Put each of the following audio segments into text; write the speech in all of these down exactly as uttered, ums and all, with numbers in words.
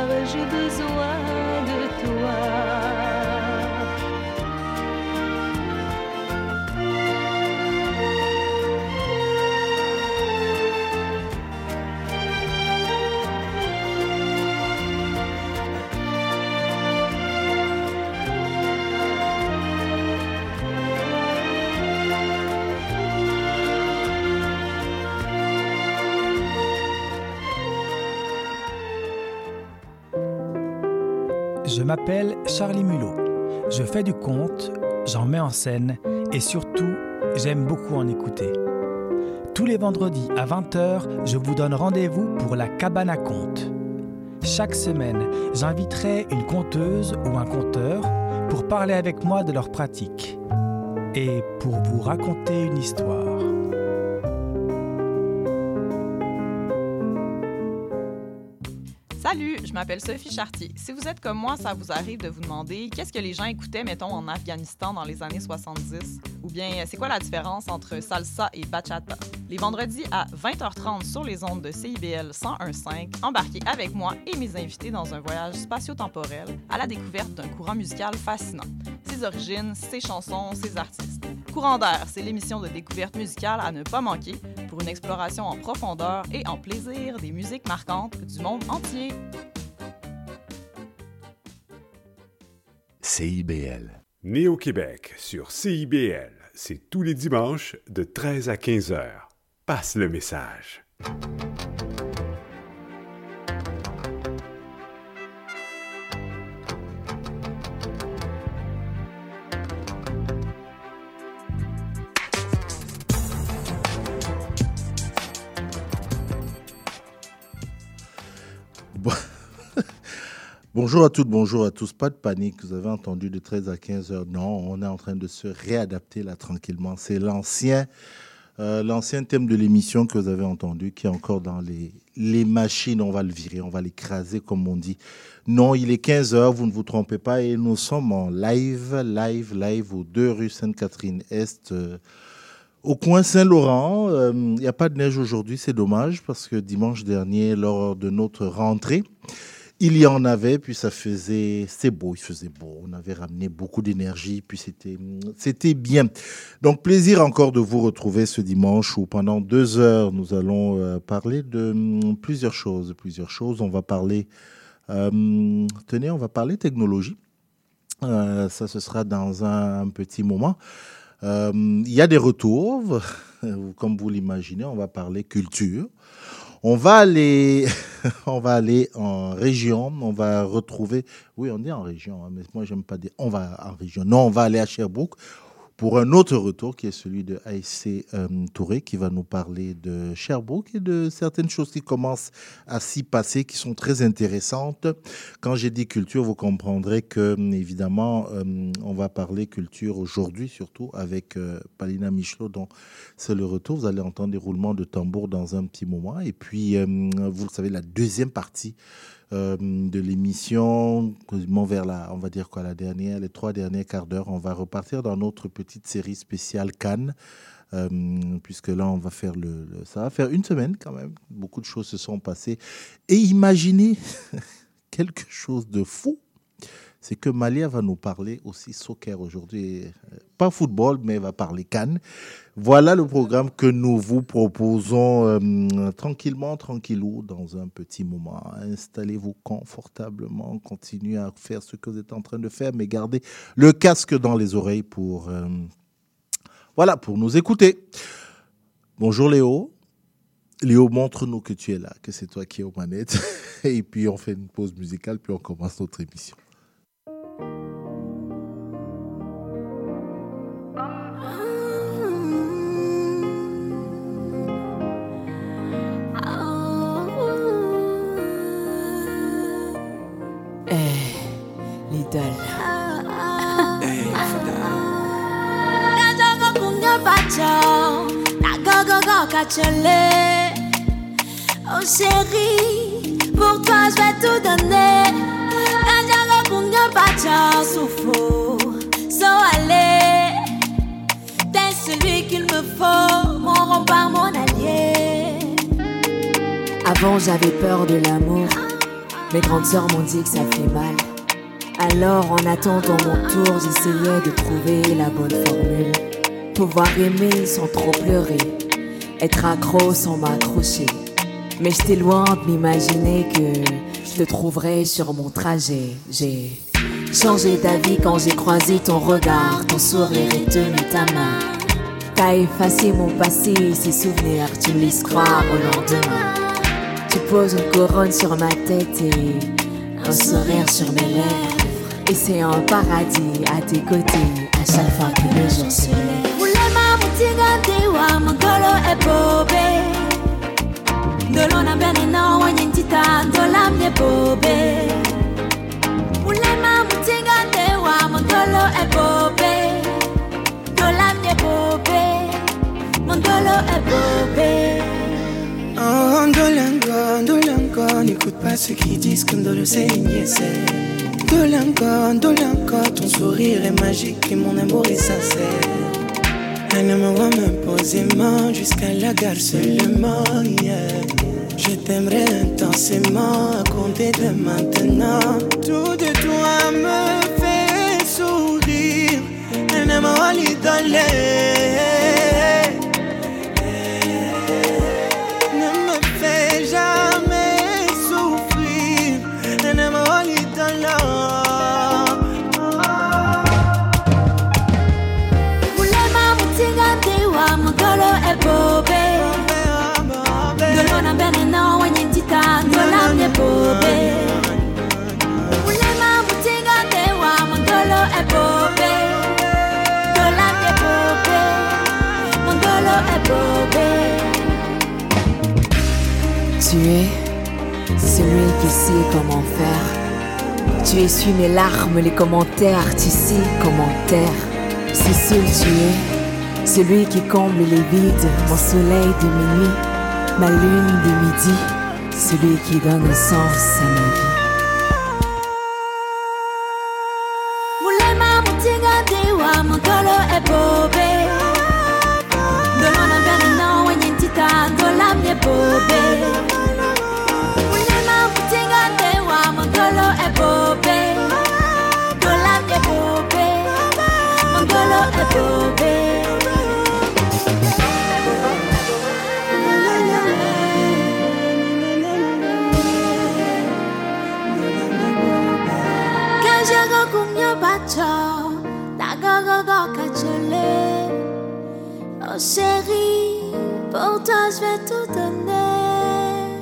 j'ai besoin de toi. Je m'appelle Charlie Mulot. Je fais du conte, j'en mets en scène et surtout, j'aime beaucoup en écouter. Tous les vendredis à vingt heures, je vous donne rendez-vous pour la cabane à contes. Chaque semaine, j'inviterai une conteuse ou un conteur pour parler avec moi de leur pratique et pour vous raconter une histoire. Salut, je m'appelle Sophie Chartier. Si vous êtes comme moi, ça vous arrive de vous demander qu'est-ce que les gens écoutaient, mettons, en Afghanistan dans les années soixante-dix? Ou bien, c'est quoi la différence entre salsa et bachata? Les vendredis à vingt heures trente sur les ondes de C I B L cent un virgule cinq, embarquez avec moi et mes invités dans un voyage spatio-temporel à la découverte d'un courant musical fascinant. Ses origines, ses chansons, ses artistes. Courant d'air, c'est l'émission de découverte musicale à ne pas manquer pour une exploration en profondeur et en plaisir des musiques marquantes du monde entier. C I B L. Né au Québec sur C I B L, c'est tous les dimanches de treize à quinze heures. Passe le message. Bonjour à toutes, bonjour à tous. Pas de panique, vous avez entendu de treize à quinze heures. Non, on est en train de se réadapter là tranquillement. C'est l'ancien, euh, l'ancien thème de l'émission que vous avez entendu qui est encore dans les, les machines. On va le virer, on va l'écraser comme on dit. Non, il est quinze heures, vous ne vous trompez pas et nous sommes en live, live, live aux deux rue Sainte-Catherine-Est. Euh, Au coin Saint-Laurent, il n'y a pas de neige aujourd'hui, c'est dommage parce que dimanche dernier, lors de notre rentrée, il y en avait, puis ça faisait, c'était beau, il faisait beau, on avait ramené beaucoup d'énergie, puis c'était, c'était bien. Donc plaisir encore de vous retrouver ce dimanche où pendant deux heures, nous allons euh, parler de hum, plusieurs choses, plusieurs choses. On va parler, euh, tenez, on va parler technologie. Euh, ça, ce sera dans un, un petit moment. Euh, il y a des retours, comme vous l'imaginez, on va parler culture. On va aller, on va aller en région, on va retrouver, oui on dit en région, hein, mais moi j'aime pas dire on va en région, non on va aller à Sherbrooke pour un autre retour qui est celui de Aïssé euh, Touré qui va nous parler de Sherbrooke et de certaines choses qui commencent à s'y passer qui sont très intéressantes. Quand j'ai dit culture, vous comprendrez que évidemment euh, on va parler culture aujourd'hui surtout avec euh, Palina Michelot dont c'est le retour. Vous allez entendre des roulements de tambour dans un petit moment et puis euh, vous le savez la deuxième partie Euh, de l'émission, vers la, on va dire quoi, la dernière, les trois derniers quarts d'heure, on va repartir dans notre petite série spéciale Cannes, euh, puisque là on va faire le, le, ça va faire une semaine quand même, beaucoup de choses se sont passées. Et imaginez quelque chose de fou, c'est que Malia va nous parler aussi soccer aujourd'hui, pas football, mais elle va parler Cannes. Voilà le programme que nous vous proposons euh, tranquillement, tranquillou, dans un petit moment. Installez-vous confortablement, continuez à faire ce que vous êtes en train de faire, mais gardez le casque dans les oreilles pour, euh, voilà, pour nous écouter. Bonjour Léo. Léo, montre-nous que tu es là, que c'est toi qui es aux manettes. Et puis on fait une pause musicale, puis on commence notre émission. Oh chérie, pour toi je vais tout donner. T'es celui qu'il me faut, mon rempart, mon allié. Avant j'avais peur de l'amour, Mes grandes sœurs m'ont dit que ça fait mal. Alors en attendant mon tour, j'essayais de trouver la bonne formule. Pouvoir aimer sans trop pleurer, être accro sans m'accrocher. Mais j'étais loin de m'imaginer que je le trouverais sur mon trajet. J'ai changé d'avis quand j'ai croisé ton regard, ton sourire et tenu ta main. T'as effacé mon passé, ces souvenirs, tu me laisses croire au lendemain. Tu poses une couronne sur ma tête et un sourire sur mes lèvres. Et c'est un paradis à tes côtés à chaque fois que le jour se lève. Ulema mutiga dewa mangolo ebobe. Dolona benena wanyintita dolam ye bobe. Ulema mutiga dewa mangolo ebobe. Dolam ye bobe. Mangolo ebobe. Oh, Ndolango, Ndolango, n'écoute pas ceux qui disent que Ndolo c'est une niaisette. Ndolango, Ndolango, ton sourire est magique et mon amour est sincère. Elle me voit me poser main jusqu'à la gare seulement, yeah. Je t'aimerais intensément à compter de maintenant. Tout de toi me fait sourire. Elle me voit l'idoler. Tu es celui qui sait comment faire. Tu essuies mes larmes, les commentaires, tu sais comment taire. C'est seul tu es, celui qui comble les vides, mon soleil de minuit, ma lune de midi, celui qui donne un sens à ma vie. Mulema mutinga dewa mangolo ebobe. Dolona benena wanyintita dolam ye bobe. Mulema mutinga dewa mangolo ebobe. Dolam ye bobe. Mangolo ebobe. Oh chérie, pour toi je vais tout donner.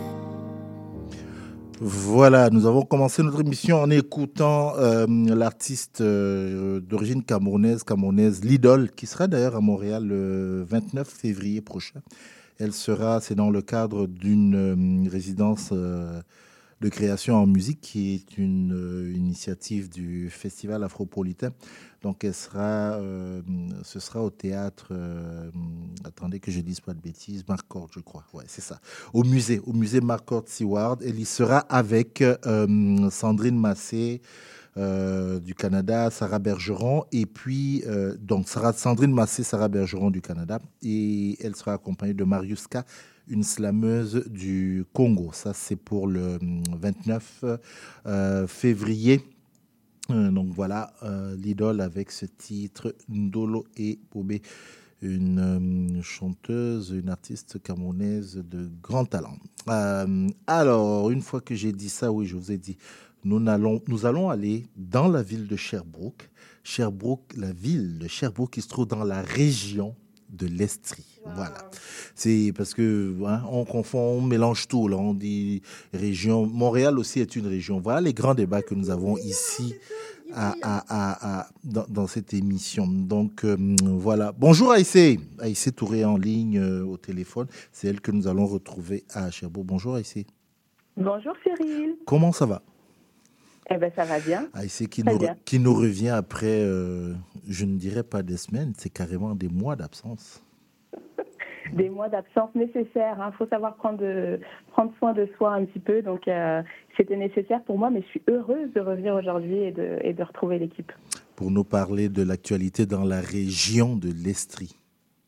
Voilà, nous avons commencé notre émission en écoutant euh, l'artiste euh, d'origine camerounaise, camerounaise Lidol, qui sera d'ailleurs à Montréal le vingt-neuf février prochain. Elle sera, c'est dans le cadre d'une euh, résidence euh, de création en musique qui est une euh, initiative du Festival Afropolitain. Donc, elle sera, euh, ce sera au théâtre, euh, attendez que je ne dise pas de bêtises, Marcourt, je crois. Ouais, c'est ça. Au musée, au musée Marcourt Seward. Elle y sera avec euh, Sandrine Massé euh, du Canada, Sarah Bergeron, et puis, euh, donc, Sarah, Sandrine Massé, Sarah Bergeron du Canada, et elle sera accompagnée de Mariuska, une slameuse du Congo. Ça, c'est pour le vingt-neuf euh, février. Euh, donc voilà, euh, l'idole avec ce titre Ndolo et Bobé, une euh, chanteuse, une artiste camerounaise de grand talent. Euh, alors, une fois que j'ai dit ça, oui, je vous ai dit, nous allons, nous allons aller dans la ville de Sherbrooke. Sherbrooke, la ville de Sherbrooke qui se trouve dans la région de l'Estrie. Wow. Voilà. C'est parce que hein, on confond, on mélange tout. Là, on dit région. Montréal aussi est une région. Voilà les grands débats que nous avons ici à, à, à, à, dans, dans cette émission. Donc euh, voilà. Bonjour Aïssé. Aïssé Touré en ligne euh, au téléphone. C'est elle que nous allons retrouver à Sherbrooke. Bonjour Aïssé. Bonjour Cyril. Comment ça va? Eh ben ça va bien. Aïssé qui, nous, qui nous revient après, euh, je ne dirais pas des semaines, c'est carrément des mois d'absence. Des mois d'absence nécessaires. Il hein. faut savoir prendre, de, prendre soin de soi un petit peu. Donc, euh, c'était nécessaire pour moi, mais je suis heureuse de revenir aujourd'hui et de, et de retrouver l'équipe. Pour nous parler de l'actualité dans la région de l'Estrie.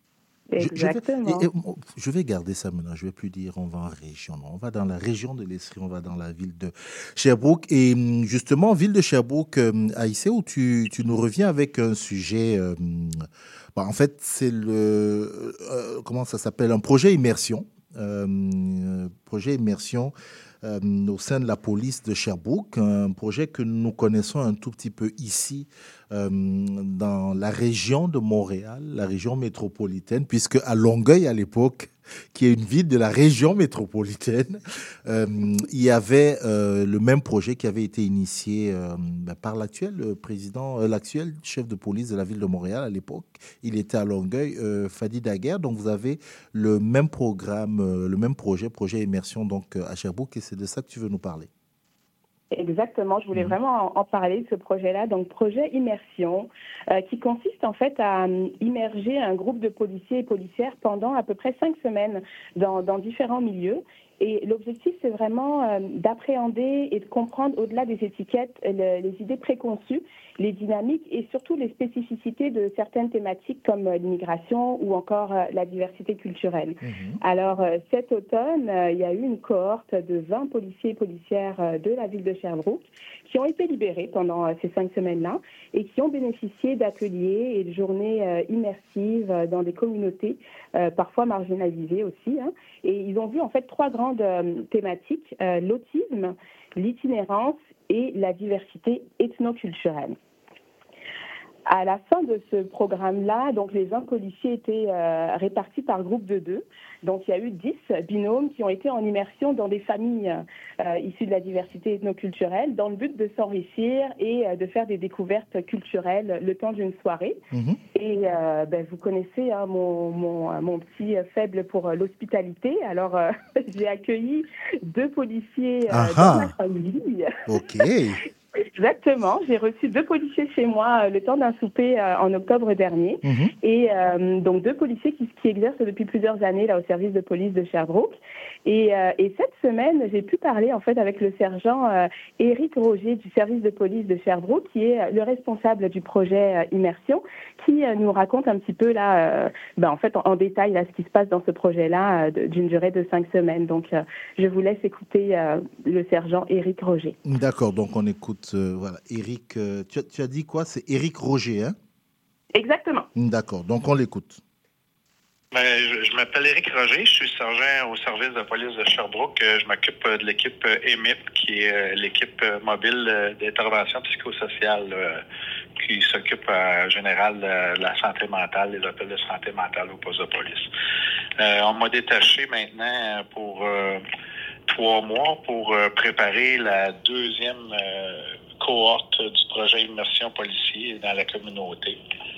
Exactement. Je, je, vais, et, et, je vais garder ça maintenant. Je ne vais plus dire on va en région. Non, on va dans la région de l'Estrie, on va dans la ville de Sherbrooke. Et justement, ville de Sherbrooke, euh, Aïssé, où tu, tu nous reviens avec un sujet. Euh, bah, en fait, c'est le. Euh, comment ça s'appelle? Un projet immersion. Euh, projet immersion. Euh, au sein de la police de Sherbrooke, un projet que nous connaissons un tout petit peu ici, euh, dans la région de Montréal, la région métropolitaine, puisque à Longueuil, à l'époque, qui est une ville de la région métropolitaine, euh, il y avait euh, le même projet qui avait été initié euh, ben, par l'actuel président, euh, l'actuel chef de police de la ville de Montréal à l'époque. Il était à Longueuil, euh, Fadi Daguerre. Donc vous avez le même programme, euh, le même projet, projet immersion donc à Sherbrooke, et c'est de ça que tu veux nous parler. Exactement, je voulais mmh. vraiment en, en parler de ce projet-là. Donc, projet immersion, euh, qui consiste en fait à um, immerger un groupe de policiers et policières pendant à peu près cinq semaines dans, dans différents milieux. Et l'objectif, c'est vraiment euh, d'appréhender et de comprendre au-delà des étiquettes le, les idées préconçues, les dynamiques et surtout les spécificités de certaines thématiques comme euh, l'immigration ou encore euh, la diversité culturelle. Mmh. Alors, euh, cet automne, euh, il y a eu une cohorte de vingt policiers et policières euh, de la ville de Sherbrooke qui ont été libérés pendant euh, ces cinq semaines-là et qui ont bénéficié d'ateliers et de journées euh, immersives euh, dans des communautés, euh, parfois marginalisées aussi. Hein. Et ils ont vu en fait trois grandes euh, thématiques, euh, l'autisme, l'itinérance et la diversité ethnoculturelle. À la fin de ce programme-là, donc les vingt policiers étaient euh, répartis par groupe de deux. Donc il y a eu dix binômes qui ont été en immersion dans des familles euh, issues de la diversité ethnoculturelle dans le but de s'enrichir et euh, de faire des découvertes culturelles le temps d'une soirée. Mmh. Et euh, ben, vous connaissez hein, mon, mon, mon petit faible pour l'hospitalité. Alors euh, j'ai accueilli deux policiers euh, dans ma famille. Ok. Exactement. J'ai reçu deux policiers chez moi euh, le temps d'un souper euh, en octobre dernier. Mmh. Et euh, donc deux policiers qui, qui exercent depuis plusieurs années là au service de police de Sherbrooke. Et, euh, et cette semaine, j'ai pu parler en fait avec le sergent euh, Éric Roger du service de police de Sherbrooke, qui est le responsable du projet euh, Immersion, qui euh, nous raconte un petit peu là, euh, ben, en fait en, en détail là ce qui se passe dans ce projet-là euh, d'une durée de cinq semaines. Donc euh, je vous laisse écouter euh, le sergent Éric Roger. D'accord. Donc on écoute euh, voilà Éric. Euh, tu, as, tu as dit quoi? C'est Éric Roger, hein? Exactement. D'accord. Donc on l'écoute. Ben, je, je m'appelle Éric Roger, je suis sergent au service de police de Sherbrooke. Je m'occupe de l'équipe E M I P, qui est l'équipe mobile d'intervention psychosociale, qui s'occupe en général de la santé mentale, les appels de santé mentale au poste de police. Euh, on m'a détaché maintenant pour euh, trois mois pour euh, préparer la deuxième euh, cohorte du projet Immersion policier dans la communauté.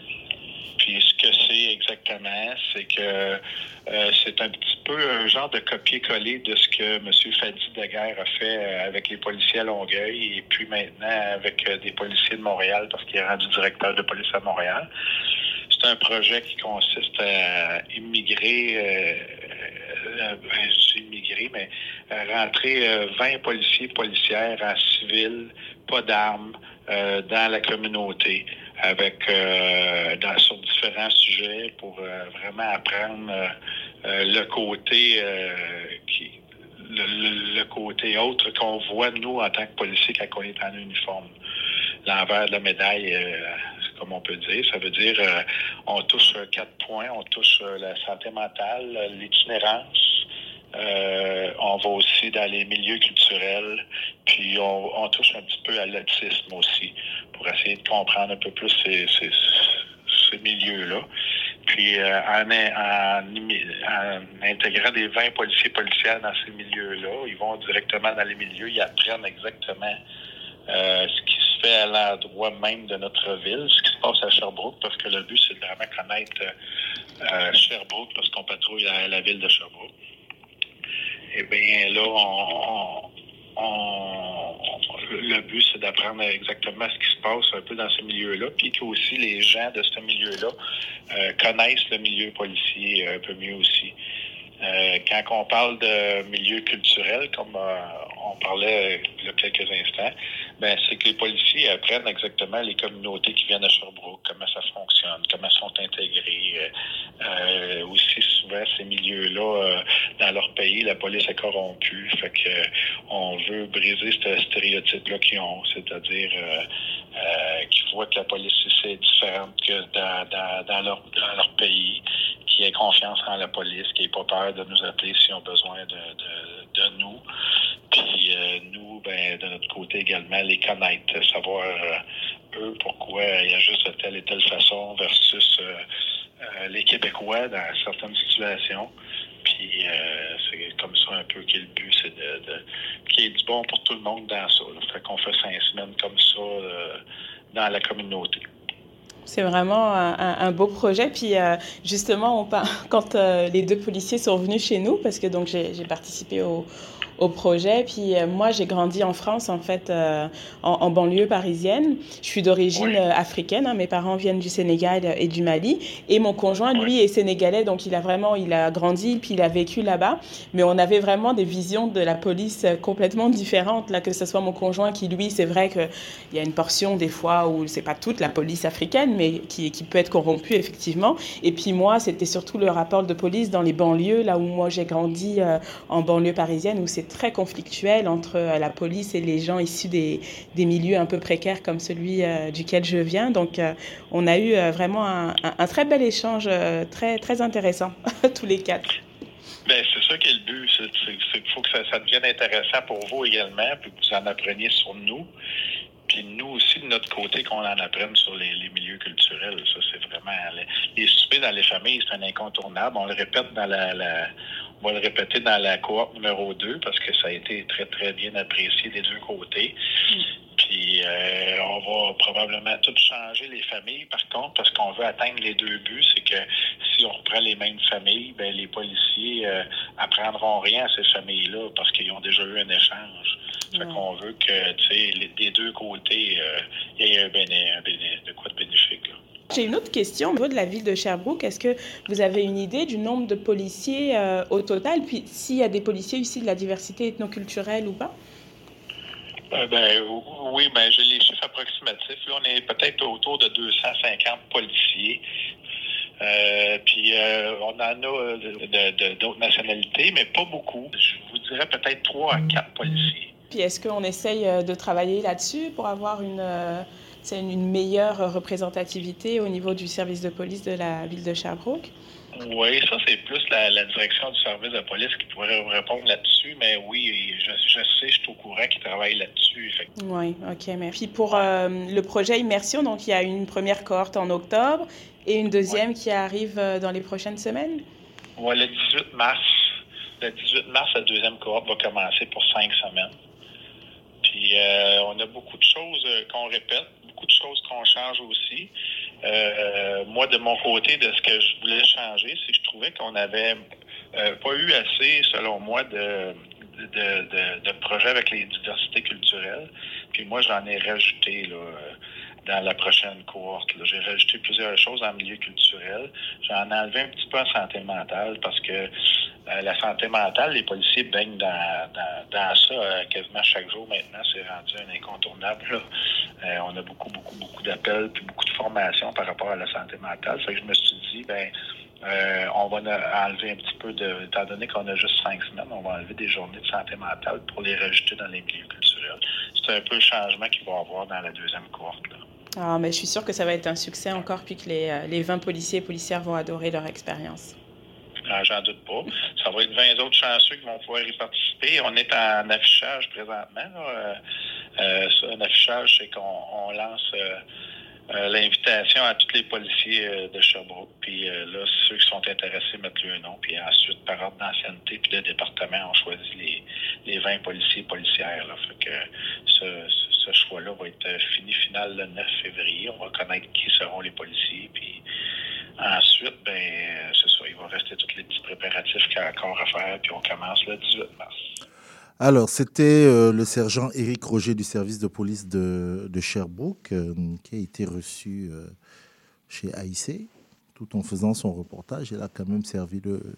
Puis ce que c'est exactement, c'est que euh, c'est un petit peu un genre de copier-coller de ce que M. Fadi Daguerre a fait avec les policiers à Longueuil et puis maintenant avec des policiers de Montréal parce qu'il est rendu directeur de police à Montréal. C'est un projet qui consiste à immigrer, euh, euh, je dis immigrer, mais à rentrer euh, vingt policiers et policières en civil, pas d'armes, euh, dans la communauté. avec euh, dans, sur différents sujets pour euh, vraiment apprendre euh, euh, le côté euh, qui le, le, le côté autre qu'on voit nous en tant que policiers quand on est en uniforme. L'envers de la médaille, euh, comme on peut dire, ça veut dire euh, on touche quatre points, on touche euh, la santé mentale, l'itinérance. Euh, on va aussi dans les milieux culturels, puis on, on touche un petit peu à l'autisme aussi, pour essayer de comprendre un peu plus ces, ces, ces milieux-là. Puis euh, en, en, en intégrant des vingt policiers policières dans ces milieux-là, ils vont directement dans les milieux, ils apprennent exactement euh, ce qui se fait à l'endroit même de notre ville, ce qui se passe à Sherbrooke, parce que le but, c'est de vraiment connaître euh, Sherbrooke lorsqu'on patrouille la, la ville de Sherbrooke. Eh bien, là, on, on, on, le but, c'est d'apprendre exactement ce qui se passe un peu dans ce milieu-là, puis que aussi les gens de ce milieu-là euh, connaissent le milieu policier un peu mieux aussi. Euh, quand on parle de milieu culturel, comme euh, on parlait il y a quelques instants, ben c'est que les policiers apprennent exactement les communautés qui viennent à Sherbrooke, comment ça fonctionne, comment elles sont intégrées. Euh, aussi souvent, ces milieux-là, euh, dans leur pays, la police est corrompue. Fait que euh, on veut briser ce stéréotype-là qu'ils ont, c'est-à-dire euh, euh, qu'ils voient que la police ici est différente que dans, dans, dans, leur, dans leur pays, qui aient confiance en la police, qui n'aient pas peur de nous appeler s'ils ont besoin de, de, de nous. Puis euh, nous, ben, de notre côté également, les connaître, savoir euh, eux pourquoi ils agissent de telle et telle façon versus euh, euh, les Québécois dans certaines situations. Puis euh, c'est comme ça un peu qui est le but, c'est de, de qu'il y ait du bon pour tout le monde dans ça. Là. Fait qu'on fait cinq semaines comme ça euh, dans la communauté. C'est vraiment un, un beau projet. Puis euh, justement, on par... quand euh, les deux policiers sont venus chez nous, parce que donc j'ai, j'ai participé au, au projet, puis euh, moi j'ai grandi en France en fait, euh, en, en banlieue parisienne. Je suis d'origine oui. euh, africaine. Hein, mes parents viennent du Sénégal et du Mali, et mon conjoint lui oui. est sénégalais, donc il a vraiment, il a grandi puis il a vécu là-bas. Mais on avait vraiment des visions de la police complètement différentes. Là, que ce soit mon conjoint qui lui, c'est vrai que il y a une portion des fois où c'est pas toute la police africaine, mais qui, qui peut être corrompue, effectivement. Et puis moi, c'était surtout le rapport de police dans les banlieues, là où moi j'ai grandi euh, en banlieue parisienne, où c'est très conflictuel entre euh, la police et les gens issus des, des milieux un peu précaires comme celui euh, duquel je viens. Donc, euh, on a eu euh, vraiment un, un, un très bel échange, euh, très, très intéressant, tous les quatre. Bien, c'est ça qui est le but. Il faut que ça, ça devienne intéressant pour vous également, puis que vous en appreniez sur nous. Puis nous aussi, de notre côté, qu'on en apprenne sur les, les milieux culturels. Ça, c'est vraiment... Les, les soupers dans les familles, c'est un incontournable. On le répète dans la... la on va le répéter dans la cohorte numéro deux parce que ça a été très, très bien apprécié des deux côtés. Mm. Puis euh, on va probablement tout changer les familles, par contre, parce qu'on veut atteindre les deux buts. C'est que si on reprend les mêmes familles, ben les policiers euh, apprendront rien à ces familles-là parce qu'ils ont déjà eu un échange. Fait mmh. qu'on veut que, tu sais, les, des deux côtés, il euh, y ait un, béné, un béné, de quoi de bénéfique, là. J'ai une autre question au niveau de la ville de Sherbrooke. Est-ce que vous avez une idée du nombre de policiers euh, au total, puis s'il y a des policiers issus de la diversité ethnoculturelle ou pas? Euh, ben, oui, ben, j'ai les chiffres approximatifs. Là, on est peut-être autour de deux cent cinquante policiers. Euh, puis euh, on en a de, de, d'autres nationalités, mais pas beaucoup. Je vous dirais peut-être trois à quatre policiers. Puis est-ce qu'on essaye de travailler là-dessus pour avoir une, euh, une meilleure représentativité au niveau du service de police de la ville de Sherbrooke? Oui, ça, c'est plus la, la direction du service de police qui pourrait répondre là-dessus, mais oui, je, je sais, je suis au courant qu'ils travaillent là-dessus. Oui, OK, merci. Puis pour euh, le projet Immersion, donc il y a une première cohorte en octobre et une deuxième oui. qui arrive dans les prochaines semaines? Oui, le dix-huit mars. Le dix-huit mars, la deuxième cohorte va commencer pour cinq semaines. Puis euh, on a beaucoup de choses qu'on répète, beaucoup de choses qu'on change aussi. Euh, moi, de mon côté, de ce que je voulais changer, c'est que je trouvais qu'on n'avait euh, pas eu assez, selon moi, de, de, de, de projets avec les diversités culturelles. Puis moi, j'en ai rajouté là, dans la prochaine cohorte. Là. J'ai rajouté plusieurs choses en milieu culturel. J'en ai enlevé un petit peu en santé mentale parce que euh, la santé mentale, les policiers baignent dans, dans, dans ça euh, quasiment chaque jour maintenant. C'est rendu un incontournable. Là. Euh, on a beaucoup, beaucoup, beaucoup d'appels puis beaucoup de formations par rapport à la santé mentale. Fait que je me suis dit, ben euh, on va enlever un petit peu de... Étant donné qu'on a juste cinq semaines, on va enlever des journées de santé mentale pour les rajouter dans les milieux culturels. C'est un peu le changement qu'il va y avoir dans la deuxième cohorte. Là. Ah, mais je suis sûre que ça va être un succès encore, puis que les, les vingt policiers et policières vont adorer leur expérience. Ah, j'en doute pas. Ça va être vingt autres chanceux qui vont pouvoir y participer. On est en affichage présentement. Là. Euh, ça, un affichage, c'est qu'on on lance euh, euh, l'invitation à tous les policiers euh, de Sherbrooke. Puis euh, là, ceux qui sont intéressés mettent le nom. Puis ensuite, par ordre d'ancienneté, puis le département, on choisit les, les vingt policiers et policières. Là. Fait que ce, ce choix-là va être fini final le neuf février. On va connaître qui seront les policiers. Puis ensuite, ben c'est ça, il va rester tous les petits préparatifs qu'il y a encore à faire, puis on commence le dix-huit mars. Alors, c'était euh, le sergent Éric Roger du service de police de, de Sherbrooke euh, qui a été reçu euh, chez A I C, tout en faisant son reportage. Il a quand même servi le,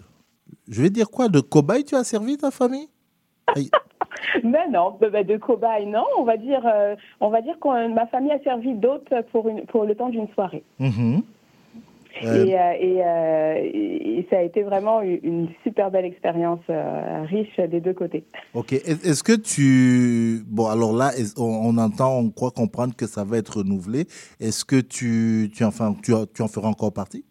je vais dire quoi, de cobaye tu as servi ta famille? Aïe. Mais non, de cobaye, non. On va dire, euh, on va dire que ma famille a servi d'autres pour, une, pour le temps d'une soirée. Mmh. Euh... Et, euh, et, euh, et ça a été vraiment une super belle expérience, euh, riche des deux côtés. Ok. Est-ce que tu... Bon, alors là, on entend, on croit comprendre que ça va être renouvelé. Est-ce que tu, tu, enfin, tu, tu en feras encore partie?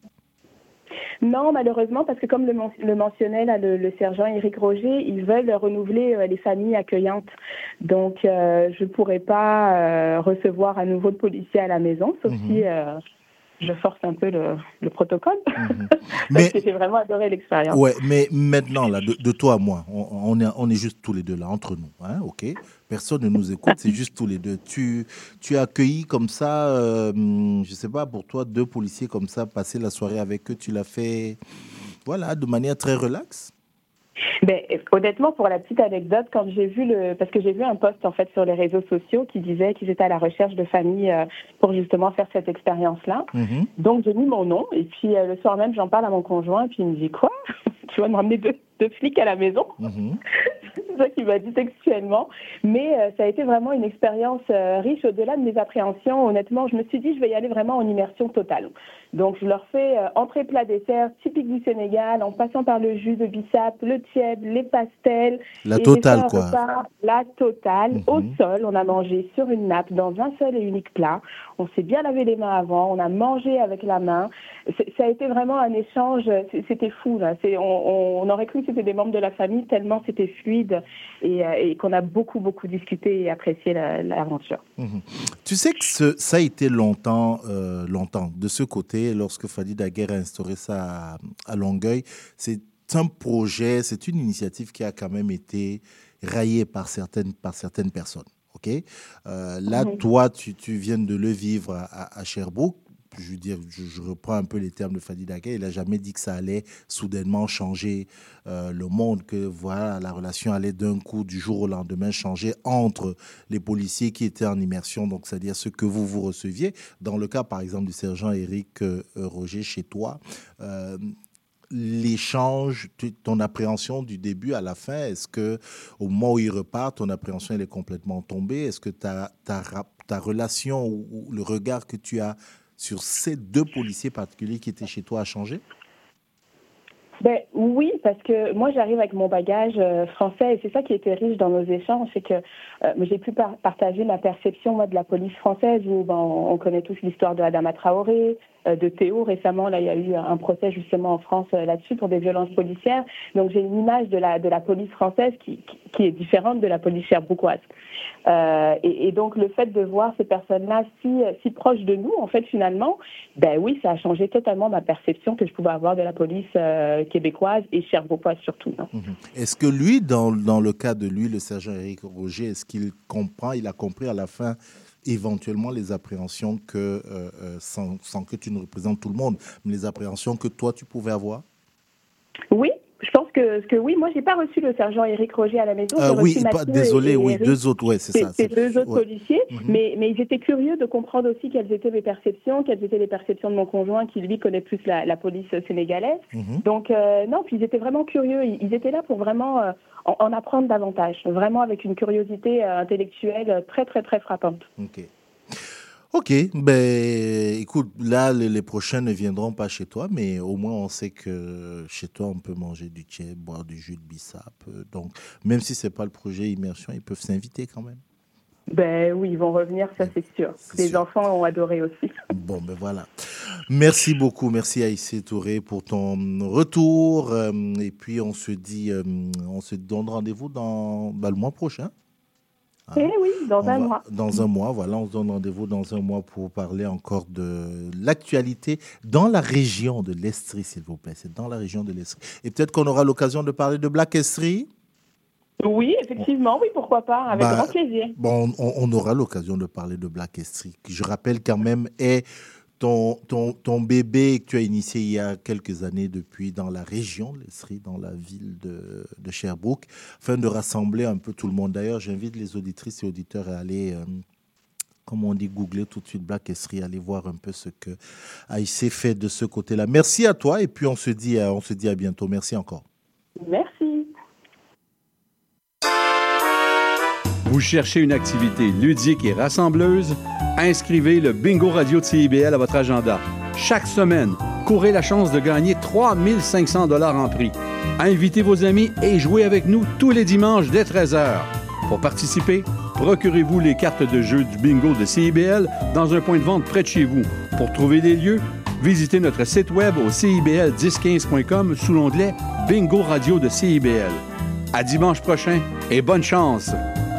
Non, malheureusement, parce que comme le, le mentionnait là, le, le sergent Éric Roger, ils veulent renouveler euh, les familles accueillantes. Donc, euh, je ne pourrais pas euh, recevoir à nouveau de policiers à la maison, sauf mmh. si euh, je force un peu le, le protocole. Mmh. Parce mais, que j'ai vraiment adoré l'expérience. Ouais, mais maintenant, là, de, de toi à moi, on, on, est, on est juste tous les deux là, entre nous, hein, ok? Personne ne nous écoute, c'est juste tous les deux. Tu, tu as accueilli comme ça, euh, je ne sais pas, pour toi, deux policiers comme ça, passer la soirée avec eux, tu l'as fait, voilà, de manière très relaxe? Ben, honnêtement, pour la petite anecdote, quand j'ai vu le, parce que j'ai vu un post en fait sur les réseaux sociaux qui disait qu'ils étaient à la recherche de familles euh, pour justement faire cette expérience-là. Mmh. Donc j'ai mis mon nom et puis euh, le soir même, j'en parle à mon conjoint et puis il me dit quoi? Tu vas me ramener deux, deux flics à la maison? Mmh. C'est ça qu'il m'a dit textuellement. Mais euh, ça a été vraiment une expérience euh, riche au-delà de mes appréhensions. Honnêtement, je me suis dit je vais y aller vraiment en immersion totale. Donc je leur fais euh, entrée, plat, dessert, typique du Sénégal, en passant par le jus de bissap, le tiède, les pastels. La totale, quoi. Repas, la totale, mmh. au sol. On a mangé sur une nappe dans un seul et unique plat. On s'est bien lavé les mains avant. On a mangé avec la main. C'est, ça a été vraiment un échange. C'était fou, là. C'est, on, on aurait cru que c'était des membres de la famille tellement c'était fluide et, et qu'on a beaucoup, beaucoup discuté et apprécié la, l'aventure. Mmh. Tu sais que ce, ça a été longtemps, euh, longtemps, de ce côté, lorsque Fadi Daguerre a instauré ça à, à Longueuil, c'est un projet, c'est une initiative qui a quand même été raillée par certaines, par certaines personnes. Okay? Euh, là, mmh. toi, tu, tu viens de le vivre à, à Sherbrooke. Je veux dire, je, je reprends un peu les termes de Fadi Daguerre. Il n'a jamais dit que ça allait soudainement changer euh, le monde, que voilà, la relation allait d'un coup, du jour au lendemain, changer entre les policiers qui étaient en immersion, donc c'est-à-dire ce que vous vous receviez. Dans le cas, par exemple, du sergent Éric euh, Roger chez toi, euh, l'échange, ton appréhension du début à la fin, est-ce que au moment où il repart, ton appréhension elle est complètement tombée? Est-ce que ta, ta, ta relation ou, ou le regard que tu as sur ces deux policiers particuliers qui étaient chez toi a changé? Ben, oui, parce que moi, j'arrive avec mon bagage euh, français et c'est ça qui était riche dans nos échanges, c'est que euh, j'ai pu par- partager ma perception moi, de la police française où ben, on connaît tous l'histoire de Adama Traoré, euh, de Théo. Récemment, là, il y a eu un procès justement en France euh, là-dessus pour des violences policières. Donc, j'ai une image de la, de la police française qui, qui, qui est différente de la police cherbrouquoise. Euh, et, et donc, le fait de voir ces personnes-là si, si proches de nous, en fait, finalement, ben oui, ça a changé totalement ma perception que je pouvais avoir de la police euh, québécoise et cherbrouquoise surtout. Hein. Mmh. Est-ce que lui, dans, dans le cas de lui, le sergent Éric Roger, est-ce qu'il comprend, il a compris à la fin éventuellement les appréhensions que, euh, sans, sans que tu ne représentes tout le monde, mais les appréhensions que toi, tu pouvais avoir? Oui. Je pense que, que oui, moi, je n'ai pas reçu le sergent Éric Roger à la maison. Euh, oui, pas, désolé, et, et oui, Eric, deux autres, ouais, c'est, c'est ça. C'est deux autres ouais. policiers, mm-hmm. mais, mais ils étaient curieux de comprendre aussi quelles étaient mes perceptions, quelles étaient les perceptions de mon conjoint qui, lui, connaît plus la, la police sénégalaise. Mm-hmm. Donc, euh, non, puis ils étaient vraiment curieux. Ils, ils étaient là pour vraiment euh, en, en apprendre davantage, vraiment avec une curiosité euh, intellectuelle très, très, très frappante. OK. Ok, ben écoute, là les, les prochains ne viendront pas chez toi, mais au moins on sait que chez toi on peut manger du tiède, boire du jus de bissap. Donc même si c'est pas le projet immersion, ils peuvent s'inviter quand même. Ben oui, ils vont revenir, ça c'est sûr. C'est Les sûr. enfants ont adoré aussi. Bon ben voilà. Merci beaucoup, merci Aïssé Touré pour ton retour euh, et puis on se dit, euh, on se donne rendez-vous dans ben, le mois prochain. Ah, eh oui, dans un va, mois. Dans un mois, voilà, on se donne rendez-vous dans un mois pour parler encore de l'actualité dans la région de l'Estrie, s'il vous plaît. C'est dans la région de l'Estrie. Et peut-être qu'on aura l'occasion de parler de Black Estrie. Oui, effectivement, oui, pourquoi pas, avec bah, grand plaisir. Bon, on, on aura l'occasion de parler de Black Estrie, qui, je rappelle quand même, est ton, ton, ton bébé que tu as initié il y a quelques années depuis dans la région de l'Estrie, dans la ville de, de Sherbrooke, afin de rassembler un peu tout le monde. D'ailleurs, j'invite les auditrices et auditeurs à aller, euh, comme on dit, googler tout de suite Black Estrie, aller voir un peu ce que Aïssé fait de ce côté-là. Merci à toi et puis on se dit, on se dit à bientôt. Merci encore. Merci. Vous cherchez une activité ludique et rassembleuse? Inscrivez le Bingo Radio de C I B L à votre agenda. Chaque semaine, courez la chance de gagner trois mille cinq cents dollars en prix. Invitez vos amis et jouez avec nous tous les dimanches dès treize heures. Pour participer, procurez-vous les cartes de jeu du bingo de C I B L dans un point de vente près de chez vous. Pour trouver des lieux, visitez notre site web au C I B L dix quinze point com sous l'onglet Bingo Radio de C I B L. À dimanche prochain et bonne chance!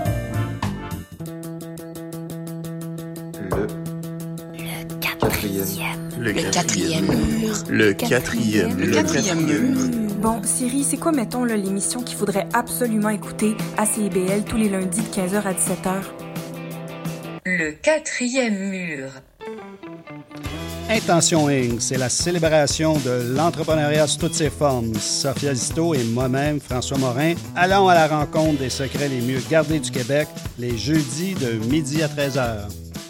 Le quatrième mur. Le quatrième mur. Le quatrième mur. Bon, Siri, c'est quoi, mettons, là, l'émission qu'il faudrait absolument écouter à C I B L tous les lundis de quinze heures à dix-sept heures? Le quatrième mur. Intention Incorporée, c'est la célébration de l'entrepreneuriat sous toutes ses formes. Sophia Zito et moi-même, François Morin, allons à la rencontre des secrets les mieux gardés du Québec les jeudis de midi à treize heures.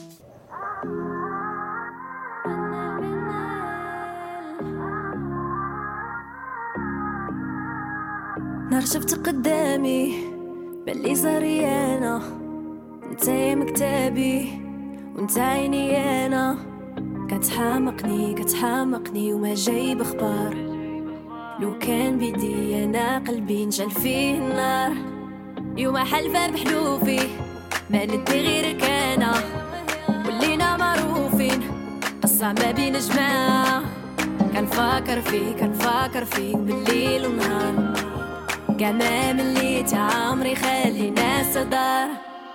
نهار شفت قدامي بلي زريانة انتي مكتابي وانت عيني انا كتحامقني كتحامقني وما جاي بخبار لو كان بيدي انا قلبي نشعل فيه النار يوم حلفة بحلوفي ما ندي غيرك انا ولينا معروفين قصة ما بين جماعة كنفكر فيك كنفكر فيك بالليل ونهار كما ملي تعمري خلي ناس دار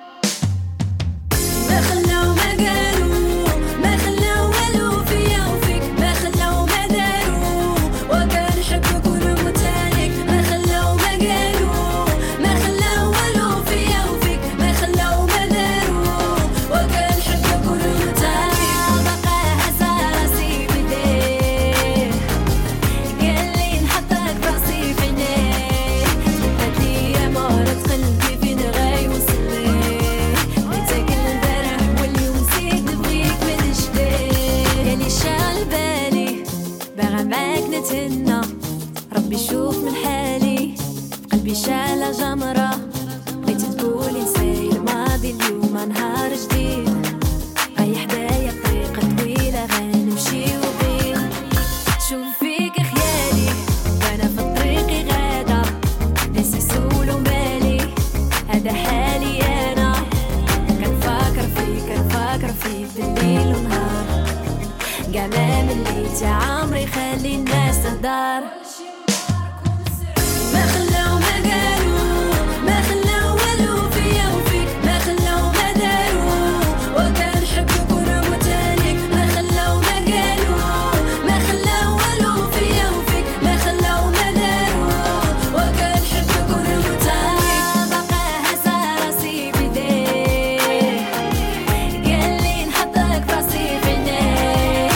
ما خلاو ما قالوا ما خلاو والو فيا وفيك ما خلاو ما داروا وكان حبك ونموت عليك ما خلاو ما قالوا ما خلاو والو فيا وفيك ما خلاو ما داروا وكان حبك ونموت عليك بقى هزار راسي بديه قال لي نحطك راسي في عينيه تنا ربي شوف من حالي في قلبي شالة جمرة بغيت تقولي نساي الماضي اليوم نهار جديد رايح دايا طريقة طويلة غنمشي وبيض شوف فيك خيالي وانا في طريقي غادة ناسي سولو بالي هذا حالي انا كنفكر فيك كنفكر فيك بالليل ونهار قمام اللي تعمري خلي الناس تهدر ما خلاو ما قالوا ما خلاو والو فيا وفيك ما خلاو ما داروا وكان حبك ونموت عليك ما خلاو ما قالوا ما خلاو والو فيا وفيك ما خلاو ما داروا وكان حبك ونموت عليك بقى هزار راسي بيديه قال لي نحطك راسي في عينيه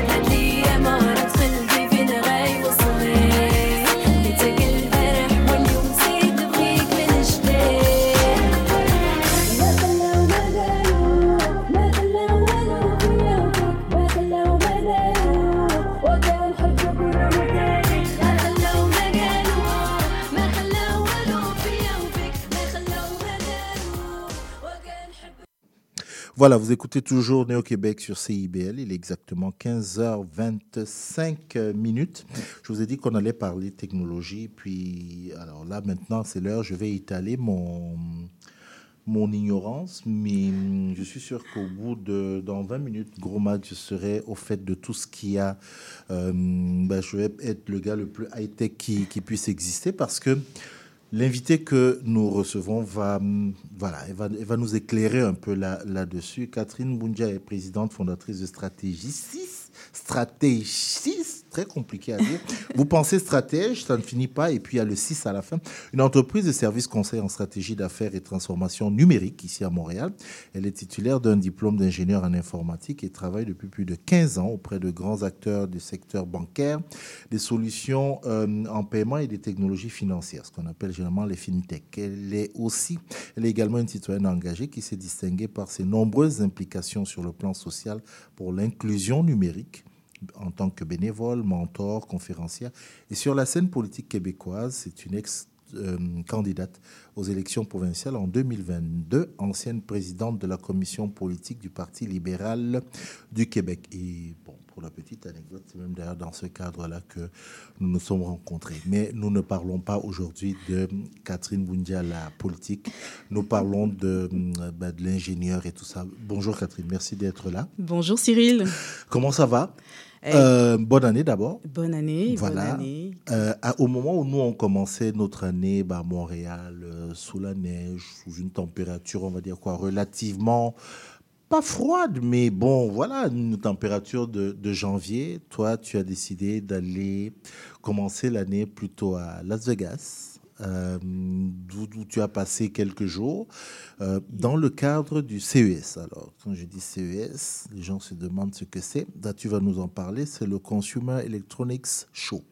Voilà, vous écoutez toujours Néo-Québec sur C I B L. Il est exactement quinze heures vingt-cinq minutes. Je vous ai dit qu'on allait parler technologie. Puis, alors là, maintenant, c'est l'heure. Je vais étaler mon, mon ignorance. Mais je suis sûr qu'au bout de, dans vingt minutes, gros max, je serai au fait de tout ce qu'il y a. Euh, ben, je vais être le gars le plus high-tech qui, qui puisse exister parce que l'invité que nous recevons va, voilà, elle va, elle va nous éclairer un peu là, là-dessus. Catherine Boundia est présidente fondatrice de Stratégie six. Stratégie six, très compliqué à dire. Vous pensez stratège, ça ne finit pas, et puis il y a le six à la fin. Une entreprise de services conseil en stratégie d'affaires et transformation numérique ici à Montréal. Elle est titulaire d'un diplôme d'ingénieur en informatique et travaille depuis plus de quinze ans auprès de grands acteurs du secteur bancaire, des solutions euh, en paiement et des technologies financières, ce qu'on appelle généralement les fintech. Elle est aussi, elle est également une citoyenne engagée qui s'est distinguée par ses nombreuses implications sur le plan social pour l'inclusion numérique, en tant que bénévole, mentor, conférencière. Et sur la scène politique québécoise, c'est une ex Euh, candidate aux élections provinciales en deux mille vingt-deux, ancienne présidente de la commission politique du Parti libéral du Québec. Et bon, pour la petite anecdote, c'est même d'ailleurs dans ce cadre-là que nous nous sommes rencontrés. Mais nous ne parlons pas aujourd'hui de Catherine Boundia, la politique. Nous parlons de, bah, de l'ingénieur et tout ça. Bonjour Catherine, merci d'être là. Bonjour Cyril. Comment ça va? Hey. Euh, bonne année d'abord. Bonne année, voilà. bonne année. Euh, à, au moment où nous on commençait notre année bah, à Montréal, euh, sous la neige, sous une température, on va dire quoi, relativement pas froide, mais bon, voilà, une température de, de janvier. Toi, tu as décidé d'aller commencer l'année plutôt à Las Vegas. Euh, d'où, d'où tu as passé quelques jours euh, dans le cadre du C E S. Alors, quand je dis C E S, les gens se demandent ce que c'est. Là, tu vas nous en parler. C'est le Consumer Electronics Show.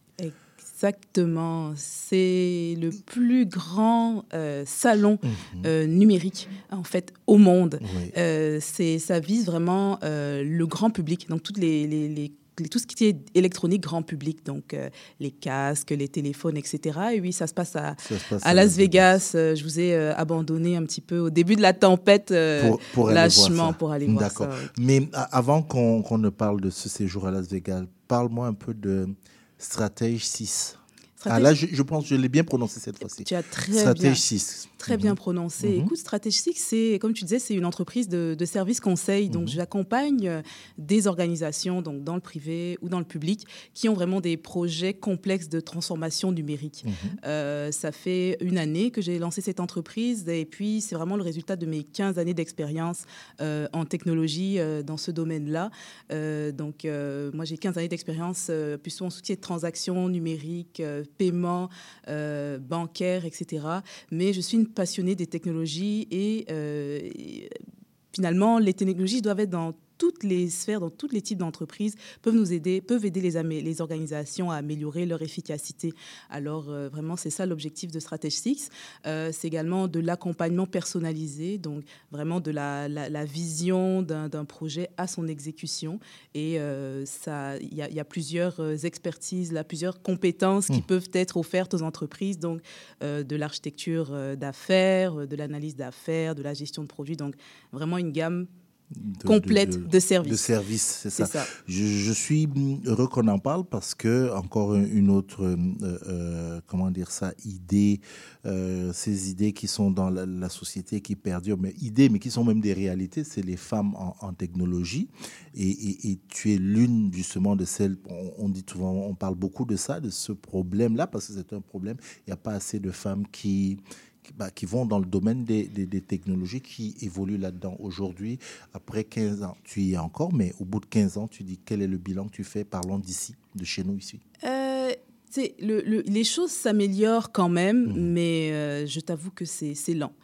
Exactement. C'est le plus grand euh, salon mmh. euh, numérique, en fait, au monde. Oui. Euh, c'est, ça vise vraiment euh, le grand public. Donc, toutes les, les, les tout ce qui est électronique grand public, donc euh, les casques, les téléphones, et cetera. Et oui, ça se passe à, se passe à, à Las Vegas. Vegas. Euh, je vous ai euh, abandonné un petit peu au début de la tempête, euh, pour, pour lâchement, pour aller voir D'accord. ça. Oui. Mais avant qu'on, qu'on ne parle de ce séjour à Las Vegas, parle-moi un peu de Strategy six. Ah, là, je, je pense que je l'ai bien prononcé cette fois-ci. Tu as très Strategy bien, six. Très bien prononcé. Mm-hmm. Écoute, Strategy six, c'est, comme tu disais, c'est une entreprise de, de services conseils. Donc, mm-hmm. j'accompagne des organisations, donc dans le privé ou dans le public, qui ont vraiment des projets complexes de transformation numérique. Mm-hmm. Euh, ça fait une année que j'ai lancé cette entreprise et puis c'est vraiment le résultat de mes quinze années d'expérience euh, en technologie euh, dans ce domaine-là. Euh, donc, euh, moi, j'ai quinze années d'expérience euh, plutôt en soutien de transactions numériques, euh, paiement, euh, bancaire, et cetera. Mais je suis une passionnée des technologies et, euh, et finalement, les technologies doivent être dans toutes les sphères, dans tous les types d'entreprises, peuvent nous aider, peuvent aider les, amé- les organisations à améliorer leur efficacité. Alors, euh, vraiment, c'est ça l'objectif de Strategy six. Euh, c'est également de l'accompagnement personnalisé, donc vraiment de la, la, la vision d'un, d'un projet à son exécution. Et euh, ça, il y, y a plusieurs expertises, là, plusieurs compétences qui mmh. peuvent être offertes aux entreprises, donc euh, de l'architecture d'affaires, de l'analyse d'affaires, de la gestion de produits, donc vraiment une gamme De, complète de, de, de services. De services, c'est, c'est ça. ça. Je, je suis heureux qu'on en parle parce que, encore une autre, euh, euh, comment dire ça, idée, euh, ces idées qui sont dans la, la société, qui perdurent, mais idées, mais qui sont même des réalités, c'est les femmes en, en technologie. Et, et, et tu es l'une, justement, de celles, on, on dit souvent, on parle beaucoup de ça, de ce problème-là, parce que c'est un problème. Il n'y a pas assez de femmes qui... Bah, qui vont dans le domaine des, des, des technologies, qui évoluent là-dedans. Aujourd'hui, après quinze ans, tu y es encore, mais au bout de quinze ans, tu dis quel est le bilan que tu fais? Parlons d'ici, de chez nous ici. Euh, c'est, le, le, les choses s'améliorent quand même, mmh. mais euh, je t'avoue que c'est, c'est lent.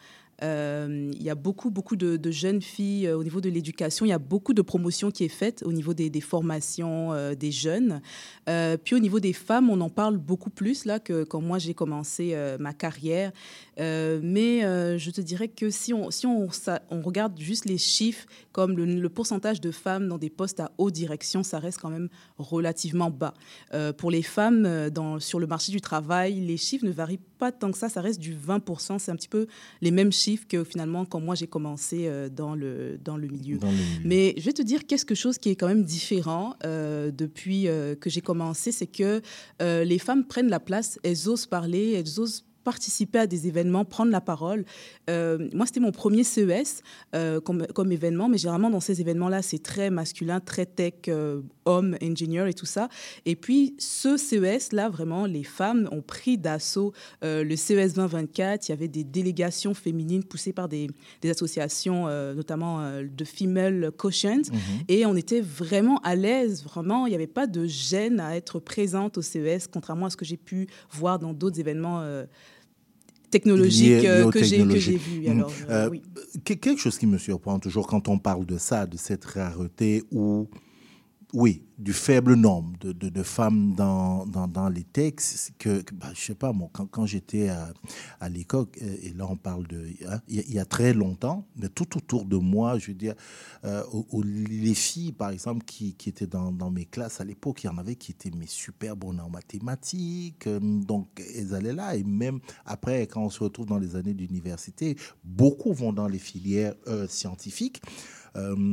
Euh, il y a beaucoup, beaucoup de, de jeunes filles euh, au niveau de l'éducation. Il y a beaucoup de promotions qui est faite au niveau des, des formations euh, des jeunes. Euh, puis au niveau des femmes, on en parle beaucoup plus là que quand moi j'ai commencé euh, ma carrière. Euh, mais euh, je te dirais que si on, si on, ça, on regarde juste les chiffres, comme le, le pourcentage de femmes dans des postes à haute direction, ça reste quand même relativement bas. Euh, pour les femmes dans, sur le marché du travail, les chiffres ne varient pas tant que ça. Ça reste du vingt pour cent. C'est un petit peu les mêmes chiffres que finalement quand moi j'ai commencé euh, dans, le, dans, le milieu. dans le milieu. Mais je vais te dire quelque chose qui est quand même différent euh, depuis euh, que j'ai commencé, c'est que euh, les femmes prennent la place, elles osent parler, elles osent participer à des événements, prendre la parole. Euh, moi, c'était mon premier C E S euh, comme, comme événement, mais généralement, dans ces événements-là, c'est très masculin, très tech, euh, homme, ingénieur et tout ça. Et puis, ce C E S-là, vraiment, les femmes ont pris d'assaut euh, le C E S vingt vingt-quatre. Il y avait des délégations féminines poussées par des, des associations, euh, notamment euh, de Female Quotient. Mm-hmm. Et on était vraiment à l'aise, vraiment. Il n'y avait pas de gêne à être présente au C E S, contrairement à ce que j'ai pu voir dans d'autres événements euh, technologique euh, que, j'ai, que j'ai vu. Alors, mmh. euh, oui. Quelque chose qui me surprend toujours quand on parle de ça, de cette rareté où oui, du faible nombre de, de, de femmes dans, dans, dans les textes, que, que bah, je sais pas, moi, quand, quand j'étais à, à l'école, et là on parle de, hein, il, y a, il y a très longtemps, mais tout autour de moi, je veux dire, euh, où, où les filles, par exemple, qui, qui étaient dans, dans mes classes à l'époque, il y en avait qui étaient mais, super bonnes en mathématiques, euh, donc elles allaient là, et même après, quand on se retrouve dans les années d'université, beaucoup vont dans les filières euh, scientifiques. Euh,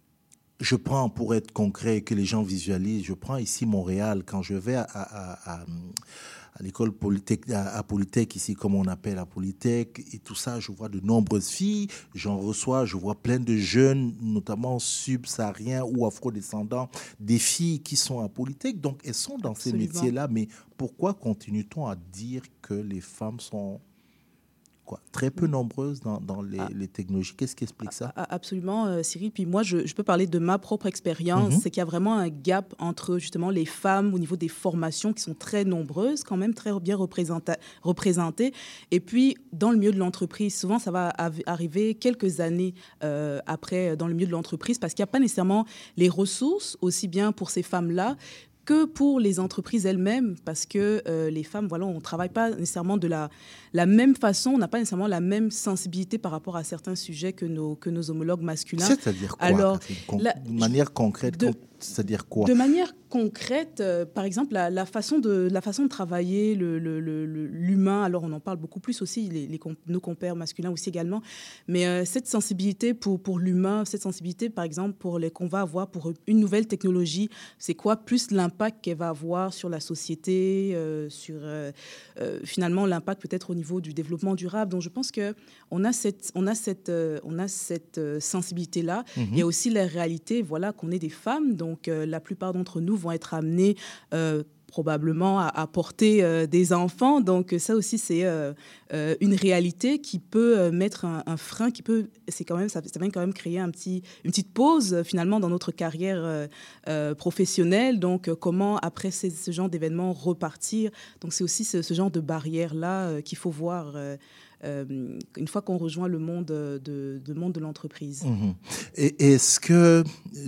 Je prends, pour être concret, que les gens visualisent, je prends ici Montréal, quand je vais à, à, à, à l'école Polytech, à, à Polytech, ici comme on appelle à Polytech, et tout ça, je vois de nombreuses filles, j'en reçois, je vois plein de jeunes, notamment subsahariens ou afrodescendants, des filles qui sont à Polytech, donc elles sont dans Absolument. Ces métiers-là, mais pourquoi continue-t-on à dire que les femmes sont... Quoi, très peu nombreuses dans, dans les, ah. les technologies. Qu'est-ce qui explique ça? Absolument, euh, Cyril. Puis moi, je, je peux parler de ma propre expérience. Mm-hmm. C'est qu'il y a vraiment un gap entre justement les femmes au niveau des formations qui sont très nombreuses, quand même très bien représenta- représentées. Et puis, dans le milieu de l'entreprise, souvent, ça va av- arriver quelques années euh, après dans le milieu de l'entreprise parce qu'il n'y a pas nécessairement les ressources, aussi bien pour ces femmes-là, que pour les entreprises elles-mêmes, parce que euh, les femmes, voilà, on ne travaille pas nécessairement de la, la même façon, on n'a pas nécessairement la même sensibilité par rapport à certains sujets que nos, que nos homologues masculins. C'est-à-dire quoi? Alors, con- la, de manière concrète, de, c'est-à-dire quoi? De manière concrète, euh, par exemple, la, la, façon de, la façon de travailler le, le, le, l'humain, alors on en parle beaucoup plus aussi, les, les, nos compères masculins aussi également, mais euh, cette sensibilité pour, pour l'humain, cette sensibilité, par exemple, pour les, qu'on va avoir pour une nouvelle technologie, c'est quoi plus l'impact qu'elle va avoir sur la société, euh, sur euh, euh, finalement l'impact peut-être au niveau du développement durable. Donc je pense qu'on a cette, on a cette, euh, on a cette euh, sensibilité-là. Mm-hmm. Il y a aussi la réalité, voilà, qu'on est des femmes, donc euh, la plupart d'entre nous vont être amenés euh, probablement à, à porter euh, des enfants. Donc ça aussi, c'est euh, euh, une réalité qui peut euh, mettre un, un frein, qui peut, c'est quand même, ça, ça vient quand même créer un petit, une petite pause euh, finalement dans notre carrière euh, euh, professionnelle. Donc euh, comment, après ces, ce genre d'événements, repartir. Donc c'est aussi ce, ce genre de barrière-là euh, qu'il faut voir euh, Euh, une fois qu'on rejoint le monde de, de, monde de l'entreprise. Mmh. Et est-ce que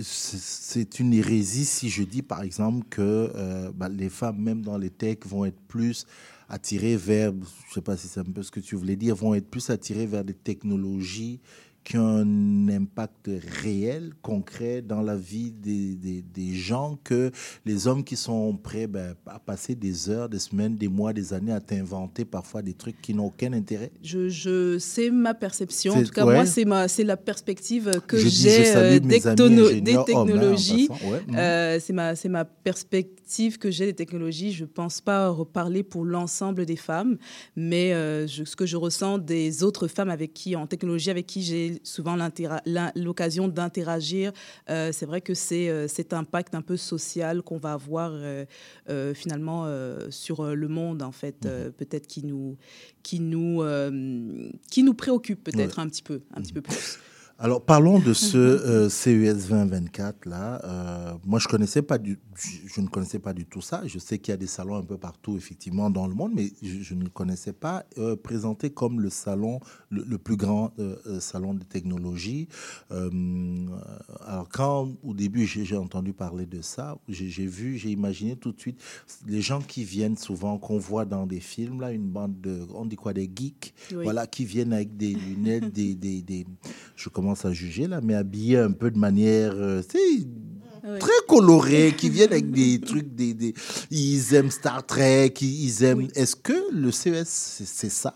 c'est une hérésie si je dis, par exemple, que euh, bah, les femmes, même dans les techs, vont être plus attirées vers, je ne sais pas si c'est un peu ce que tu voulais dire, vont être plus attirées vers des technologies qui ont un impact réel, concret dans la vie des, des, des gens, que les hommes qui sont prêts ben, à passer des heures, des semaines, des mois, des années à t'inventer parfois des trucs qui n'ont aucun intérêt? Je, je, c'est ma perception. C'est, en tout cas, ouais. moi, c'est, ma, c'est la perspective que je j'ai dis, euh, des, tono- des technologies. Hommes, hein, ouais. euh, c'est, ma, c'est ma perspective que j'ai des technologies. Je ne pense pas reparler pour l'ensemble des femmes, mais euh, je, ce que je ressens des autres femmes avec qui, en technologie avec qui j'ai souvent l'occasion d'interagir, euh, c'est vrai que c'est euh, cet impact un peu social qu'on va avoir euh, euh, finalement euh, sur le monde, en fait, euh, peut-être qui nous, qui nous, euh, qui nous préoccupe peut-être ouais. un petit peu, un mmh. petit peu plus. Alors, parlons de ce euh, C E S vingt vingt-quatre là. Euh, moi, je connaissais pas du, je, je ne connaissais pas du tout ça. Je sais qu'il y a des salons un peu partout, effectivement, dans le monde, mais je, je ne le connaissais pas. Euh, présenté comme le salon, le, le plus grand euh, salon de technologie. Euh, alors, quand au début j'ai, j'ai entendu parler de ça, j'ai, j'ai vu, j'ai imaginé tout de suite les gens qui viennent souvent, qu'on voit dans des films là, une bande de, on dit quoi, des geeks, oui. voilà, qui viennent avec des lunettes, des, des, des, je commence à juger là, mais habillés un peu de manière euh, oui. très colorée, qui viennent avec des trucs, des, des, ils aiment Star Trek, ils aiment. Oui. Est-ce que le C E S c'est, c'est ça?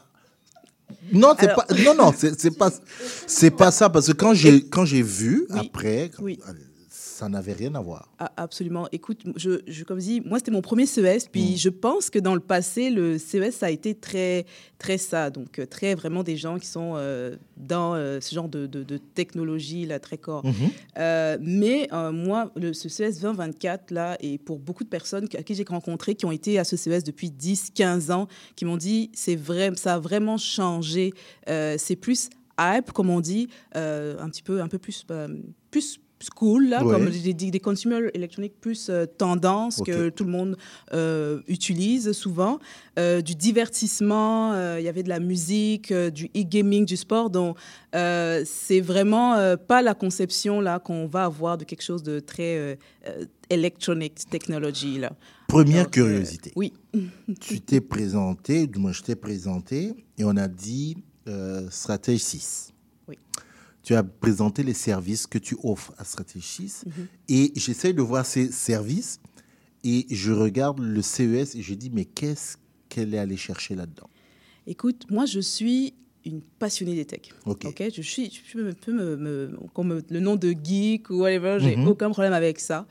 Non, c'est Alors... pas. Non, non, c'est, c'est pas. C'est pas ça parce que quand j'ai quand j'ai vu oui. après. Oui. Ça n'avait rien à voir. Ah, absolument. Écoute, je, je, comme je dis, moi, c'était mon premier C E S. Puis mmh. je pense que dans le passé, le C E S a été très, très ça. Donc, très vraiment des gens qui sont euh, dans euh, ce genre de, de, de technologie, là, très corps. Mmh. Euh, mais euh, moi, le, ce C E S vingt vingt-quatre, là, et pour beaucoup de personnes à qui j'ai rencontré, qui ont été à ce C E S depuis dix, quinze ans, qui m'ont dit, c'est vrai, ça a vraiment changé. Euh, c'est plus hype, comme on dit, euh, un petit peu, un peu plus... Euh, plus cool, là, Ouais. comme des, des, des consumer électroniques plus euh, tendance Ok. que tout le monde euh, utilise souvent. Euh, du divertissement, euh, il y avait de la musique, euh, du e-gaming, du sport. Donc, euh, c'est vraiment euh, pas la conception là qu'on va avoir de quelque chose de très euh, euh, electronic technology là. Première Donc, euh, curiosité. oui. Tu t'es présenté, du moins je t'ai présenté, et on a dit euh, Stratège six. Oui. Tu as présenté les services que tu offres à Stratège six, Mhm. et j'essaie de voir ces services, et je regarde le C E S, et je dis, mais qu'est-ce qu'elle est allée chercher là-dedans? Écoute, moi, je suis une passionnée des tech. Ok. Ok, je suis, je peux me, peux me, me- qu'on me- le nom de geek ou whatever, j'ai Mhm. aucun problème avec ça.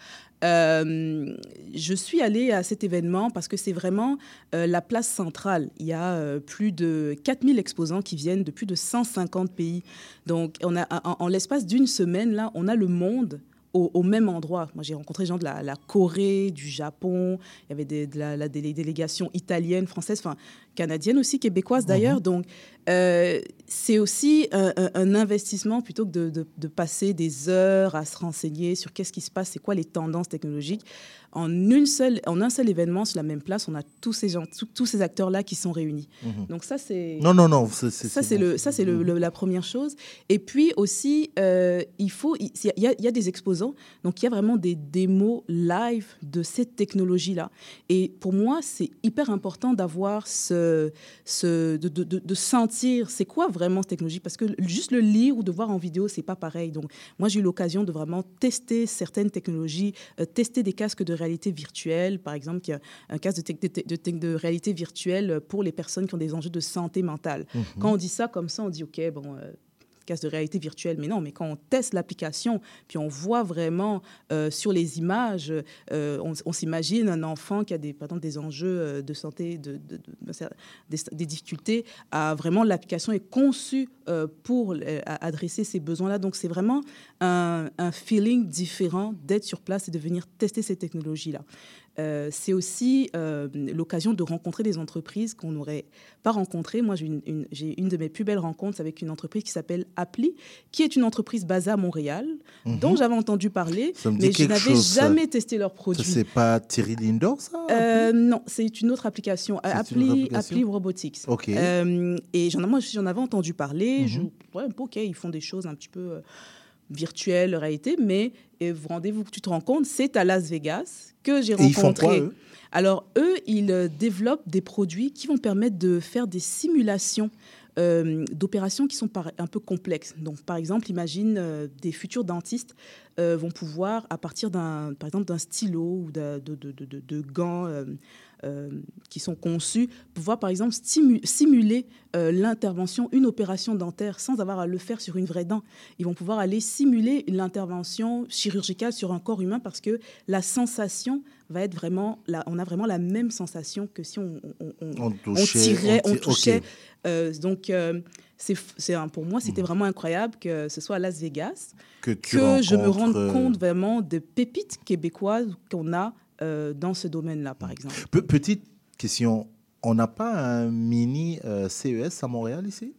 Euh, je suis allée à cet événement parce que c'est vraiment euh, la place centrale. Il y a euh, plus de quatre mille exposants qui viennent de plus de cent cinquante pays. Donc, on a, en, en l'espace d'une semaine, là, on a le monde au, au même endroit. Moi, j'ai rencontré des gens de la, la Corée, du Japon, il y avait des, de la, la délé- délégation italienne, française, enfin canadienne aussi, québécoise d'ailleurs. Mhm. Donc, euh, c'est aussi un, un- un investissement plutôt que de, de- de passer des heures à se renseigner sur qu'est-ce qui se passe, c'est quoi les tendances technologiques. En, une seule, en un seul événement, sur la même place, on a tous ces, gens, tous- tous ces acteurs-là qui sont réunis. Mhm. Donc ça, c'est... Non, non, non, c'est- c'est- Ça, c'est c'est bon. le, ça, c'est le, le- la première chose. Et puis aussi, euh, il faut, il y, a, il y a des exposants, donc il y a vraiment des démos live de cette technologie-là. Et pour moi, c'est hyper important d'avoir ce, ce de, de, de, de sentir c'est quoi vraiment cette technologie, parce que juste le lire ou de voir en vidéo, c'est pas pareil. Donc moi, j'ai eu l'occasion de vraiment tester certaines technologies, euh, tester des casques de réalité virtuelle, par exemple, qui a un casque de, te- de, de, de réalité virtuelle pour les personnes qui ont des enjeux de santé mentale. Mhm. Quand on dit ça comme ça, on dit, OK, bon, euh, casque de réalité virtuelle. Mais non, mais quand on teste l'application, puis on voit vraiment euh, sur les images, euh, on, on s'imagine un enfant qui a des, par exemple, des enjeux euh, de santé, de, de- de- des, des difficultés, à vraiment l'application est conçue euh, pour euh, à- adresser ces besoins-là. Donc, c'est vraiment un, un feeling différent d'être sur place et de venir tester ces technologies-là. Euh, c'est aussi euh, l'occasion de rencontrer des entreprises qu'on n'aurait pas rencontrées. Moi, j'ai une, une- j'ai une de mes plus belles rencontres avec une entreprise qui s'appelle Appli, qui est une entreprise basée à Montréal, Mhm. dont j'avais entendu parler, Ça me dit mais je quelque n'avais chose, ça. jamais testé leurs Ça, produits. c'est pas Thierry Lindor, ça? Euh, non, c'est une autre application, C'est une autre Appli, application? Appli Robotics. Ok. Euh, et j'en, moi, j'en avais entendu parler. Mhm. Je, ouais, ok, ils font des choses un petit peu euh, virtuelles, réalité, mais et vous rendez-vous, tu te rends compte, c'est à Las Vegas que j'ai Et ils font rencontré. quoi, eux? Alors, eux, ils euh, développent des produits qui vont permettre de faire des simulations euh, d'opérations qui sont par- un peu complexes. Donc, par exemple, imagine euh, des futurs dentistes euh, vont pouvoir, à partir d'un, par exemple, d'un stylo ou d'un- de, de, de, de- de gants euh, euh, qui sont conçus, pouvoir, par exemple, stimu- simuler euh, l'intervention, une opération dentaire sans avoir à le faire sur une vraie dent. Ils vont pouvoir aller simuler l'intervention chirurgicale sur un corps humain parce que la sensation va être vraiment, la, on a vraiment la même sensation que si on, on, on, On on touchait, tirait, on on ti- touchait. ok. Euh, donc, euh, c'est, c'est un- pour moi, c'était vraiment incroyable que ce soit à Las Vegas, Que tu que je me rencontres, rende euh, compte vraiment des pépites québécoises qu'on a euh, dans ce domaine-là, par exemple. Pe- petite question, on n'a pas un mini euh, C E S à Montréal ici?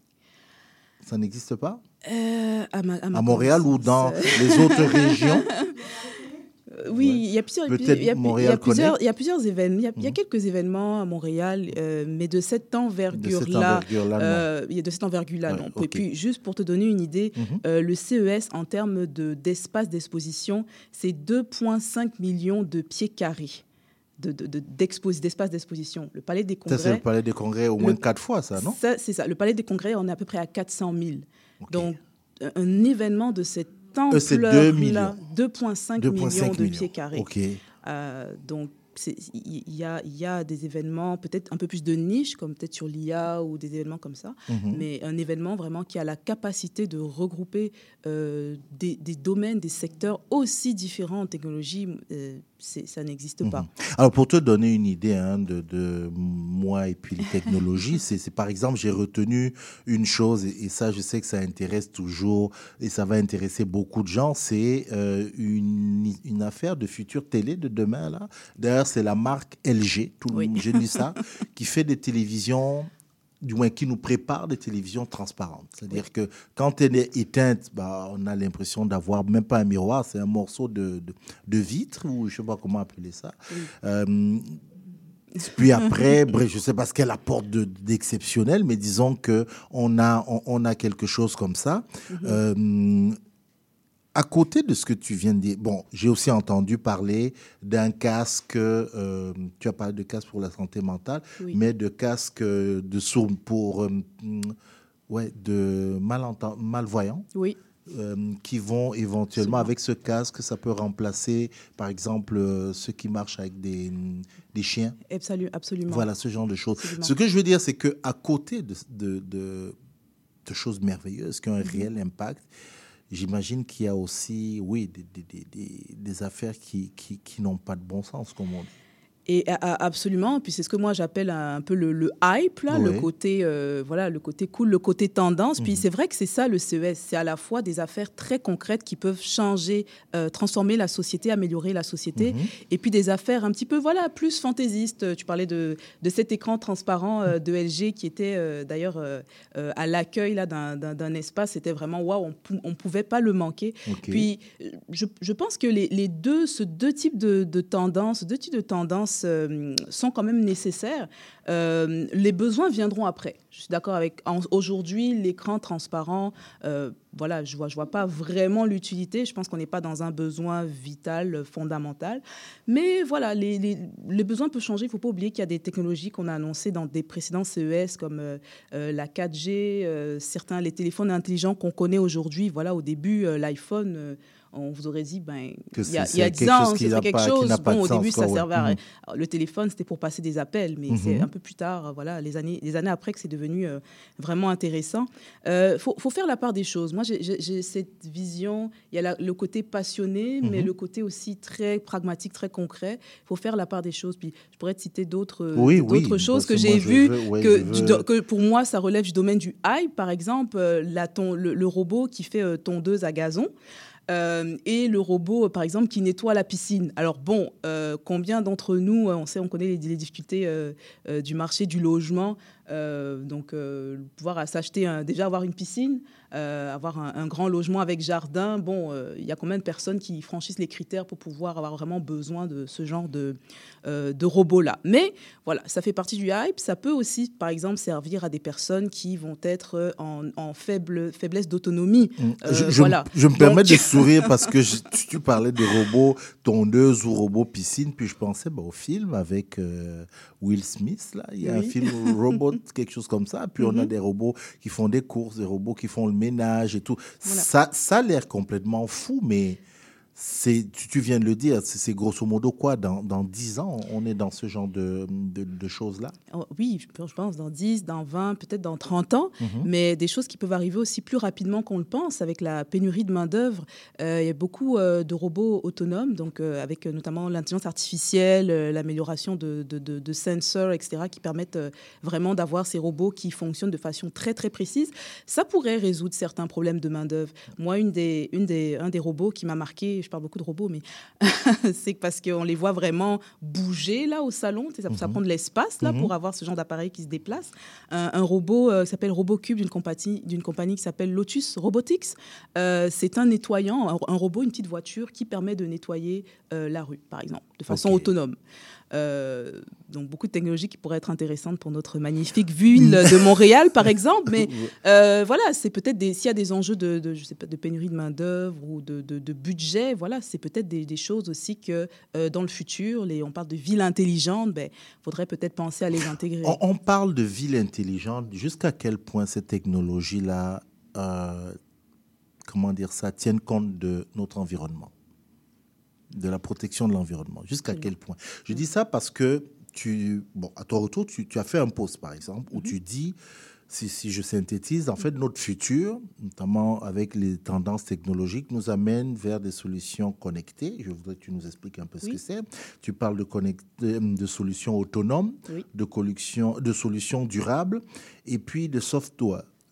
Ça n'existe pas? Euh, à, ma- à ma À Montréal ou dans connaissance, les autres régions? Euh, Oui, il y a plusieurs, Peut-être il y a- il y a Montréal plusieurs, connaît. il y a plusieurs événements. Il y a, il y a quelques événements à Montréal, euh, mais de cette envergure-là, envergure-là, non. euh, il y a de cette envergure-là, Ouais, non. ok. Et puis, juste pour te donner une idée, Mhm. euh, le C E S, en termes de, d'espace d'exposition, c'est deux virgule cinq millions de pieds carrés de, de, de- d'expo- d'espace d'exposition. Le Palais des Ça, Congrès... c'est le palais des congrès au moins Le- quatre fois, ça, non? Ça, c'est ça. Le Palais des Congrès, on est à peu près à quatre cent mille. Donc, un, un événement de cette Eux, c'est deux ampleur-là, millions. deux virgule cinq deux virgule millions cinq de millions. pieds carrés. OK. Euh, donc, c'est- il il y, a, il y a des événements peut-être un peu plus de niche, comme peut-être sur l'I A ou des événements comme ça, Mhm. mais un événement vraiment qui a la capacité de regrouper euh, des, des domaines, des secteurs aussi différents en technologie, euh, c'est- ça n'existe pas. Mhm. Alors, pour te donner une idée hein, de, de moi et puis les technologies, c'est c'est, par exemple, j'ai retenu une chose, et, et ça, je sais que ça intéresse toujours, et ça va intéresser beaucoup de gens, c'est euh, une, une affaire de future télé de demain, là. D'ailleurs, c'est la marque L G, tout le Oui. monde, j'ai lu ça, qui fait des télévisions du moins qui nous prépare des télévisions transparentes. C'est-à-dire oui. que quand elle est éteinte, bah, on a l'impression d'avoir même pas un miroir, c'est un morceau de, de, de vitre, ou je ne sais pas comment appeler ça. Oui. Euh, puis après, bref, je ne sais pas ce qu'elle apporte de, d'exceptionnel, mais disons qu'on a, on, on a quelque chose comme ça. Mm-hmm. Euh, à côté de ce que tu viens de dire, bon, j'ai aussi entendu parler d'un casque, euh, tu as parlé de casque pour la santé mentale, oui. mais de casque de sourd pour, euh, ouais, de malentend- malvoyants. Oui. Euh, qui vont éventuellement, Souvent. avec ce casque, ça peut remplacer, par exemple, euh, ceux qui marchent avec des, des chiens. Absolument, absolument. Voilà, ce genre de choses. Absolument. Ce que je veux dire, c'est qu'à côté de, de, de, de choses merveilleuses qui ont un mm-hmm. réel impact, j'imagine qu'il y a aussi, oui, des, des, des, des affaires qui, qui, qui n'ont pas de bon sens, comme on dit. Et absolument, puis c'est ce que moi j'appelle un peu le, le hype, là, oui. le côté, euh, voilà, le côté cool, le côté tendance. Puis mmh. c'est vrai que c'est ça le C E S, c'est à la fois des affaires très concrètes qui peuvent changer, euh, transformer la société, améliorer la société, mmh. et puis des affaires un petit peu, voilà, plus fantaisistes. Tu parlais de, de cet écran transparent euh, de L G qui était euh, d'ailleurs euh, euh, à l'accueil là d'un, d'un, d'un espace. C'était vraiment waouh, on, pou- on pouvait pas le manquer. Okay. Puis je, je pense que les, les deux, ce deux types de, de tendances, deux types de tendances Euh, sont quand même nécessaires. Euh, les besoins viendront après. Je suis d'accord avec... En, aujourd'hui, l'écran transparent, euh, voilà, je ne vois, je vois pas vraiment l'utilité. Je pense qu'on n'est pas dans un besoin vital, fondamental. Mais voilà, les, les, les besoins peuvent changer. Il ne faut pas oublier qu'il y a des technologies qu'on a annoncées dans des précédents C E S, comme euh, euh, la quatre G, euh, certains, les téléphones intelligents qu'on connaît aujourd'hui. Voilà, au début, euh, l'iPhone... Euh, on vous aurait dit, ben, il y a, y a dix ans, c'était quelque pas, chose. Bon, au début, ça servait à... mmh. Alors, le téléphone, c'était pour passer des appels, mais mmh. c'est un peu plus tard, voilà, les années, les années après que c'est devenu euh, vraiment intéressant. Il euh, faut, faut faire la part des choses. Moi, j'ai, j'ai, j'ai cette vision, il y a la, le côté passionné, mmh. mais le côté aussi très pragmatique, très concret. Il faut faire la part des choses. Puis, je pourrais te citer d'autres, oui, d'autres oui, choses que j'ai vues, ouais, que, veux... que pour moi, ça relève du domaine du hype. Par exemple, la ton, le, le robot qui fait euh, tondeuse à gazon. Euh, et le robot, par exemple, qui nettoie la piscine. Alors bon, euh, combien d'entre nous, on sait, on connaît les, les difficultés euh, euh, du marché du logement, euh, donc euh, pouvoir s'acheter, un, déjà avoir une piscine, euh, avoir un, un grand logement avec jardin. Bon, euh, il y a combien de personnes qui franchissent les critères pour pouvoir avoir vraiment besoin de ce genre de, euh, de robot-là. Mais voilà, ça fait partie du hype. Ça peut aussi, par exemple, servir à des personnes qui vont être en, en faible, faiblesse d'autonomie. Euh, je, je, voilà. je me permets donc... de sourire parce que je, tu parlais de robots tondeuses ou robots piscine, puis je pensais bah, au film avec euh, Will Smith. Là. Il y a oui. un film Robot, quelque chose comme ça. Puis mm-hmm. on a des robots qui font des courses, des robots qui font le ménage et tout. Voilà. Ça, ça a l'air complètement fou, mais... C'est, tu, tu viens de le dire, c'est, c'est grosso modo quoi, dans, dans dix ans, on est dans ce genre de, de, de choses-là? Oh, oui, je pense dans dix, dans vingt, peut-être dans trente ans, mm-hmm. mais des choses qui peuvent arriver aussi plus rapidement qu'on le pense. Avec la pénurie de main-d'œuvre, euh, il y a beaucoup euh, de robots autonomes, donc, euh, avec euh, notamment l'intelligence artificielle, euh, l'amélioration de, de, de, de sensors, et cetera, qui permettent euh, vraiment d'avoir ces robots qui fonctionnent de façon très, très précise. Ça pourrait résoudre certains problèmes de main-d'œuvre. Moi, une des, une des, un des robots qui m'a marqué, je parle beaucoup de robots, mais c'est parce qu'on les voit vraiment bouger là au salon. Ça, mm-hmm. ça prend de l'espace là mm-hmm. pour avoir ce genre d'appareil qui se déplace. Un, un robot euh, qui s'appelle RoboCube d'une compagnie, d'une compagnie qui s'appelle Lotus Robotics. Euh, c'est un nettoyant, un, un robot, une petite voiture qui permet de nettoyer euh, la rue, par exemple, de façon okay. autonome. Euh, donc beaucoup de technologies qui pourraient être intéressantes pour notre magnifique ville de Montréal, par exemple. Mais euh, voilà, c'est peut-être des, s'il y a des enjeux de, de, je sais pas, de pénurie de main d'œuvre ou de, de, de budget, voilà, c'est peut-être des, des choses aussi que euh, dans le futur, les, on parle de ville intelligente, ben, faudrait peut-être penser à les intégrer. On, on parle de ville intelligente. Jusqu'à quel point ces technologies-là, euh, comment dire ça, tiennent compte de notre environnement? De la protection de l'environnement. Jusqu'à oui. quel point? Je oui. dis ça parce que, tu, bon, à ton retour, tu, tu as fait un post, par exemple, où mm-hmm. tu dis, si, si je synthétise, en fait, notre futur, notamment avec les tendances technologiques, nous amène vers des solutions connectées. Je voudrais que tu nous expliques un peu oui. ce que c'est. Tu parles de, connect... de solutions autonomes, oui. de, collection... de solutions durables, et puis de software.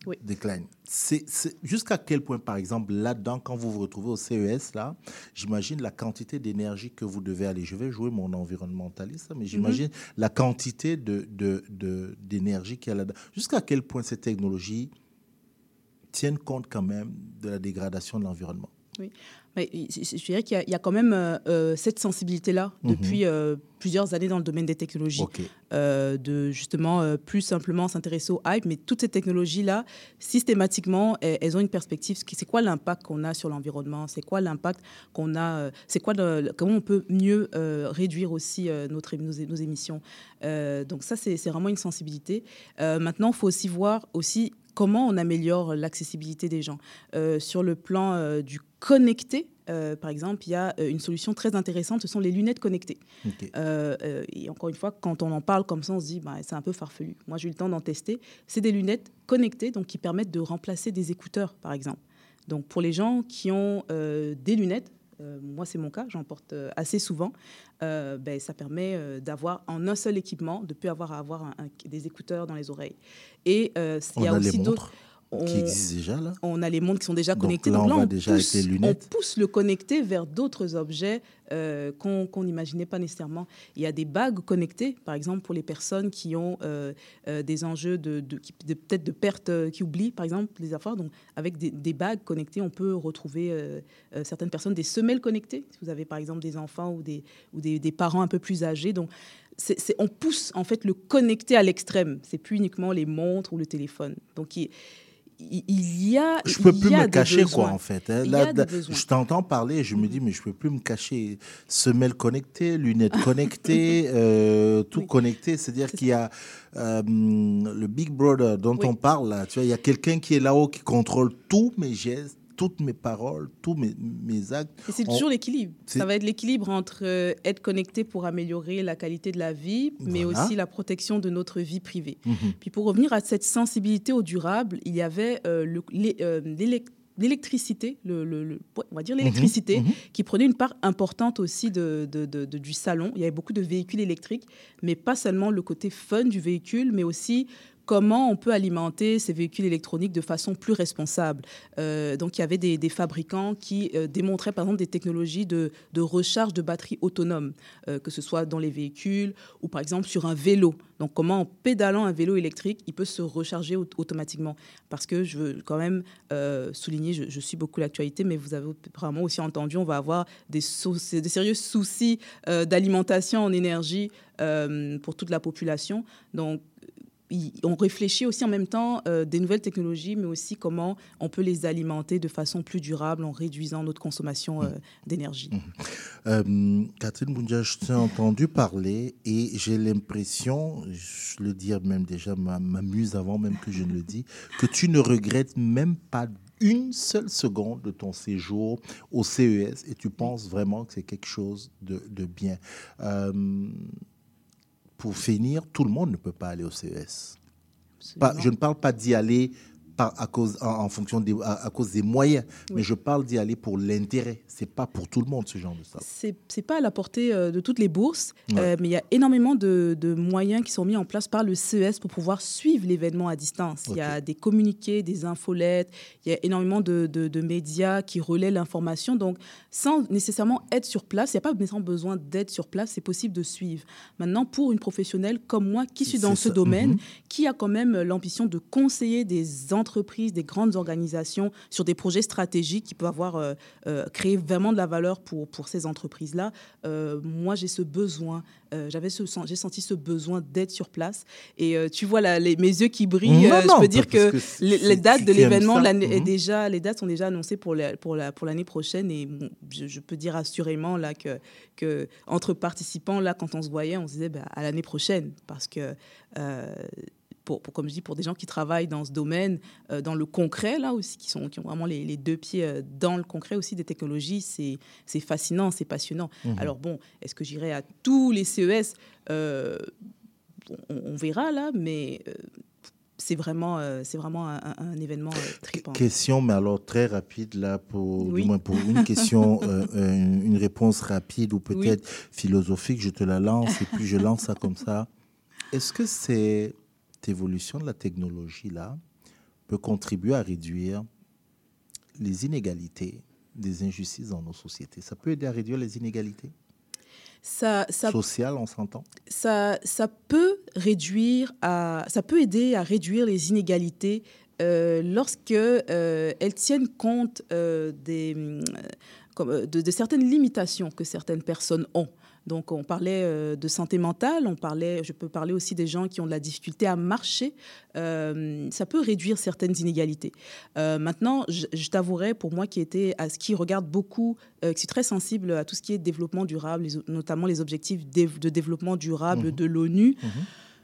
oui. décline. C'est, c'est, jusqu'à quel point, par exemple, là-dedans, quand vous vous retrouvez au C E S, là, j'imagine la quantité d'énergie que vous devez aller. Je vais jouer mon environnementaliste, mais j'imagine mm-hmm. la quantité de, de, de, d'énergie qu'il y a là-dedans. Jusqu'à quel point ces technologies tiennent compte quand même de la dégradation de l'environnement. Oui. Mais je dirais qu'il y a, il y a quand même euh, cette sensibilité-là depuis mm-hmm. euh, plusieurs années dans le domaine des technologies. Okay. Euh, de justement euh, plus simplement s'intéresser au hype, mais toutes ces technologies-là, systématiquement, elles, elles ont une perspective. C'est quoi l'impact qu'on a sur l'environnement? C'est quoi l'impact qu'on a? Euh, c'est quoi le, comment on peut mieux euh, réduire aussi euh, notre, nos, nos émissions? euh, Donc ça, c'est, c'est vraiment une sensibilité. Euh, maintenant, il faut aussi voir aussi comment on améliore l'accessibilité des gens. Euh, sur le plan euh, du connecté, euh, par exemple, il y a une solution très intéressante, ce sont les lunettes connectées. Okay. Euh, euh, et encore une fois, quand on en parle comme ça, on se dit bah, c'est un peu farfelu. Moi, j'ai eu le temps d'en tester. C'est des lunettes connectées, donc qui permettent de remplacer des écouteurs, par exemple. Donc, pour les gens qui ont euh, des lunettes, euh, moi, c'est mon cas, j'en porte euh, assez souvent, euh, ben, ça permet euh, d'avoir en un seul équipement, de ne plus avoir à avoir un, un, des écouteurs dans les oreilles. Et euh, il y a, a aussi d'autres... On, qui existent déjà là. On a les montres qui sont déjà connectés. Donc là, Donc là, on, on, déjà pousse, avec les lunettes. on pousse le connecté vers d'autres objets euh, qu'on qu'on n'imaginait pas nécessairement. Il y a des bagues connectées, par exemple, pour les personnes qui ont euh, euh, des enjeux de, de, de, peut-être de perte, euh, qui oublient, par exemple, les affaires. Donc, avec des, des bagues connectées, on peut retrouver euh, euh, certaines personnes, des semelles connectées. Si vous avez, par exemple, des enfants ou des, ou des, des parents un peu plus âgés. Donc, c'est, c'est, on pousse, en fait, le connecté à l'extrême. C'est plus uniquement les montres ou le téléphone. Donc, il Il y a Je ne peux il plus y a me cacher, besoins. quoi, en fait. Hein. Il Là, y a des besoins. Je t'entends parler et je me dis, mais je ne peux plus me cacher. Semelles connectées, lunettes connectées, euh, tout oui. connecté. C'est-à-dire C'est qu'il y a euh, le Big Brother dont oui. on parle, là. Tu vois, il y a quelqu'un qui est là-haut qui contrôle tous mes gestes, toutes mes paroles, tous mes, mes actes. Et c'est toujours on... l'équilibre. C'est... Ça va être l'équilibre entre euh, être connecté pour améliorer la qualité de la vie, mais voilà. aussi la protection de notre vie privée. Mm-hmm. Puis pour revenir à cette sensibilité au durable, il y avait euh, le, les, euh, l'élect- l'électricité, le, le, le, on va dire l'électricité, mmh, mmh. qui prenait une part importante aussi de, de, de, de, du salon. Il y avait beaucoup de véhicules électriques, mais pas seulement le côté fun du véhicule, mais aussi comment on peut alimenter ces véhicules électroniques de façon plus responsable. Euh, donc, il y avait des, des fabricants qui euh, démontraient, par exemple, des technologies de, de recharge de batteries autonomes, euh, que ce soit dans les véhicules ou, par exemple, sur un vélo. Donc, comment, en pédalant un vélo électrique, il peut se recharger au- automatiquement. Parce que je veux quand même euh, souligner, je, je suis beaucoup l'actualité, mais vous avez probablement aussi entendu, on va avoir des, sou- des sérieux soucis euh, d'alimentation en énergie euh, pour toute la population. Donc, on réfléchit aussi en même temps euh, des nouvelles technologies, mais aussi comment on peut les alimenter de façon plus durable en réduisant notre consommation euh, d'énergie. Mmh. Euh, Catherine Boundia, je t'ai entendu parler et j'ai l'impression, je le dis même déjà, m'amuse avant même que je ne le dise, que tu ne regrettes même pas une seule seconde de ton séjour au C E S et tu penses vraiment que c'est quelque chose de, de bien. Euh, Pour finir, tout le monde ne peut pas aller au C E S. Pas, je ne parle pas d'y aller par, à cause, en, en fonction des, à, à cause des moyens, oui. mais je parle d'y aller pour l'intérêt. Ce n'est pas pour tout le monde, ce genre de ça. Ce n'est pas à la portée euh, de toutes les bourses, ouais. euh, mais il y a énormément de, de moyens qui sont mis en place par le C E S pour pouvoir suivre l'événement à distance. Il okay. y a des communiqués, des infolettes, il y a énormément de, de, de médias qui relaient l'information. Donc, sans nécessairement être sur place, il n'y a pas nécessairement besoin d'être sur place, c'est possible de suivre. Maintenant, pour une professionnelle comme moi, qui suis dans c'est ce ça. domaine, mm-hmm. qui a quand même l'ambition de conseiller des entreprises, des grandes organisations sur des projets stratégiques qui peuvent avoir euh, euh, créé vraiment de la valeur pour, pour ces entreprises-là, euh, moi, j'ai ce besoin, euh, j'avais ce, j'ai senti ce besoin d'être sur place. Et euh, tu vois la, les, mes yeux qui brillent, non, euh, non, je peux dire que, que les, les dates de l'événement, l'année, mm-hmm. est déjà, les dates sont déjà annoncées pour, les, pour, la, pour l'année prochaine. Et bon, je, je peux dire assurément là, que, que entre participants, là, quand on se voyait, on se disait bah, à l'année prochaine. Parce que... Euh, Pour, pour, comme je dis, pour des gens qui travaillent dans ce domaine, euh, dans le concret, là aussi, qui, sont, qui ont vraiment les, les deux pieds euh, dans le concret aussi des technologies, c'est, c'est fascinant, c'est passionnant. Mmh. Alors bon, est-ce que j'irai à tous les C E S euh, on, on verra là, mais euh, c'est vraiment, euh, c'est vraiment un, un événement euh, trippant. Question, mais alors très rapide, là, pour, oui. du moins pour une question, euh, une, une réponse rapide ou peut-être oui. philosophique, je te la lance et puis je lance ça comme ça. Est-ce que c'est... évolution de la technologie là peut contribuer à réduire les inégalités, les injustices dans nos sociétés. Ça peut aider à réduire les inégalités ça, ça, sociales, on s'entend. Ça, ça peut réduire, à, ça peut aider à réduire les inégalités euh, lorsque euh, elles tiennent compte euh, des, euh, comme, de, de certaines limitations que certaines personnes ont. Donc, on parlait euh, de santé mentale, on parlait, je peux parler aussi des gens qui ont de la difficulté à marcher. Euh, ça peut réduire certaines inégalités. Euh, maintenant, je, je t'avouerai, pour moi qui, était, à ce qui regarde beaucoup, euh, qui suis très sensible à tout ce qui est développement durable, les, notamment les objectifs de, de développement durable mmh. de l'ONU, mmh.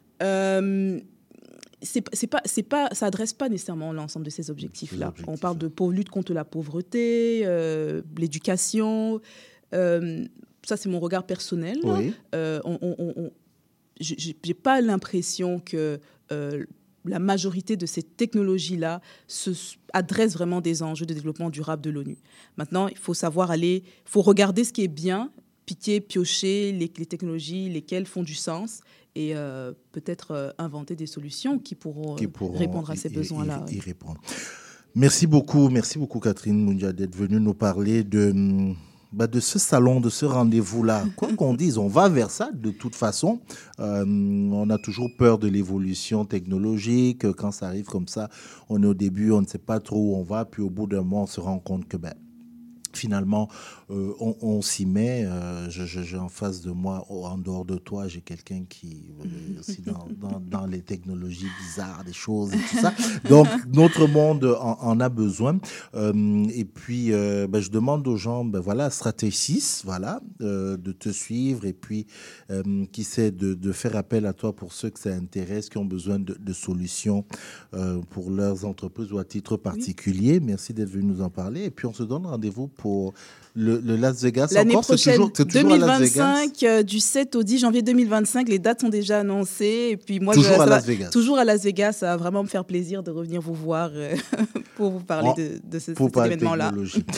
euh, c'est, c'est pas, c'est pas, ça n'adresse pas nécessairement l'ensemble de ces objectifs-là. Objectifs, on parle de pauvre, lutte contre la pauvreté, euh, l'éducation... Euh, ça, c'est mon regard personnel. Oui. Euh, on, on, on, je n'ai pas l'impression que euh, la majorité de ces technologies-là se, adressent vraiment des enjeux de développement durable de l'ONU. Maintenant, il faut savoir aller, il faut regarder ce qui est bien, piquer, piocher les, les technologies, lesquelles font du sens, et euh, peut-être euh, inventer des solutions qui pourront, qui pourront répondre à ces y, besoins-là. Y, y répondre. Merci beaucoup, merci beaucoup Catherine Moundia d'être venue nous parler de... Bah de ce salon, de ce rendez-vous-là. Quoi qu'on dise, on va vers ça de toute façon. Euh, on a toujours peur de l'évolution technologique. Quand ça arrive comme ça, on est au début, on ne sait pas trop où on va. Puis au bout d'un moment, on se rend compte que ben, finalement, euh, on, on s'y met. Euh, je, je, j'ai en face de moi, en dehors de toi, j'ai quelqu'un qui est aussi dans, dans, dans les technologies bizarres, des choses et tout ça. Donc, notre monde en, en a besoin. Euh, et puis, euh, ben, je demande aux gens, ben, voilà, Stratésis, voilà, euh, de te suivre et puis, euh, qui sait, de, de faire appel à toi pour ceux que ça intéresse, qui ont besoin de, de solutions euh, pour leurs entreprises ou à titre particulier. Oui. Merci d'être venu nous en parler. Et puis, on se donne rendez-vous pour pour le, le Las Vegas. L'année encore, prochaine, c'est toujours, c'est toujours deux mille vingt-cinq, à Las Vegas. Euh, du sept au dix janvier deux mille vingt-cinq, les dates sont déjà annoncées. Et puis moi, toujours je, à Las va, Vegas. Toujours à Las Vegas. Ça va vraiment me faire plaisir de revenir vous voir euh, pour vous parler oh, de, de ce, cet événement-là.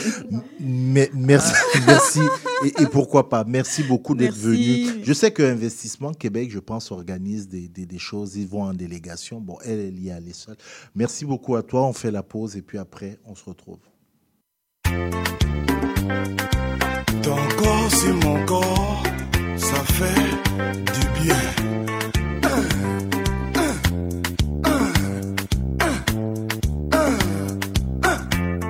Mais, merci, merci. Et, et pourquoi pas. Merci beaucoup d'être merci. venu. Je sais que Investissement Québec, je pense, organise des, des, des choses. Ils vont en délégation. Bon, elle, elle y est allée seule. Merci beaucoup à toi. On fait la pause et puis après, on se retrouve. Ton corps sur mon corps, ça fait du bien. Un, un, un, un, un, un.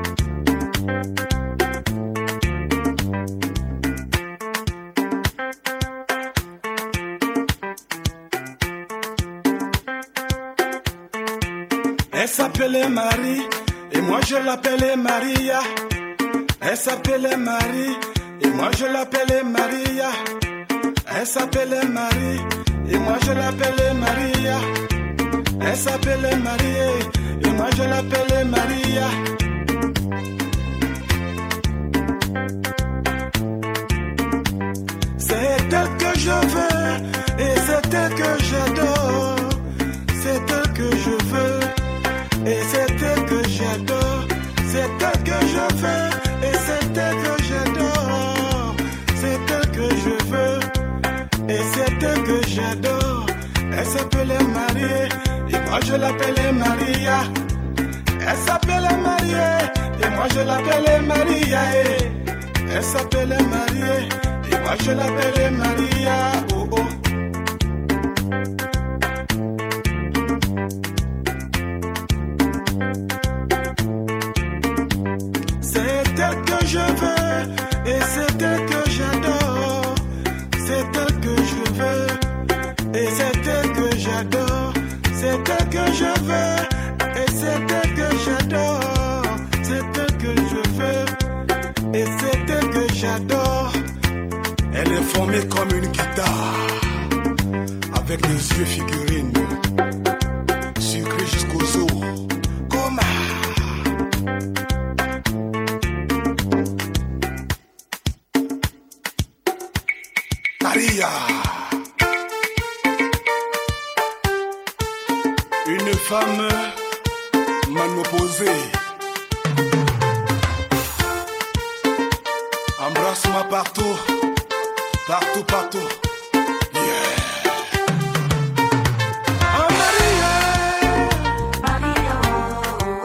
Elle s'appelait Marie, et moi je l'appelais Maria. Elle s'appelait Marie, et moi je l'appelais Maria. Elle s'appelait Marie, et moi je l'appelais Maria. Elle s'appelait Marie, et moi je l'appelais Maria. C'est elle que je veux, et c'est elle que j'adore. C'est elle que je veux, et c'est elle que j'adore. C'est elle que je veux. Et c'est elle que j'adore, c'est elle que je veux, et c'est elle que j'adore. Elle s'appelait Marie, et moi je l'appelais Maria. Elle s'appelait Marie, et moi je l'appelais Maria. Elle s'appelait Marie, et moi je l'appelais Maria. Oh oh. Je veux, et c'est elle que j'adore. C'est elle que je veux, et c'est elle que j'adore. C'est elle que je veux, et c'est elle que j'adore. C'est elle que je veux, et c'est elle que j'adore. Elle est formée comme une guitare, avec des yeux figurines, sucrés jusqu'aux os. Comment? Maria, une femme monoposée. Embrasse-moi partout, partout, partout. Yeah. Oh Maria, Maria,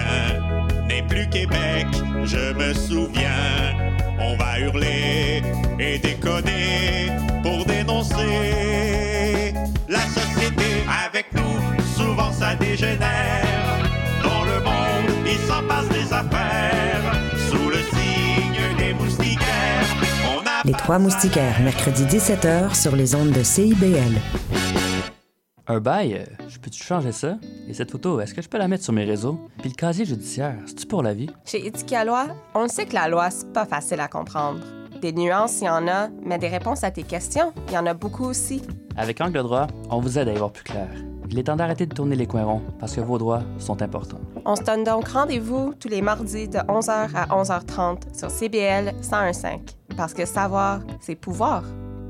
n'est plus Québec, je me souviens. On va hurler et déconner pour dénoncer la société. Avec nous, souvent ça dégénère. Dans le monde, il s'en passe des affaires. Sous le signe des moustiquaires, on a... Les Trois Moustiquaires, mercredi dix-sept heures sur les ondes de C I B L. Un bail, euh, je peux-tu changer ça? Et cette photo, est-ce que je peux la mettre sur mes réseaux? Puis le casier judiciaire, c'est-tu pour la vie? Chez Éthique à loi, on le sait que la loi, c'est pas facile à comprendre. Des nuances, il y en a, mais des réponses à tes questions, il y en a beaucoup aussi. Avec Angle droit, on vous aide à y voir plus clair. Il est temps d'arrêter de tourner les coins ronds, parce que vos droits sont importants. On se donne donc rendez-vous tous les mardis de onze heures à onze heures trente sur C B L cent un virgule cinq. Parce que savoir, c'est pouvoir.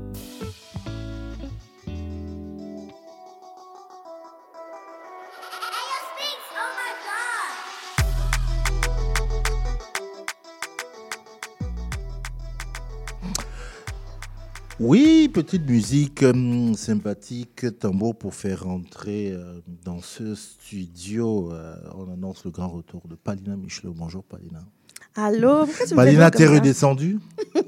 Oui, petite musique hum, sympathique, tambour pour faire rentrer euh, dans ce studio. Euh, on annonce le grand retour de Palina Michelot. Bonjour Palina. Allô, pourquoi tu me Palina, fais t'es comme ça? redescendue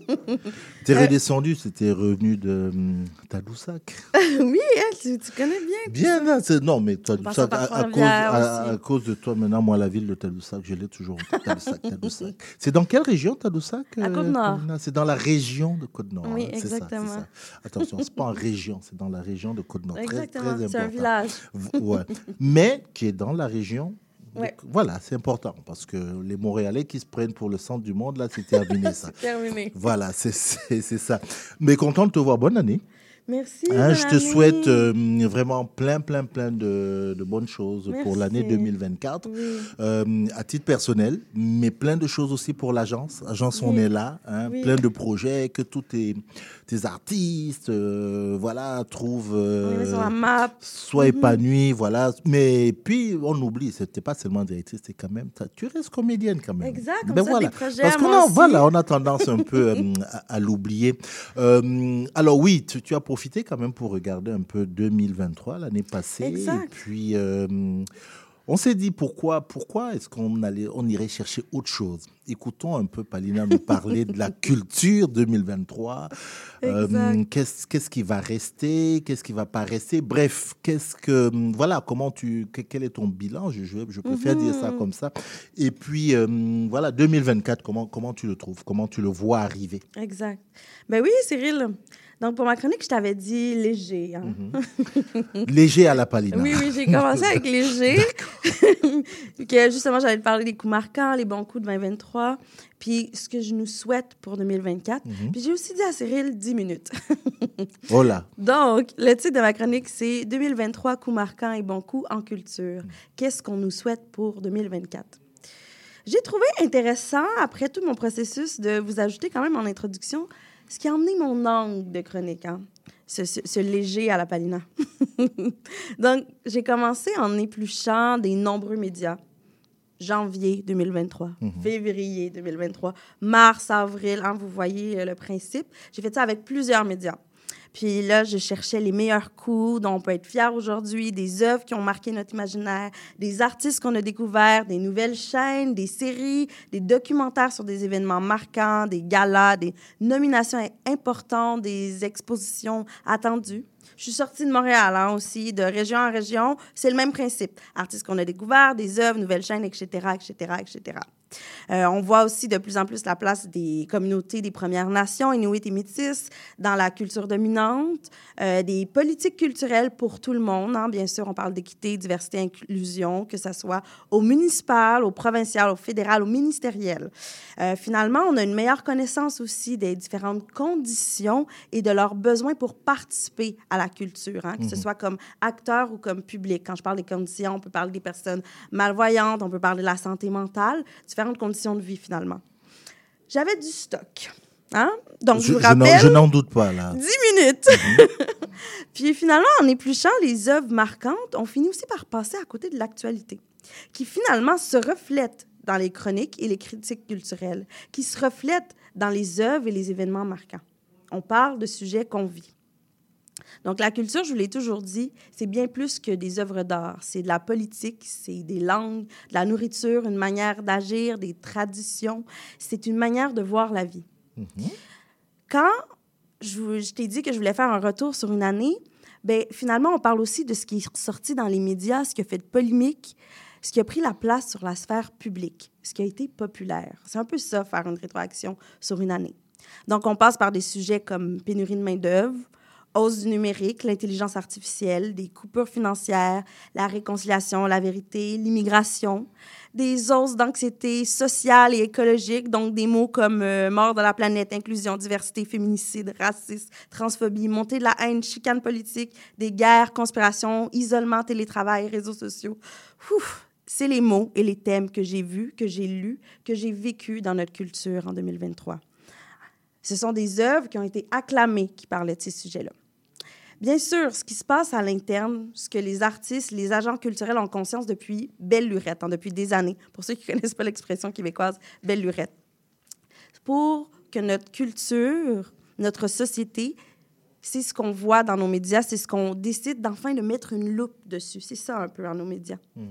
T'es Euh, redescendue, c'était revenu de hum, Tadoussac. Oui, hein, tu, tu connais bien. Bien, là, c'est- non, mais passant Tadoussac, par à, à cause, Trois-Rivières à, aussi. à cause de toi, maintenant, moi, la ville de Tadoussac, je l'ai toujours. Tadoussac, Tadoussac. C'est dans quelle région, Tadoussac À euh, Côte-Nord. Palina C'est dans la région de Côte-Nord. Oui, hein, c'est ça, c'est exactement. ça. Attention, c'est pas en région, c'est dans la région de Côte-Nord. Très, Exactement, très c'est un important. village. V- Ouais. Mais qui est dans la région. de- Ouais. Voilà, c'est important parce que les Montréalais qui se prennent pour le centre du monde, là, c'est terminé ça. C'est terminé. Voilà, c'est c'est- c'est ça. Mais content de te voir. Bonne année. Merci. Hein, bonne je te année. souhaite euh, vraiment plein, plein, plein de, de bonnes choses pour Merci. l'année deux mille vingt-quatre, Oui. euh, à titre personnel, mais plein de choses aussi pour l'agence. Agence, on Oui. est là, hein, Oui. plein de projets, que tous tes, tes artistes euh, voilà, trouvent, euh, On les met sur la map. soient Mhm. épanouis. Voilà. Mais puis, on oublie, c'était pas seulement directrice, c'était quand même, t'as- tu restes comédienne quand même. Exact, comme Ben ça, voilà. des projets Parce à qu'on moi a, aussi. voilà, on a tendance un peu euh, à, à l'oublier. Euh, alors oui, tu, tu as profité quand même pour regarder un peu deux mille vingt-trois, l'année passée. Exact. Et puis, euh, on s'est dit pourquoi, pourquoi est-ce qu'on allait, on irait chercher autre chose. Écoutons un peu Palina nous parler de la culture deux mille vingt-trois. Euh, Exact. qu'est-ce, qu'est-ce qui va rester, qu'est-ce qui va pas rester. Bref, qu'est-ce que, voilà, comment tu, que- quel est ton bilan. Je, je, je préfère Mhm. dire ça comme ça. Et puis, euh, voilà, deux mille vingt-quatre, comment, comment tu le trouves, comment tu le vois arriver. Exact. Ben oui, Cyril. Donc, pour ma chronique, je t'avais dit léger. Hein? Léger à la Palina. Oui, oui, j'ai commencé avec léger. Puis que justement, j'allais te parler des coups marquants, les bons coups de vingt vingt-trois, puis ce que je nous souhaite pour deux mille vingt-quatre. Mhm. Puis j'ai aussi dit à Cyril dix minutes. Oh là. Donc, le titre de ma chronique, c'est deux mille vingt-trois, coups marquants et bons coups en culture. Qu'est-ce qu'on nous souhaite pour deux mille vingt-quatre? J'ai trouvé intéressant, après tout mon processus, de vous ajouter quand même en introduction ce qui a emmené mon angle de chronique, hein? ce, ce- ce léger à la Palina. Donc, j'ai commencé en épluchant des nombreux médias. Janvier deux mille vingt-trois, Mhm. février deux mille vingt-trois, mars, avril, hein, vous voyez euh, le principe. J'ai fait ça avec plusieurs médias. Puis là, je cherchais les meilleurs coups dont on peut être fier aujourd'hui, des œuvres qui ont marqué notre imaginaire, des artistes qu'on a découverts, des nouvelles chaînes, des séries, des documentaires sur des événements marquants, des galas, des nominations importantes, des expositions attendues. Je suis sortie de Montréal hein, aussi, de région en région. C'est le même principe. Artistes qu'on a découverts, des œuvres, nouvelles chaînes, et cetera, et cetera, et cetera. Euh, on voit aussi de plus en plus la place des communautés des Premières Nations, Inuits et Métis, dans la culture dominante, euh, des politiques culturelles pour tout le monde. Hein. Bien sûr, on parle d'équité, diversité, inclusion, que ce soit au municipal, au provincial, au fédéral, au ministériel. Euh, finalement, on a une meilleure connaissance aussi des différentes conditions et de leurs besoins pour participer à la culture, hein, que ce Mhm. soit comme acteur ou comme public. Quand je parle des conditions, on peut parler des personnes malvoyantes, on peut parler de la santé mentale, différentes conditions de vie, finalement. J'avais du stock. Hein? Donc, je, Je, vous je n'en- rappelle... je n'en doute pas, là. dix minutes! Puis finalement, en épluchant les œuvres marquantes, on finit aussi par passer à côté de l'actualité, qui finalement se reflète dans les chroniques et les critiques culturelles, qui se reflètent dans les œuvres et les événements marquants. On parle de sujets qu'on vit. Donc, la culture, je vous l'ai toujours dit, c'est bien plus que des œuvres d'art. C'est de la politique, c'est des langues, de la nourriture, une manière d'agir, des traditions. C'est une manière de voir la vie. Mm-hmm. Quand je, je t'ai dit que je voulais faire un retour sur une année, bien, finalement, on parle aussi de ce qui est sorti dans les médias, ce qui a fait de polémique, ce qui a pris la place sur la sphère publique, ce qui a été populaire. C'est un peu ça, faire une rétroaction sur une année. Donc, on passe par des sujets comme pénurie de main-d'œuvre, hausse du numérique, l'intelligence artificielle, des coupures financières, la réconciliation, la vérité, l'immigration, des hausses d'anxiété sociale et écologique, donc des mots comme euh, mort de la planète, inclusion, diversité, féminicide, racisme, transphobie, montée de la haine, chicane politique, des guerres, conspiration, isolement, télétravail, réseaux sociaux. Ouf, c'est les mots et les thèmes que j'ai vus, que j'ai lus, que j'ai vécus dans notre culture en deux mille vingt-trois. Ce sont des œuvres qui ont été acclamées qui parlaient de ces sujets-là. Bien sûr, ce qui se passe à l'interne, ce que les artistes, les agents culturels ont conscience depuis belle lurette, hein, depuis des années. Pour ceux qui ne connaissent pas l'expression québécoise, belle lurette. Pour que notre culture, notre société, c'est ce qu'on voit dans nos médias, c'est ce qu'on décide d'enfin de mettre une loupe dessus. C'est ça un peu, dans nos médias. Mmh.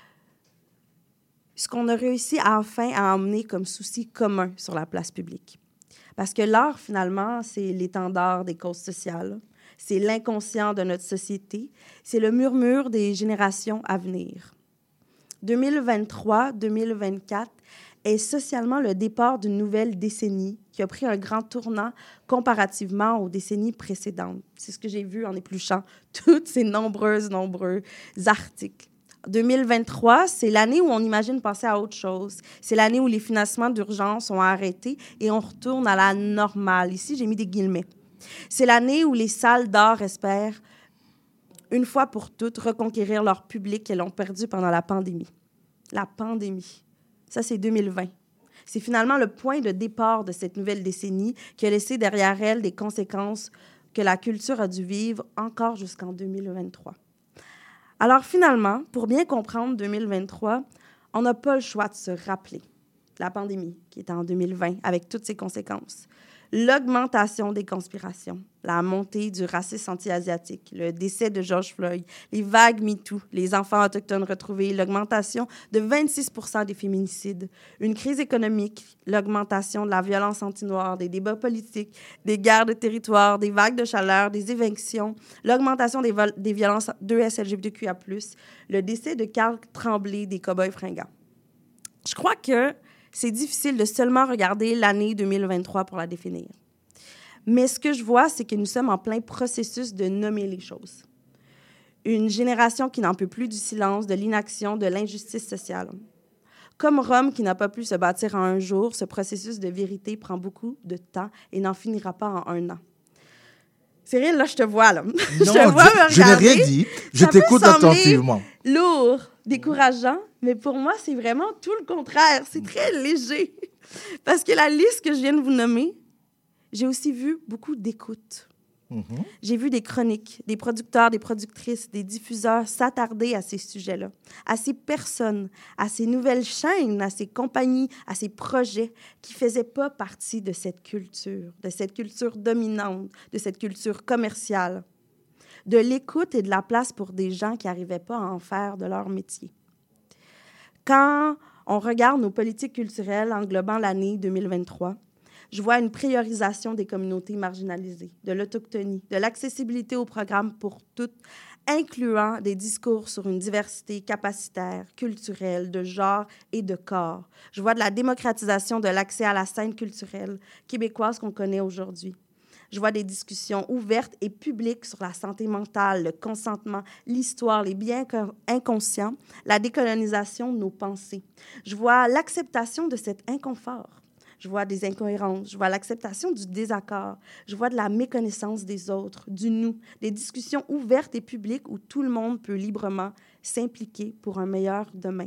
Ce qu'on a réussi à enfin à emmener comme souci commun sur la place publique. Parce que l'art, finalement, c'est l'étendard des causes sociales. C'est l'inconscient de notre société. C'est le murmure des générations à venir. deux mille vingt-trois deux mille vingt-quatre est socialement le départ d'une nouvelle décennie qui a pris un grand tournant comparativement aux décennies précédentes. C'est ce que j'ai vu en épluchant tous ces nombreuses, nombreux articles. deux mille vingt-trois, c'est l'année où on imagine passer à autre chose. C'est l'année où les financements d'urgence ont arrêté et on retourne à la normale. Ici, j'ai mis des guillemets. C'est l'année où les salles d'art espèrent, une fois pour toutes, reconquérir leur public qu'elles ont perdu pendant la pandémie. La pandémie. Ça, c'est deux mille vingt. C'est finalement le point de départ de cette nouvelle décennie qui a laissé derrière elle des conséquences que la culture a dû vivre encore jusqu'en deux mille vingt-trois. Alors finalement, pour bien comprendre deux mille vingt-trois, on n'a pas le choix de se rappeler la pandémie qui était en deux mille vingt avec toutes ses conséquences. L'augmentation des conspirations, la montée du racisme anti-asiatique, le décès de George Floyd, les vagues MeToo, les enfants autochtones retrouvés, l'augmentation de vingt-six pour cent des féminicides, une crise économique, l'augmentation de la violence anti-noire, des débats politiques, des guerres de territoire, des vagues de chaleur, des évictions, l'augmentation des, vol- des violences deux S L G B T Q I A plus, le décès de Carl Tremblay des Cowboys fringants. Je crois que c'est difficile de seulement regarder l'année deux mille vingt-trois pour la définir. Mais ce que je vois, c'est que nous sommes en plein processus de nommer les choses. Une génération qui n'en peut plus du silence, de l'inaction, de l'injustice sociale. Comme Rome qui n'a pas pu se bâtir en un jour, ce processus de vérité prend beaucoup de temps et n'en finira pas en un an. Cyril, là, je te vois, là. Non, je te vois je, je n'ai rien dit. Je Ça t'écoute peut sembler attentivement. Lourd, décourageant, mais pour moi, c'est vraiment tout le contraire. C'est très léger. Parce que la liste que je viens de vous nommer, j'ai aussi vu beaucoup d'écoute. Mm-hmm. J'ai vu des chroniques, des producteurs, des productrices, des diffuseurs s'attarder à ces sujets-là, à ces personnes, à ces nouvelles chaînes, à ces compagnies, à ces projets qui ne faisaient pas partie de cette culture, de cette culture dominante, de cette culture commerciale, de l'écoute et de la place pour des gens qui n'arrivaient pas à en faire de leur métier. Quand on regarde nos politiques culturelles englobant l'année deux mille vingt-trois, je vois une priorisation des communautés marginalisées, de l'autochtonie, de l'accessibilité aux programmes pour toutes, incluant des discours sur une diversité capacitaire, culturelle, de genre et de corps. Je vois de la démocratisation de l'accès à la scène culturelle québécoise qu'on connaît aujourd'hui. Je vois des discussions ouvertes et publiques sur la santé mentale, le consentement, l'histoire, les biens inconscients, la décolonisation de nos pensées. Je vois l'acceptation de cet inconfort. Je vois des incohérences, je vois l'acceptation du désaccord, je vois de la méconnaissance des autres, du nous, des discussions ouvertes et publiques où tout le monde peut librement s'impliquer pour un meilleur demain.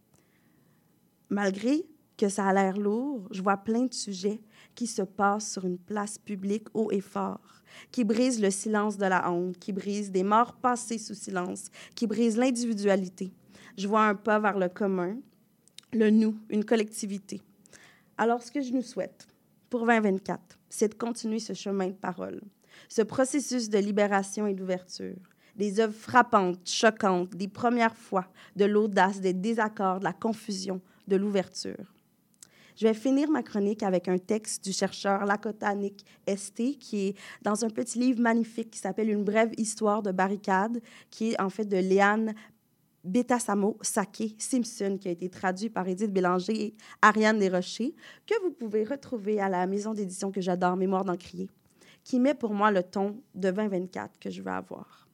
Malgré que ça a l'air lourd, je vois plein de sujets qui se passent sur une place publique haut et fort, qui brisent le silence de la honte, qui brisent des morts passées sous silence, qui brisent l'individualité. Je vois un pas vers le commun, le nous, une collectivité. Alors, ce que je nous souhaite pour vingt vingt-quatre, c'est de continuer ce chemin de parole, Ce processus de libération et d'ouverture. Des œuvres frappantes, choquantes, des premières fois, de l'audace, des désaccords, de la confusion, de l'ouverture. Je vais finir ma chronique avec un texte du chercheur Lakota Nick Esté, qui est dans un petit livre magnifique qui s'appelle « Une brève histoire de barricade », qui est en fait de Léane Betasamo Sake Simpson, qui a été traduit par Édith Bélanger et Ariane Desrochers, que vous pouvez retrouver à la maison d'édition que j'adore, Mémoire d'Encrier, qui met pour moi le ton de vingt vingt-quatre que je veux avoir.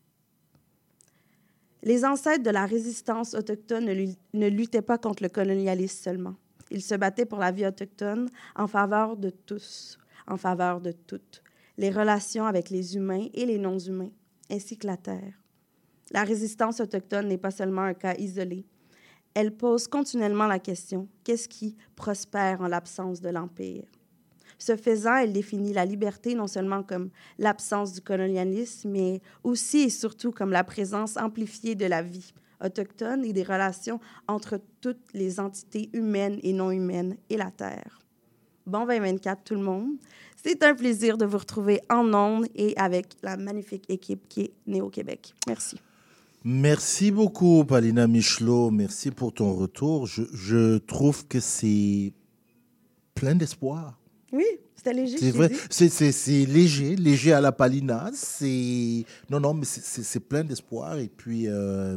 Les ancêtres de la résistance autochtone ne, ne luttaient pas contre le colonialisme seulement. Ils se battaient pour la vie autochtone en faveur de tous, en faveur de toutes, les relations avec les humains et les non-humains, ainsi que la terre. La résistance autochtone n'est pas seulement un cas isolé. Elle pose continuellement la question, qu'est-ce qui prospère en l'absence de l'Empire? Ce faisant, elle définit la liberté non seulement comme l'absence du colonialisme, mais aussi et surtout comme la présence amplifiée de la vie autochtone et des relations entre toutes les entités humaines et non humaines et la Terre. Bon vingt vingt-quatre tout le monde. C'est un plaisir de vous retrouver en ondes et avec la magnifique équipe qui est Néo-Québec. Merci. Merci beaucoup, Palina Michelot. Merci pour ton retour. Je, je trouve que c'est plein d'espoir. Oui, c'était léger. C'est vrai, c'est, c'est, c'est léger, léger à la Palina. C'est... Non, non, mais c'est, c'est, c'est plein d'espoir. Et puis, euh...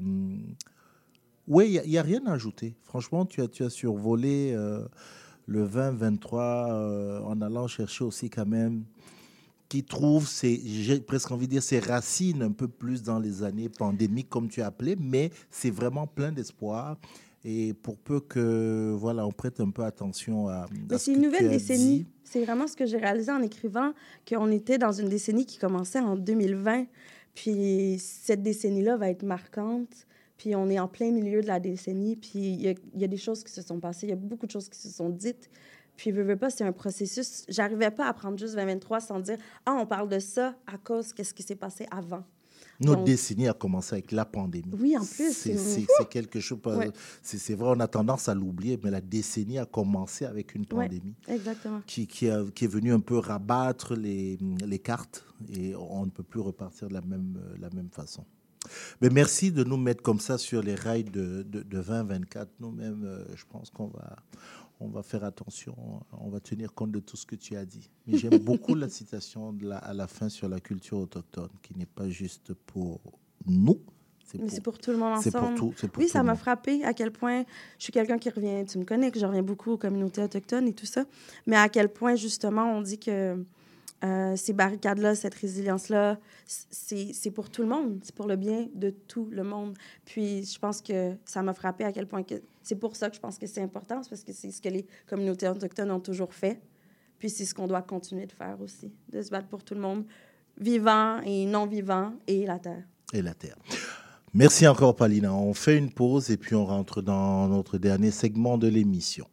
oui, il n'y a, a rien à ajouter. Franchement, tu as, tu as survolé euh, le vingt vingt-trois euh, en allant chercher aussi quand même qui trouve, ses, j'ai presque envie de dire, ses racines un peu plus dans les années pandémiques, comme tu as appelé, mais c'est vraiment plein d'espoir. Et pour peu que, voilà, on prête un peu attention à, à c'est une nouvelle décennie. Dit. C'est vraiment ce que j'ai réalisé en écrivant, qu'on était dans une décennie qui commençait en deux mille vingt. Puis cette décennie-là va être marquante. Puis on est en plein milieu de la décennie. Puis il y, y a des choses qui se sont passées. Il y a beaucoup de choses qui se sont dites. Puis, veux, veux pas, c'est un processus. J'arrivais pas à prendre juste vingt vingt-trois sans dire « Ah, on parle de ça à cause qu'est-ce qui s'est passé avant. » Notre Donc, décennie a commencé avec la pandémie. Oui, en plus. C'est, c'est, c'est quelque chose... Ouais. C'est, c'est vrai, on a tendance à l'oublier, mais la décennie a commencé avec une pandémie. Ouais, exactement. Qui, qui, a, qui est venue un peu rabattre les, les cartes et on ne peut plus repartir de la même, la même façon. Mais merci de nous mettre comme ça sur les rails de, de, de vingt vingt-quatre. Nous-mêmes, euh, je pense qu'on va... On va faire attention, on va tenir compte de tout ce que tu as dit. Mais j'aime beaucoup la citation de la, à la fin sur la culture autochtone, qui n'est pas juste pour nous. C'est Mais pour, c'est pour tout le monde ensemble. C'est pour tout, c'est pour oui, tout ça m'a monde. frappé à quel point je suis quelqu'un qui revient, tu me connais, que je reviens beaucoup aux communautés autochtones et tout ça, mais à quel point, justement, on dit que euh, ces barricades-là, cette résilience-là, c'est, c'est pour tout le monde, c'est pour le bien de tout le monde. Puis je pense que ça m'a frappé à quel point que c'est pour ça que je pense que c'est important, c'est parce que c'est ce que les communautés autochtones ont toujours fait, puis c'est ce qu'on doit continuer de faire aussi, de se battre pour tout le monde, vivant et non-vivant, et la terre. Et la terre. Merci encore, Palina. On fait une pause et puis on rentre dans notre dernier segment de l'émission.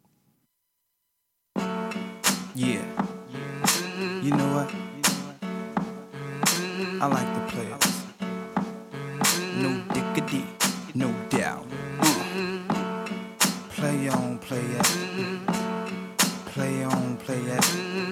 Yeah. You know what? I like the players. No diggity, no doubt. Uh. Play on, play it. Play on, play it.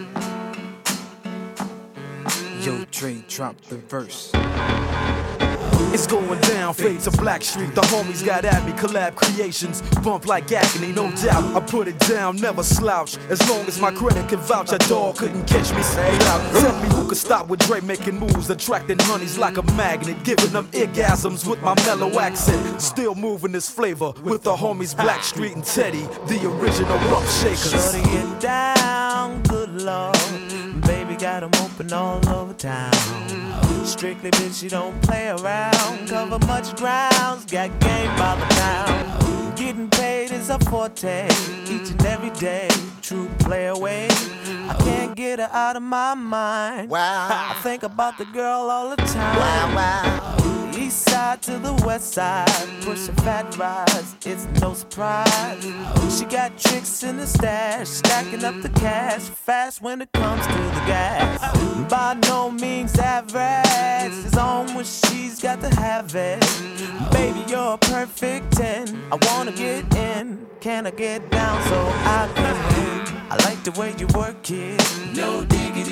Yo, Dre, drop the verse. It's going down, fade to Black Street. The homies got at me, collab creations. Bump like agony, no doubt. I put it down, never slouch. As long as my credit can vouch, a dog couldn't catch me, say out. Tell me who could stop with Dre making moves, attracting honeys like a magnet, giving them orgasms with my mellow accent. Still moving this flavor with the homies Black Street and Teddy, the original rough shakers. Shutting it down, good lord. Baby got them open all over town. Strictly bitch, you don't play around. Cover much grounds, got game by the pound. Getting paid is a forte, each and every day. True play away, I can't get her out of my mind. Wow, I think about the girl all the time. Wow, wow. East side to the west side, pushing fat rides, it's no surprise. She got tricks in the stash, stacking up the cash, fast when it comes to the gas. By no means average, it's on when she's got to have it. Baby, you're a perfect ten, I wanna get in, can I get down so I can win? I like the way you work it, no diggity,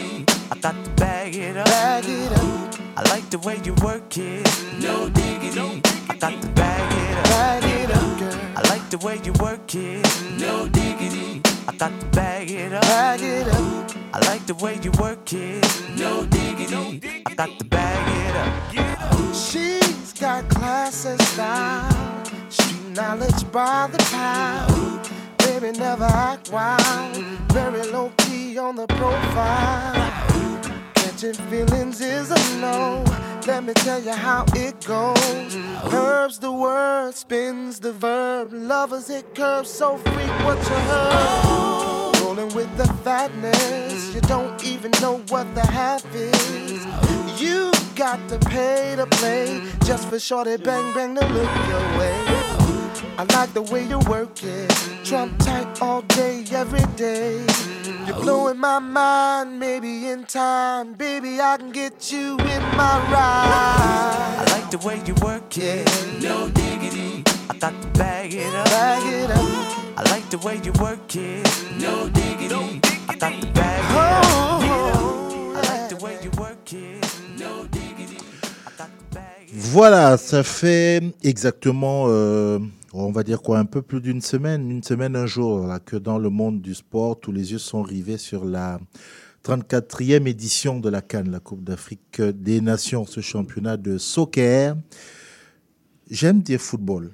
I got to bag it up. Bag it up. I like the way you work it. No diggity. I got to bag it up. Bag it up, girl. I like the way you work it. No diggity. I got to bag it up. Bag it up. I like the way you work it. No diggity. I got to bag it up. She's got class and style. Street knowledge by the pound. Baby, never act wild. Very low key on the profile. Catching feelings is a no. Let me tell you how it goes. Herbs the word, spins the verb. Lovers hit curves, so freak what you heard. Rolling with the fatness. You don't even know what the half is. You got to pay to play. Just for shorty bang bang to look your way. I like the way you work it. Trump tight all day, every day. You're blowing my mind, maybe in time. Baby, I can get you in my ride. I like the way you work it. No diggity. I got to bag it up. Bag it up. I like the way you work it. No diggity. I got to bag it up. I like the way you work it. No diggity. I got to bag it up. Voilà, ça fait exactement... Euh on va dire quoi, un peu plus d'une semaine, une semaine, un jour, là, que dans le monde du sport, tous les yeux sont rivés sur la trente-quatrième édition de la CAN, la Coupe d'Afrique des Nations, ce championnat de soccer. J'aime dire football.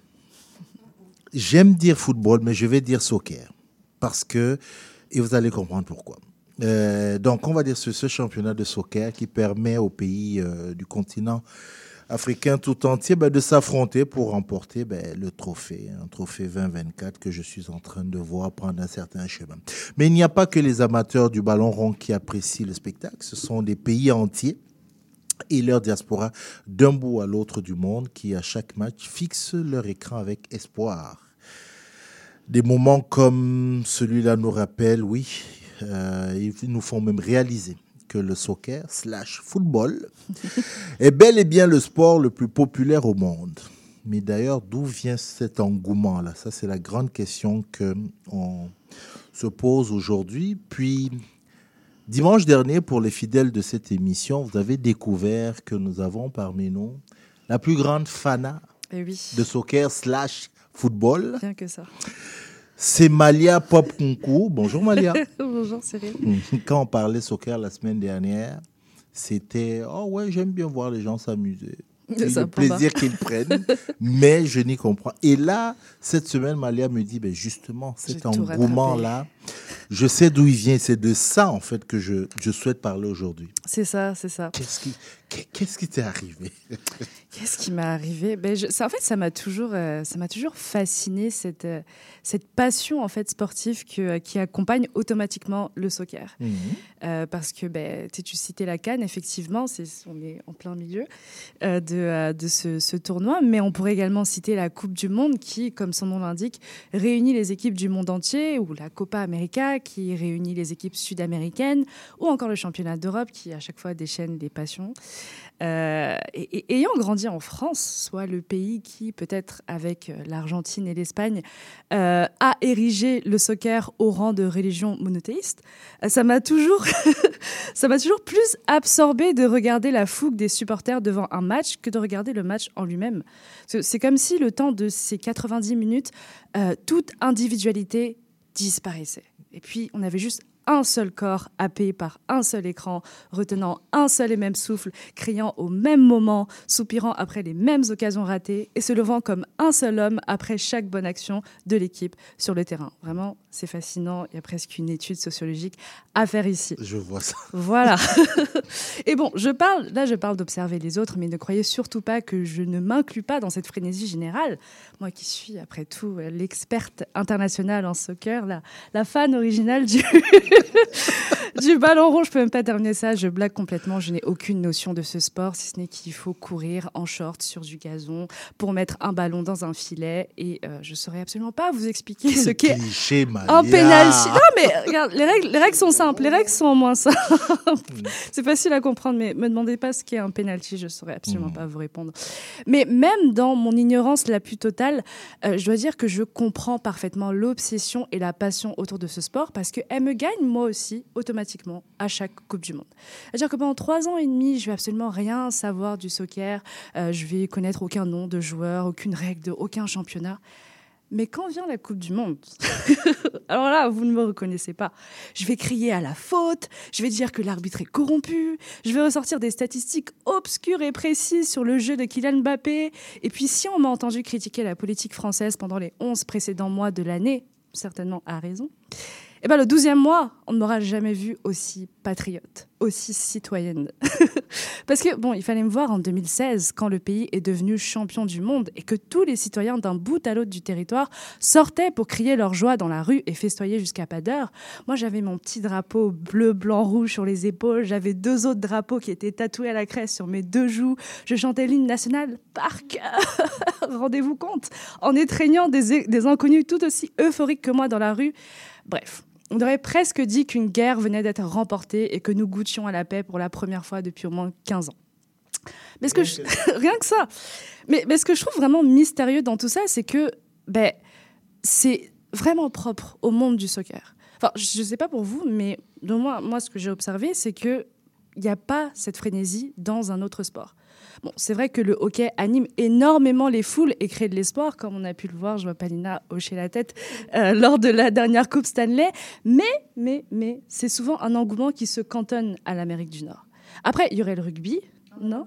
J'aime dire football, mais je vais dire soccer. Parce que, et vous allez comprendre pourquoi. Euh, donc, on va dire ce, ce championnat de soccer qui permet aux pays euh, du continent africain tout entier ben, de s'affronter pour remporter ben, le trophée, un trophée vingt vingt-quatre que je suis en train de voir prendre un certain chemin. Mais il n'y a pas que les amateurs du ballon rond qui apprécient le spectacle, ce sont des pays entiers et leur diaspora d'un bout à l'autre du monde qui, à chaque match, fixent leur écran avec espoir. Des moments comme celui-là nous rappellent, oui, euh, ils nous font même réaliser que le soccer slash football est bel et bien le sport le plus populaire au monde. Mais d'ailleurs, d'où vient cet engouement-là? Ça, c'est la grande question qu'on se pose aujourd'hui. Puis, dimanche dernier, pour les fidèles de cette émission, vous avez découvert que nous avons parmi nous la plus grande fana eh oui. de soccer slash football. Rien que ça. C'est Malia Pop-Kunku. Bonjour Malia. Bonjour Cyril. Quand on parlait soccer la semaine dernière, c'était « Oh ouais, j'aime bien voir les gens s'amuser. » Le plaisir qu'ils prennent, mais je n'y comprends. Et là, cette semaine, Malia me dit ben « Justement, cet engouement-là, je sais d'où il vient. C'est de ça, en fait, que je, je souhaite parler aujourd'hui. » C'est ça, c'est ça. Qu'est-ce qui, qu'est-ce qui t'est arrivé? Qu'est-ce qui m'est arrivé? Ben, je, ça, en fait, ça m'a toujours, euh, ça m'a toujours fasciné cette, euh, cette passion en fait sportive que, qui accompagne automatiquement le soccer. Mmh. Euh, parce que ben, tu citais la CAN, effectivement, c'est, on est en plein milieu euh, de, euh, de ce, ce tournoi, mais on pourrait également citer la Coupe du Monde qui, comme son nom l'indique, réunit les équipes du monde entier, ou la Copa América qui réunit les équipes sud-américaines, ou encore le championnat d'Europe qui à chaque fois déchaîne des passions. Euh, et, et, ayant grandi en France, soit le pays qui, peut-être avec l'Argentine et l'Espagne, euh, a érigé le soccer au rang de religion monothéiste, ça m'a toujours, ça m'a toujours plus absorbé de regarder la fougue des supporters devant un match que de regarder le match en lui-même. C'est comme si le temps de ces quatre-vingt-dix minutes, euh, toute individualité disparaissait. Et puis, on avait juste un seul corps happé par un seul écran, retenant un seul et même souffle, criant au même moment, soupirant après les mêmes occasions ratées et se levant comme un seul homme après chaque bonne action de l'équipe sur le terrain. Vraiment, c'est fascinant. Il y a presque une étude sociologique à faire ici. Je vois ça. Voilà. Et bon, je parle, là, je parle d'observer les autres, mais ne croyez surtout pas que je ne m'inclus pas dans cette frénésie générale. Moi qui suis, après tout, l'experte internationale en soccer, la, la fan originale du... du ballon rond, je peux même pas terminer ça, je blague complètement, je n'ai aucune notion de ce sport, si ce n'est qu'il faut courir en short sur du gazon pour mettre un ballon dans un filet et euh, je saurais absolument pas vous expliquer ce qu'est cliché, un penalty. Non mais regarde, les règles, les règles sont simples, les règles sont moins simples. C'est facile à comprendre, mais me demandez pas ce qu'est un penalty, je saurais absolument mmh. pas vous répondre. Mais même dans mon ignorance la plus totale, euh, je dois dire que je comprends parfaitement l'obsession et la passion autour de ce sport parce qu'elle me gagne moi aussi automatiquement automatiquement à chaque Coupe du Monde. C'est-à-dire que pendant trois ans et demi, je vais absolument rien savoir du soccer, euh, je vais connaître aucun nom de joueur, aucune règle de aucun championnat. Mais quand vient la Coupe du Monde, alors là, vous ne me reconnaissez pas. Je vais crier à la faute, je vais dire que l'arbitre est corrompu, je vais ressortir des statistiques obscures et précises sur le jeu de Kylian Mbappé. Et puis si on m'a entendu critiquer la politique française pendant les onze précédents mois de l'année, certainement à raison, et ben le douzième mois, on ne m'aura jamais vue aussi patriote, aussi citoyenne. Parce que, bon, il fallait me voir en deux mille seize, quand le pays est devenu champion du monde et que tous les citoyens d'un bout à l'autre du territoire sortaient pour crier leur joie dans la rue et festoyer jusqu'à pas d'heure. Moi, j'avais mon petit drapeau bleu, blanc, rouge sur les épaules. J'avais deux autres drapeaux qui étaient tatoués à la craie sur mes deux joues. Je chantais l'hymne national par cœur. Rendez-vous compte, en étreignant des, des inconnus tout aussi euphoriques que moi dans la rue. Bref. On aurait presque dit qu'une guerre venait d'être remportée et que nous goûtions à la paix pour la première fois depuis au moins quinze ans. Mais ce que je... Rien que ça. Mais, mais ce que je trouve vraiment mystérieux dans tout ça, c'est que ben, c'est vraiment propre au monde du soccer. Enfin, je ne sais pas pour vous, mais de moi, moi, ce que j'ai observé, c'est qu'il n'y a pas cette frénésie dans un autre sport. Bon, c'est vrai que le hockey anime énormément les foules et crée de l'espoir, comme on a pu le voir, je vois Palina hocher la tête, euh, lors de la dernière Coupe Stanley, mais, mais, mais c'est souvent un engouement qui se cantonne à l'Amérique du Nord. Après, il y aurait le rugby, en non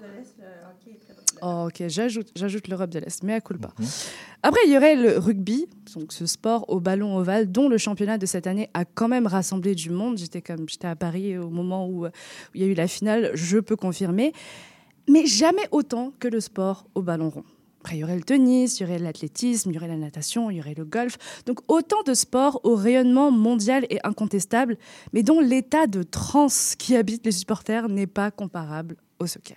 Oh, ok, j'ajoute, j'ajoute l'Europe de l'Est, mais à culpa. Mmh. Après, il y aurait le rugby, donc ce sport au ballon ovale, dont le championnat de cette année a quand même rassemblé du monde. J'étais, comme, j'étais à Paris au moment où, où il y a eu la finale, je peux confirmer. Mais jamais autant que le sport au ballon rond. Après, il y aurait le tennis, il y aurait l'athlétisme, il y aurait la natation, il y aurait le golf. Donc autant de sports au rayonnement mondial et incontestable, mais dont l'état de transe qui habite les supporters n'est pas comparable au soccer.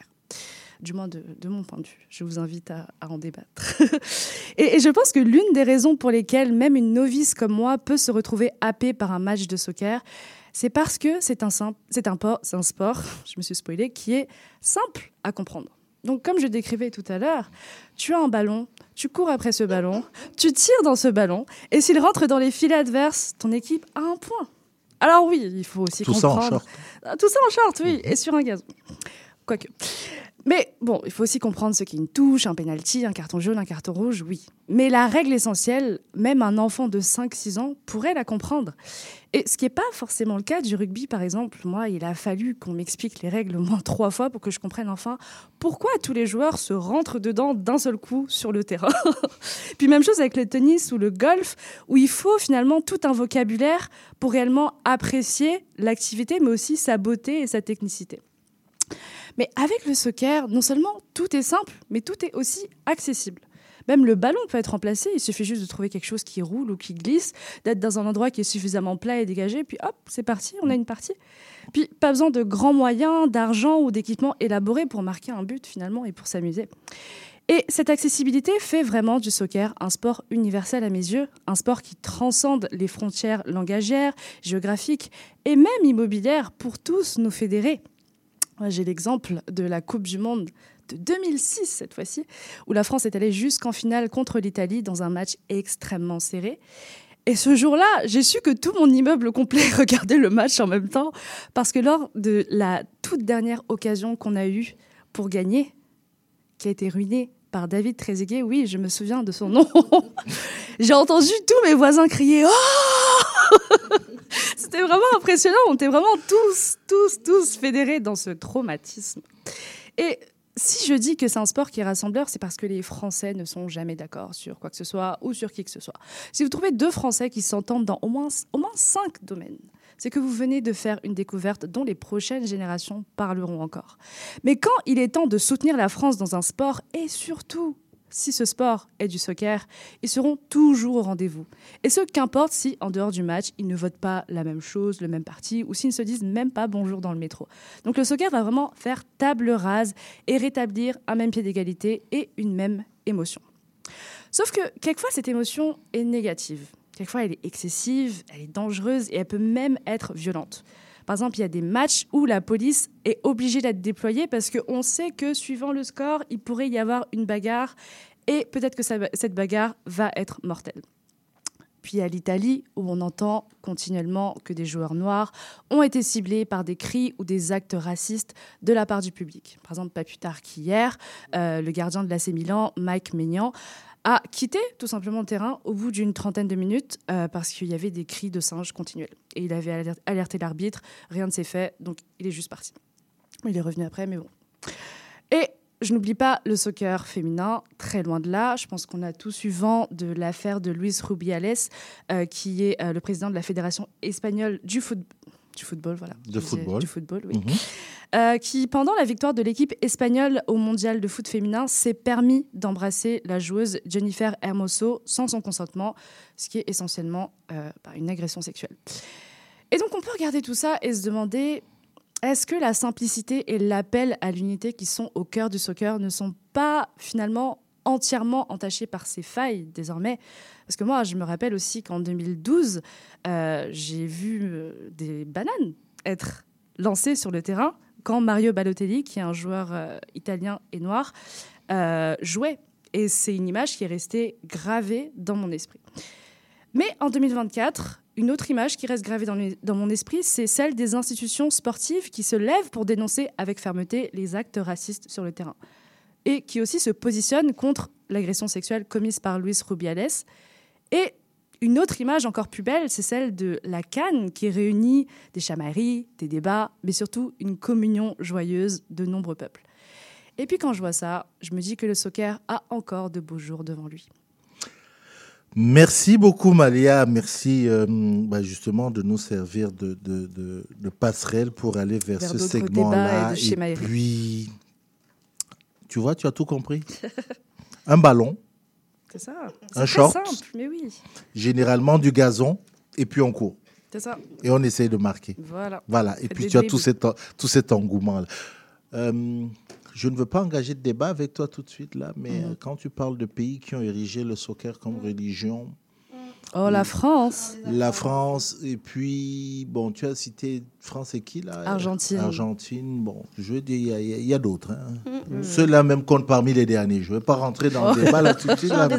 Du moins de, de mon point de vue. Je vous invite à, à en débattre. et, et je pense que l'une des raisons pour lesquelles même une novice comme moi peut se retrouver happée par un match de soccer, c'est parce que c'est un, simple, c'est un, por- c'est un sport, je me suis spoilée, qui est simple à comprendre. Donc, comme je décrivais tout à l'heure, tu as un ballon, tu cours après ce ballon, tu tires dans ce ballon, et s'il rentre dans les filets adverses, ton équipe a un point. Alors oui, il faut aussi tout comprendre... Ça en short. Tout ça en short, oui, et sur un gazon. Quoique... Mais bon, il faut aussi comprendre ce qu'est une touche, un penalty, un carton jaune, un carton rouge, oui. Mais la règle essentielle, même un enfant de cinq six ans pourrait la comprendre. Et ce qui n'est pas forcément le cas du rugby, par exemple. Moi, il a fallu qu'on m'explique les règles au moins trois fois pour que je comprenne enfin pourquoi tous les joueurs se rentrent dedans d'un seul coup sur le terrain. Puis même chose avec le tennis ou le golf, où il faut finalement tout un vocabulaire pour réellement apprécier l'activité, mais aussi sa beauté et sa technicité. Mais avec le soccer, non seulement tout est simple, mais tout est aussi accessible. Même le ballon peut être remplacé, il suffit juste de trouver quelque chose qui roule ou qui glisse, d'être dans un endroit qui est suffisamment plat et dégagé, puis hop, c'est parti, on a une partie. Puis pas besoin de grands moyens, d'argent ou d'équipements élaborés pour marquer un but finalement et pour s'amuser. Et cette accessibilité fait vraiment du soccer un sport universel à mes yeux, un sport qui transcende les frontières langagières, géographiques et même immobilières pour tous nos fédérés. J'ai l'exemple de la Coupe du Monde de deux mille six, cette fois-ci, où la France est allée jusqu'en finale contre l'Italie dans un match extrêmement serré. Et ce jour-là, j'ai su que tout mon immeuble complet regardait le match en même temps, parce que lors de la toute dernière occasion qu'on a eue pour gagner, qui a été ruinée par David Trezeguet, oui, je me souviens de son nom, j'ai entendu tous mes voisins crier « Oh !» C'était vraiment impressionnant. On était vraiment tous, tous, tous fédérés dans ce traumatisme. Et si je dis que c'est un sport qui est rassembleur, c'est parce que les Français ne sont jamais d'accord sur quoi que ce soit ou sur qui que ce soit. Si vous trouvez deux Français qui s'entendent dans au moins, au moins cinq domaines, c'est que vous venez de faire une découverte dont les prochaines générations parleront encore. Mais quand il est temps de soutenir la France dans un sport, et surtout si ce sport est du soccer, ils seront toujours au rendez-vous. Et ce, qu'importe si, en dehors du match, ils ne votent pas la même chose, le même parti, ou s'ils ne se disent même pas bonjour dans le métro. Donc le soccer va vraiment faire table rase et rétablir un même pied d'égalité et une même émotion. Sauf que, quelquefois, cette émotion est négative. Quelquefois, elle est excessive, elle est dangereuse et elle peut même être violente. Par exemple, il y a des matchs où la police est obligée d'être déployée parce qu'on sait que, suivant le score, il pourrait y avoir une bagarre et peut-être que ça, cette bagarre va être mortelle. puis à l'Italie, où on entend continuellement que des joueurs noirs ont été ciblés par des cris ou des actes racistes de la part du public. Par exemple, pas plus tard qu'hier, euh, le gardien de l'A C Milan, Mike Maignan, a quitté tout simplement le terrain au bout d'une trentaine de minutes euh, parce qu'il y avait des cris de singe continuels. Et il avait alerté l'arbitre, rien ne s'est fait, donc il est juste parti. Il est revenu après, mais bon. Et je n'oublie pas le soccer féminin, très loin de là. Je pense qu'on a tous eu vent de l'affaire de Luis Rubiales, euh, qui est euh, le président de la Fédération espagnole du, foot... du football. Voilà. De football. Du football, oui. Mm-hmm. Euh, qui, pendant la victoire de l'équipe espagnole au mondial de foot féminin, s'est permis d'embrasser la joueuse Jennifer Hermoso sans son consentement, ce qui est essentiellement euh, une agression sexuelle. Et donc, on peut regarder tout ça et se demander... Est-ce que la simplicité et l'appel à l'unité qui sont au cœur du soccer ne sont pas finalement entièrement entachés par ces failles désormais ? Parce que moi, je me rappelle aussi qu'en deux mille douze, euh, j'ai vu euh, des bananes être lancées sur le terrain quand Mario Balotelli, qui est un joueur euh, italien et noir, euh, jouait. Et c'est une image qui est restée gravée dans mon esprit. Mais en deux mille vingt-quatre... Une autre image qui reste gravée dans, les, dans mon esprit, c'est celle des institutions sportives qui se lèvent pour dénoncer avec fermeté les actes racistes sur le terrain. Et qui aussi se positionnent contre l'agression sexuelle commise par Luis Rubiales. Et une autre image encore plus belle, c'est celle de la CAN qui réunit des chamailleries, des débats, mais surtout une communion joyeuse de nombreux peuples. Et puis quand je vois ça, je me dis que le soccer a encore de beaux jours devant lui. Merci beaucoup, Malia. Merci euh, bah justement de nous servir de, de, de, de passerelle pour aller vers, vers ce segment-là. Et, et puis, tu vois, tu as tout compris. Un ballon, c'est ça. un c'est short, très simple, mais oui. Généralement du gazon, et puis on court. C'est ça. Et on essaye de marquer. Voilà. Voilà. Et Faites puis tu dribbles. as tout cet, tout cet engouement-là. Euh, Je ne veux pas engager de débat avec toi tout de suite, là, mais mmh. quand tu parles de pays qui ont érigé le soccer comme mmh. religion... Oh, la France La France, et puis, bon, tu as cité France et qui, là ? Argentine. Argentine, bon, je veux dire, il y a, il y a d'autres. Hein. Mmh. Ceux-là même comptent parmi les derniers. Je ne vais pas rentrer dans le débat là tout de suite. Là.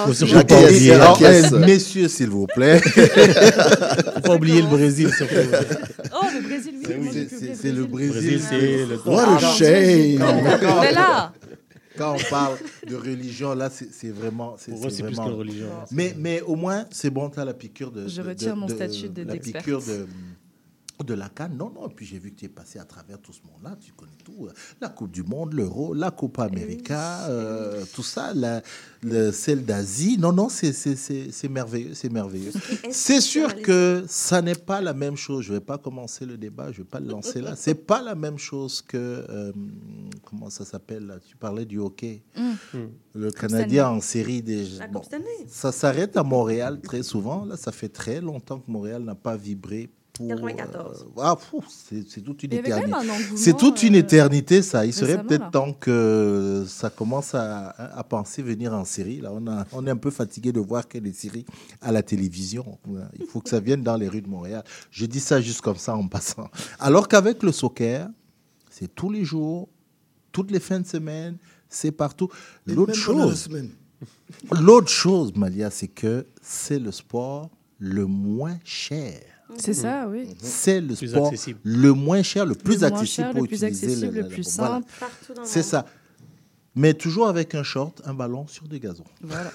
Messieurs, s'il vous plaît. Il ne faut pas oublier le Brésil. Oh, le Brésil, oui. C'est, c'est, c'est le Brésil. Brésil, c'est le What a shame. Mais là Quand on parle de religion, là, c'est, c'est vraiment... C'est, Pour moi, c'est, c'est vraiment... plus que religion. Mais, mais au moins, c'est bon, tu as la piqûre de... Je de, retire de, mon de, statut de, la d'experte. piqûre de, de la CAN. Non, non, et puis j'ai vu que tu es passé à travers tout ce monde-là. Tu connais tout. La Coupe du Monde, l'Euro, la Copa América, oui. euh, tout ça, la, la, celle d'Asie. Non, non, c'est, c'est, c'est, c'est merveilleux, c'est merveilleux. C'est sûr que ça n'est pas la même chose. Je ne vais pas commencer le débat, je ne vais pas le lancer là. Ce n'est pas la même chose que... Euh, comment ça s'appelle là ? Tu parlais du hockey. Mm. Le Canadien en série des... Bon, ça s'arrête à Montréal très souvent. Là, ça fait très longtemps que Montréal n'a pas vibré. Pour, quatre-vingt-quatorze. Euh, ah, fou, c'est, c'est toute une Il y avait éternité. quand même un engouement, C'est toute une euh, éternité, ça. Il serait peut-être là. temps que ça commence à, à penser venir en série. Là, on, a, on est un peu fatigué de voir que les séries à la télévision. Il faut que ça vienne dans les rues de Montréal. Je dis ça juste comme ça en passant. Alors qu'avec le soccer, c'est tous les jours, toutes les fins de semaine, c'est partout. L'autre chose, l'autre chose, Malia, c'est que c'est le sport le moins cher. C'est ça, oui. C'est le plus sport accessible. le moins cher, le plus Le moins accessible cher, pour le plus utiliser accessible, le, le plus voilà. simple. Partout dans le C'est monde. ça. Mais toujours avec un short, un ballon sur du gazon. Voilà.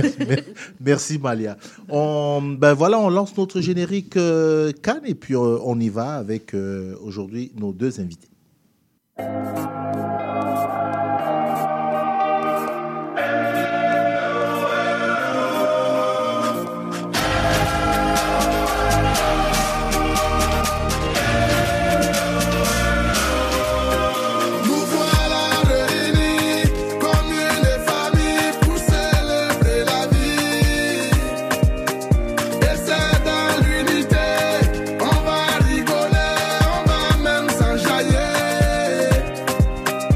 Merci Malia. On, ben voilà, on lance notre générique euh, Cannes et puis euh, on y va avec euh, aujourd'hui nos deux invités. On va rigoler, on va même s'enjailler.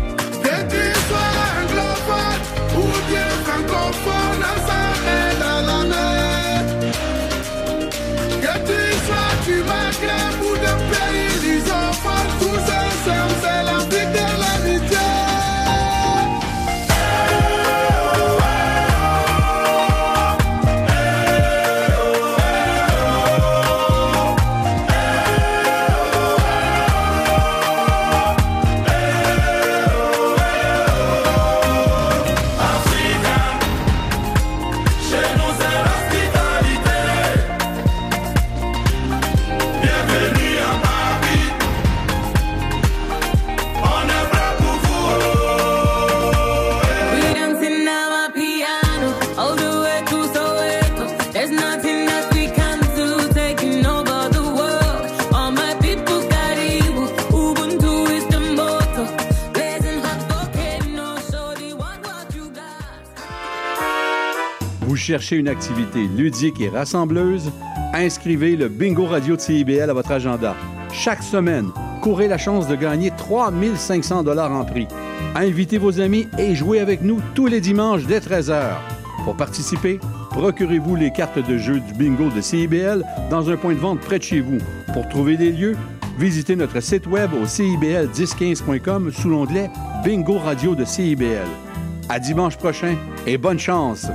cherchez une activité ludique et rassembleuse? Inscrivez le Bingo Radio de C I B L à votre agenda. Chaque semaine, courez la chance de gagner trois mille cinq cents dollars en prix. Invitez vos amis et jouez avec nous tous les dimanches dès treize heures. Pour participer, procurez-vous les cartes de jeu du bingo de C I B L dans un point de vente près de chez vous. Pour trouver des lieux, visitez notre site web au C I B L dix quinze point com sous l'onglet Bingo Radio de C I B L. À dimanche prochain et bonne chance!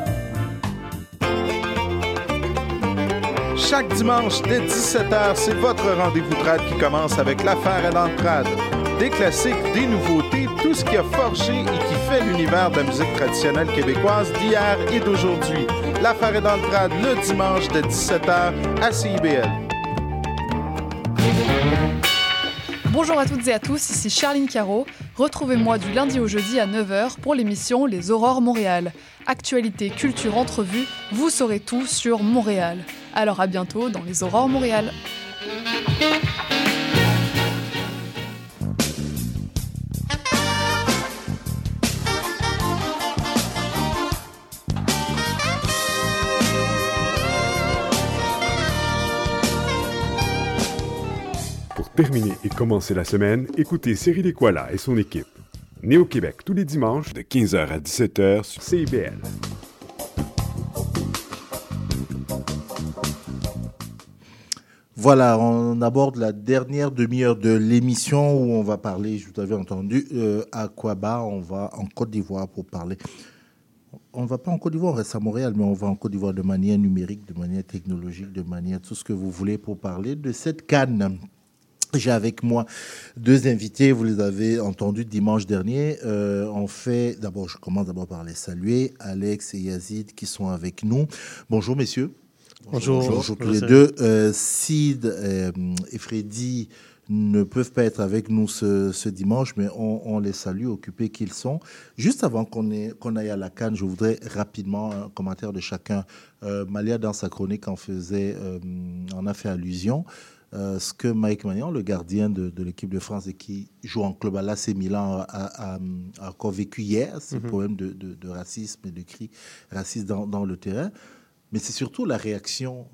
Chaque dimanche dès dix-sept heures, c'est votre rendez-vous trad qui commence avec l'affaire est dans le trad. Des classiques, des nouveautés, tout ce qui a forgé et qui fait l'univers de la musique traditionnelle québécoise d'hier et d'aujourd'hui. L'affaire est dans le trad le dimanche dès dix-sept heures à C I B L. Bonjour à toutes et à tous, ici Charline Caro. Retrouvez-moi du lundi au jeudi à neuf heures pour l'émission Les Aurores Montréal. Actualité, culture, entrevue, vous saurez tout sur Montréal. Alors à bientôt dans Les Aurores Montréal. Pour terminer et commencer la semaine, écoutez Cyril Ekwala et son équipe. Né au Québec tous les dimanches de quinze heures à dix-sept heures sur C I B L. Voilà, on aborde la dernière demi-heure de l'émission où on va parler, je vous avais entendu, euh, à Akwaaba, on va en Côte d'Ivoire pour parler. On ne va pas en Côte d'Ivoire, on reste à Montréal, mais on va en Côte d'Ivoire de manière numérique, de manière technologique, de manière tout ce que vous voulez pour parler de cette CAN. J'ai avec moi deux invités, vous les avez entendus dimanche dernier. Euh, on fait, d'abord, je commence d'abord par les saluer, Alex et Yazid qui sont avec nous. Bonjour messieurs. Bonjour. Bonjour, Bonjour tous les deux. Euh, Sid euh, et Freddy ne peuvent pas être avec nous ce, ce dimanche, mais on, on les salue, occupés qu'ils sont. Juste avant qu'on, ait, qu'on aille à la CAN, je voudrais rapidement un commentaire de chacun. Euh, Malia, dans sa chronique, en, faisait, euh, en a fait allusion. Euh, ce que Mike Maignan, le gardien de, de l'équipe de France et qui joue en club à l'A C Milan, a, a, a encore vécu hier, ce mm-hmm. problème de, de, de racisme et de cris racistes dans, dans le terrain. Mais c'est surtout la réaction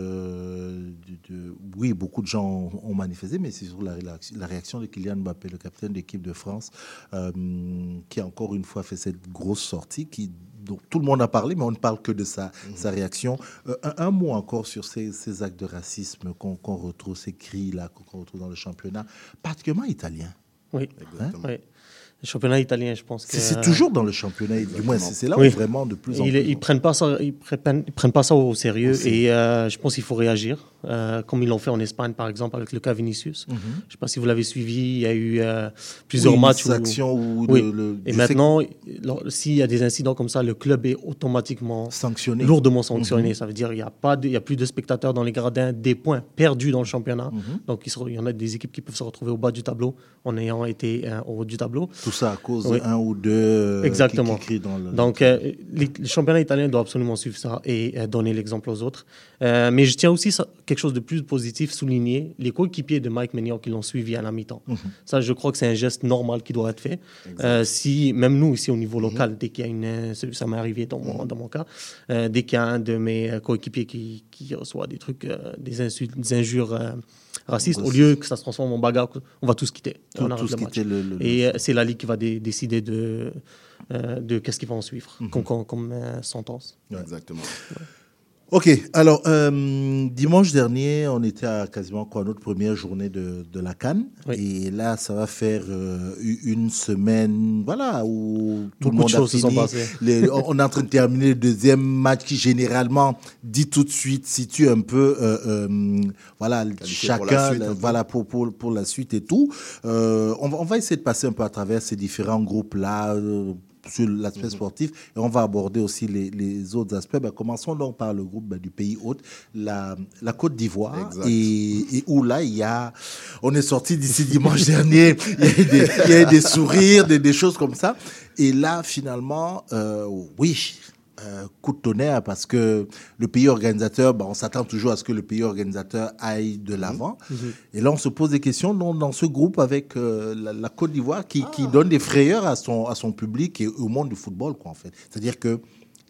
de, de, de... Oui, beaucoup de gens ont manifesté, mais c'est surtout la, la réaction de Kylian Mbappé, le capitaine de l'équipe de France, euh, qui a encore une fois fait cette grosse sortie qui... Donc, tout le monde a parlé, mais on ne parle que de sa, mmh. sa réaction. Euh, un, un mot encore sur ces, ces actes de racisme qu'on, qu'on retrouve, ces cris-là qu'on retrouve dans le championnat, particulièrement italien. Oui, hein? oui. Le championnat italien, je pense que... C'est, c'est toujours dans le championnat, du moins, c'est, c'est là oui. où vraiment de plus en il, plus... Ils ne prennent, prennent, prennent pas ça au sérieux Aussi. et euh, je pense qu'il faut réagir, euh, comme ils l'ont fait en Espagne, par exemple, avec le cas Vinicius. Mm-hmm. Je ne sais pas si vous l'avez suivi, il y a eu euh, plusieurs oui, matchs... Où... Actions où oui. le, le... Et maintenant, que... s'il y a des incidents comme ça, le club est automatiquement sanctionné. lourdement sanctionné. Mm-hmm. Ça veut dire qu'il n'y a, a plus de spectateurs dans les gradins, des points perdus dans le championnat. Mm-hmm. Donc, il, se, il y en a des équipes qui peuvent se retrouver au bas du tableau en ayant été euh, au haut du tableau. Tout ça à cause oui. un ou deux Exactement. qui, qui crient dans le... Donc, euh, les, le championnat italien doit absolument suivre ça et euh, donner l'exemple aux autres. Euh, mais je tiens aussi ça, quelque chose de plus positif, souligner les coéquipiers de Mike Maignan qui l'ont suivi à la mi-temps. Mm-hmm. Ça, je crois que c'est un geste normal qui doit être fait. Euh, si, même nous, ici, au niveau local, mm-hmm. dès qu'il y a une... Ça m'est arrivé dans mon, mm-hmm. dans mon cas. Euh, dès qu'il y a un de mes coéquipiers qui, qui reçoit des trucs, euh, des insultes, des injures... Euh, raciste, au lieu que ça se transforme en bagarre, on va tous quitter. Tout, on arrête tous le match. Le, le, et le... c'est la Ligue qui va dé- décider de, euh, de qu'est-ce qui va en suivre mm-hmm. comme, comme, comme euh, sentence. Ouais. Exactement. Ouais. Ok, alors euh, dimanche dernier, on était à quasiment quoi, notre première journée de, de la CAN. Oui. Et là, ça va faire euh, une semaine, voilà, où tout Beaucoup le monde a fini. Les, on est en train de terminer le deuxième match qui, généralement, dit tout de suite, situe un peu, euh, euh, voilà, Qualité chacun, pour suite, la, voilà, pour, pour, pour la suite et tout. Euh, on, va, on va essayer de passer un peu à travers ces différents groupes-là, euh, sur l'aspect mmh. sportif, et on va aborder aussi les, les autres aspects. Ben, commençons donc par le groupe ben, du pays hôte, la, la Côte d'Ivoire, et, et où là, il y a, on est sorti d'ici dimanche dernier, il y a des, il y a des sourires, des, des choses comme ça, et là, finalement, euh, oui, euh, coup de tonnerre, parce que le pays organisateur, ben, on s'attend toujours à ce que le pays organisateur aille de l'avant, mmh. et là, on se pose des questions dans, dans ce groupe avec euh, la, la Côte d'Ivoire qui, ah. qui donne des frayeurs à son, à son public et au monde du football, quoi, en fait. C'est-à-dire que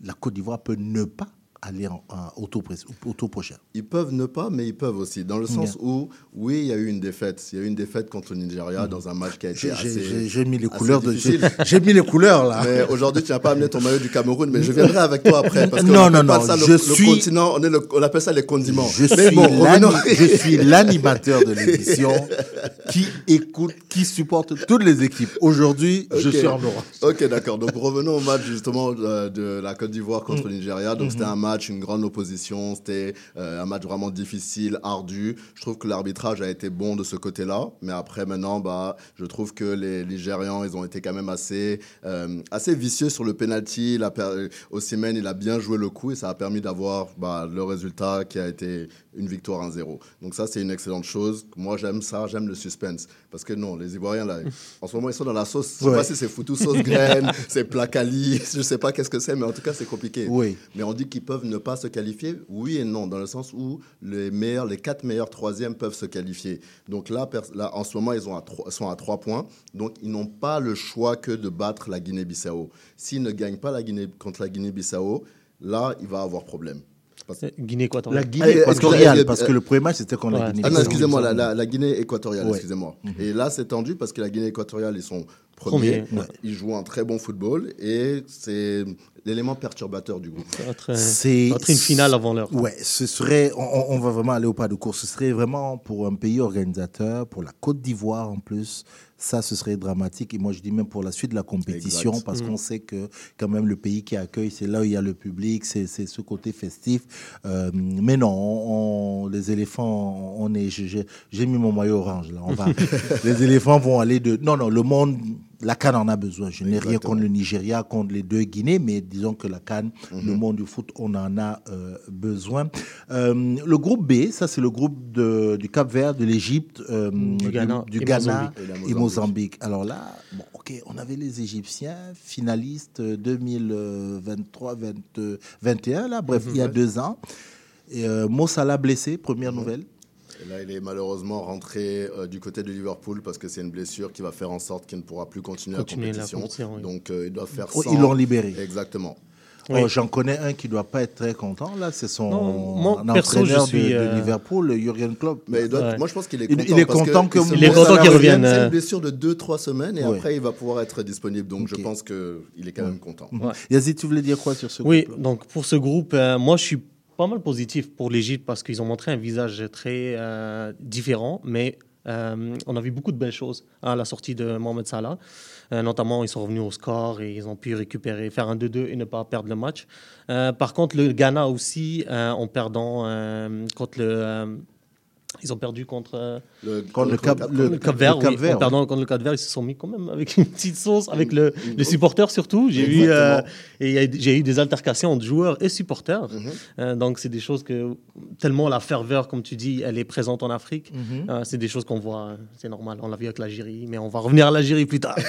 la Côte d'Ivoire peut ne pas aller en, en, au, tour pré- au tour prochain. Ils peuvent ne pas, mais ils peuvent aussi. Dans le sens yeah. où, oui, il y a eu une défaite. Il y a eu une défaite contre le Nigeria mmh. dans un match qui a été j'ai, assez j'ai, j'ai mis les couleurs de j'ai, j'ai mis les couleurs là. Mais aujourd'hui, tu n'as pas amené ton maillot du Cameroun, mais je viendrai avec toi après parce que non non non. Ça, je le, suis. Le continent, on, est le, on appelle ça les condiments. Je mais suis, bon, je suis l'animateur de l'émission qui écoute, qui supporte toutes les équipes. Aujourd'hui, okay. je suis en orange. Ok, d'accord. Donc revenons au match justement de, de la Côte d'Ivoire contre mmh. le Nigeria. Donc mmh. c'était un match, une grande opposition. C'était euh, un match vraiment difficile, ardu. Je trouve que l'arbitrage a été bon de ce côté-là. Mais après, maintenant, bah, je trouve que les Nigérians, ils ont été quand même assez, euh, assez vicieux sur le penalty. Per... Osimhen, il a bien joué le coup et ça a permis d'avoir bah, le résultat qui a été une victoire un zéro. Donc ça, c'est une excellente chose. Moi, j'aime ça, j'aime le suspense. Parce que non, les Ivoiriens, là, en ce moment, ils sont dans la sauce. Je ne sais ouais. pas si c'est foutu sauce graine, c'est placali, je ne sais pas qu'est-ce que c'est, mais en tout cas, c'est compliqué. Oui. Mais on dit qu'ils peuvent ne pas se qualifier. Oui et non, dans le sens où les meilleurs, les quatre meilleurs troisièmes peuvent se qualifier. Donc là, là en ce moment, ils ont à trois, sont à trois points. Donc, ils n'ont pas le choix que de battre la Guinée-Bissau. S'ils ne gagnent pas la Guinée, contre la Guinée-Bissau, là, il va avoir problème. Guinée équatoriale. La Guinée équatoriale, parce que le premier match, c'était contre ouais. la Guinée. Ah non, excusez-moi, la, la, la Guinée équatoriale, ouais. excusez-moi. Mm-hmm. Et là, c'est tendu parce que la Guinée équatoriale, ils sont premiers. Premier, ouais. Ils jouent un très bon football et c'est l'élément perturbateur du groupe. Ça va être, c'est ça va être une finale avant l'heure. Ouais, ce serait, on, on va vraiment aller au pas de course. Ce serait vraiment pour un pays organisateur, pour la Côte d'Ivoire en plus. Ça, ce serait dramatique. Et moi, je dis même pour la suite de la compétition, exact. Parce mmh. qu'on sait que quand même le pays qui accueille, c'est là où il y a le public, c'est, c'est ce côté festif. Euh, mais non, on, on, les éléphants, on est, j'ai, j'ai mis mon maillot orange là. On va, les éléphants vont aller de. Non, non, le monde. La CAN en a besoin. Je n'ai Exactement. Rien contre le Nigeria, contre les deux Guinées, mais disons que la CAN, mm-hmm. le monde du foot, on en a euh, besoin. Euh, le groupe B, ça c'est le groupe de, du Cap-Vert, de l'Égypte, euh, du Ghana, du, du et, Ghana Mozambique. Et, Mozambique. et Mozambique. Alors là, bon, ok, on avait les Égyptiens finalistes deux mille vingt-trois vingt et un, là, bref, mm-hmm. il y a deux ans. Et, euh, Mo Salah blessé, première mm-hmm. nouvelle. Et là, il est malheureusement rentré euh, du côté de Liverpool parce que c'est une blessure qui va faire en sorte qu'il ne pourra plus continuer, continuer la compétition. La compétition oui. Donc, euh, il doit faire oh, sans... Ils l'ont libéré. Exactement. Oui. Oh, j'en connais un qui ne doit pas être très content. Là, c'est son non, moi, entraîneur suis, de, euh... de Liverpool, Jürgen Klopp. Mais il doit, ouais. Moi, je pense qu'il est content. Il, il est content que, que il est content qu'il revienne. C'est une blessure de deux trois semaines et ouais. après, il va pouvoir être disponible. Donc, okay. je pense qu'il est quand ouais. même content. Ouais. Yazid, tu voulais dire quoi sur ce oui, groupe? Oui, donc pour ce groupe, euh, moi, je suis pas mal positif pour l'Égypte parce qu'ils ont montré un visage très euh, différent, mais euh, on a vu beaucoup de belles choses à la sortie de Mohamed Salah. Euh, notamment, ils sont revenus au score et ils ont pu récupérer, faire un deux deux et ne pas perdre le match. Euh, par contre, le Ghana aussi, euh, en perdant euh, contre le... Euh, ils ont perdu contre le, contre le, Cap, le, le Cap Vert. Oui, en perdant contre le Cap Vert, ils se sont mis quand même avec une petite sauce, avec le, les supporters surtout. J'ai eu, euh, et a, j'ai eu des altercations entre joueurs et supporters. Mm-hmm. Euh, donc, c'est des choses que, tellement la ferveur, comme tu dis, elle est présente en Afrique. Mm-hmm. Euh, c'est des choses qu'on voit, c'est normal. On l'a vu avec l'Algérie, mais on va revenir à l'Algérie plus tard.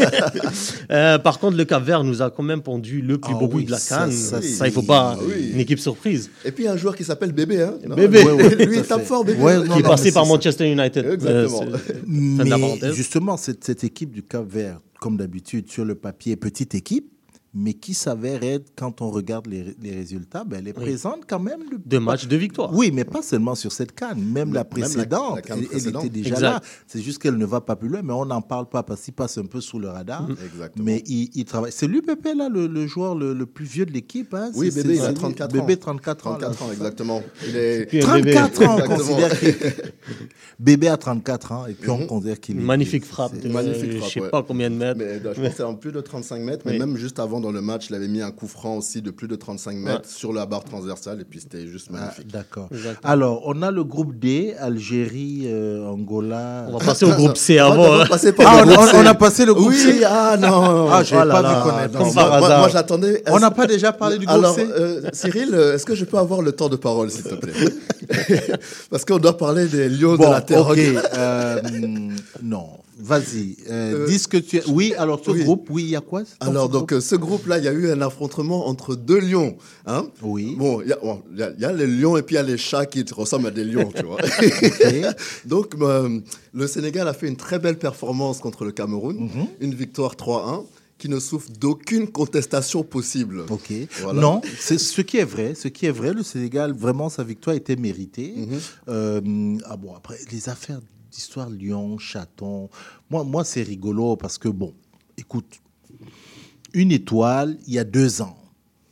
euh, par contre, le Cap Vert nous a quand même pondu le plus ah, beau oui, bout de la CAN. Ça, ça, ça, il ne faut pas oui. une équipe surprise. Et puis, il y a un joueur qui s'appelle Bébé. Hein Bébé. Ouais, ouais, lui, il tape fort, Bébé. Ouais, non, qui est non, passé par Manchester United. Exactement. Euh, mais justement, cette, cette équipe du Cap-Vert, comme d'habitude, sur le papier, petite équipe, mais qui s'avère être, quand on regarde les, les résultats, ben, elle est oui. présente quand même. Le... Deux matchs de victoire. Oui, mais pas seulement sur cette CAN, même mais la précédente, même la, la elle, précédente. Elle était déjà exact. Là. C'est juste qu'elle ne va pas plus loin, mais on n'en parle pas parce qu'il passe un peu sous le radar. Mmh. Mais il, il travaille. C'est lui, Pépé, là, le, le joueur le, le plus vieux de l'équipe. Hein. Oui, c'est, Bébé, c'est, il a trente-quatre ans. Bébé, trente-quatre ans. trente-quatre ans, exactement. Il est... trente-quatre ans, on considère qu'il... Bébé a trente-quatre ans, et puis on considère qu'il est... Magnifique frappe. Je ne sais pas combien de mètres. Je pense que c'est en plus de trente-cinq mètres, mais même juste avant, dans le match, il avait mis un coup franc aussi de plus de trente-cinq mètres ouais. sur la barre transversale et puis c'était juste magnifique. Ah, d'accord. Exactement. Alors, on a le groupe D, Algérie, euh, Angola. On va passer au groupe C avant. On, hein. ah, on, on, on a passé le groupe oui, C. Ah non. Ah, je n'ai oh pas vu connaître. Comme par hasard. Moi, moi j'attendais. On n'a pas déjà parlé du groupe Alors, C. Euh, Cyril, est-ce que je peux avoir le temps de parole, s'il te plaît? Parce qu'on doit parler des lions bon, de la terre. Ok. euh, non. Vas-y, euh, euh, dis ce que tu es. Oui, alors ce oui. groupe, oui, il y a quoi? Alors, donc, groupe? ce groupe-là, il y a eu un affrontement entre deux lions. Hein? Oui. Bon, il y, bon, y, y a les lions et puis il y a les chats qui ressemblent à des lions, tu vois. Okay. Donc, euh, le Sénégal a fait une très belle performance contre le Cameroun, mm-hmm. une victoire trois un, qui ne souffre d'aucune contestation possible. Ok. Voilà. Non, c'est ce qui est vrai. Ce qui est vrai, le Sénégal, vraiment, sa victoire était méritée. Mm-hmm. euh, ah bon, après, les affaires d'histoire Lyon, Chaton, moi, moi c'est rigolo parce que, bon, écoute, une étoile, il y a deux ans,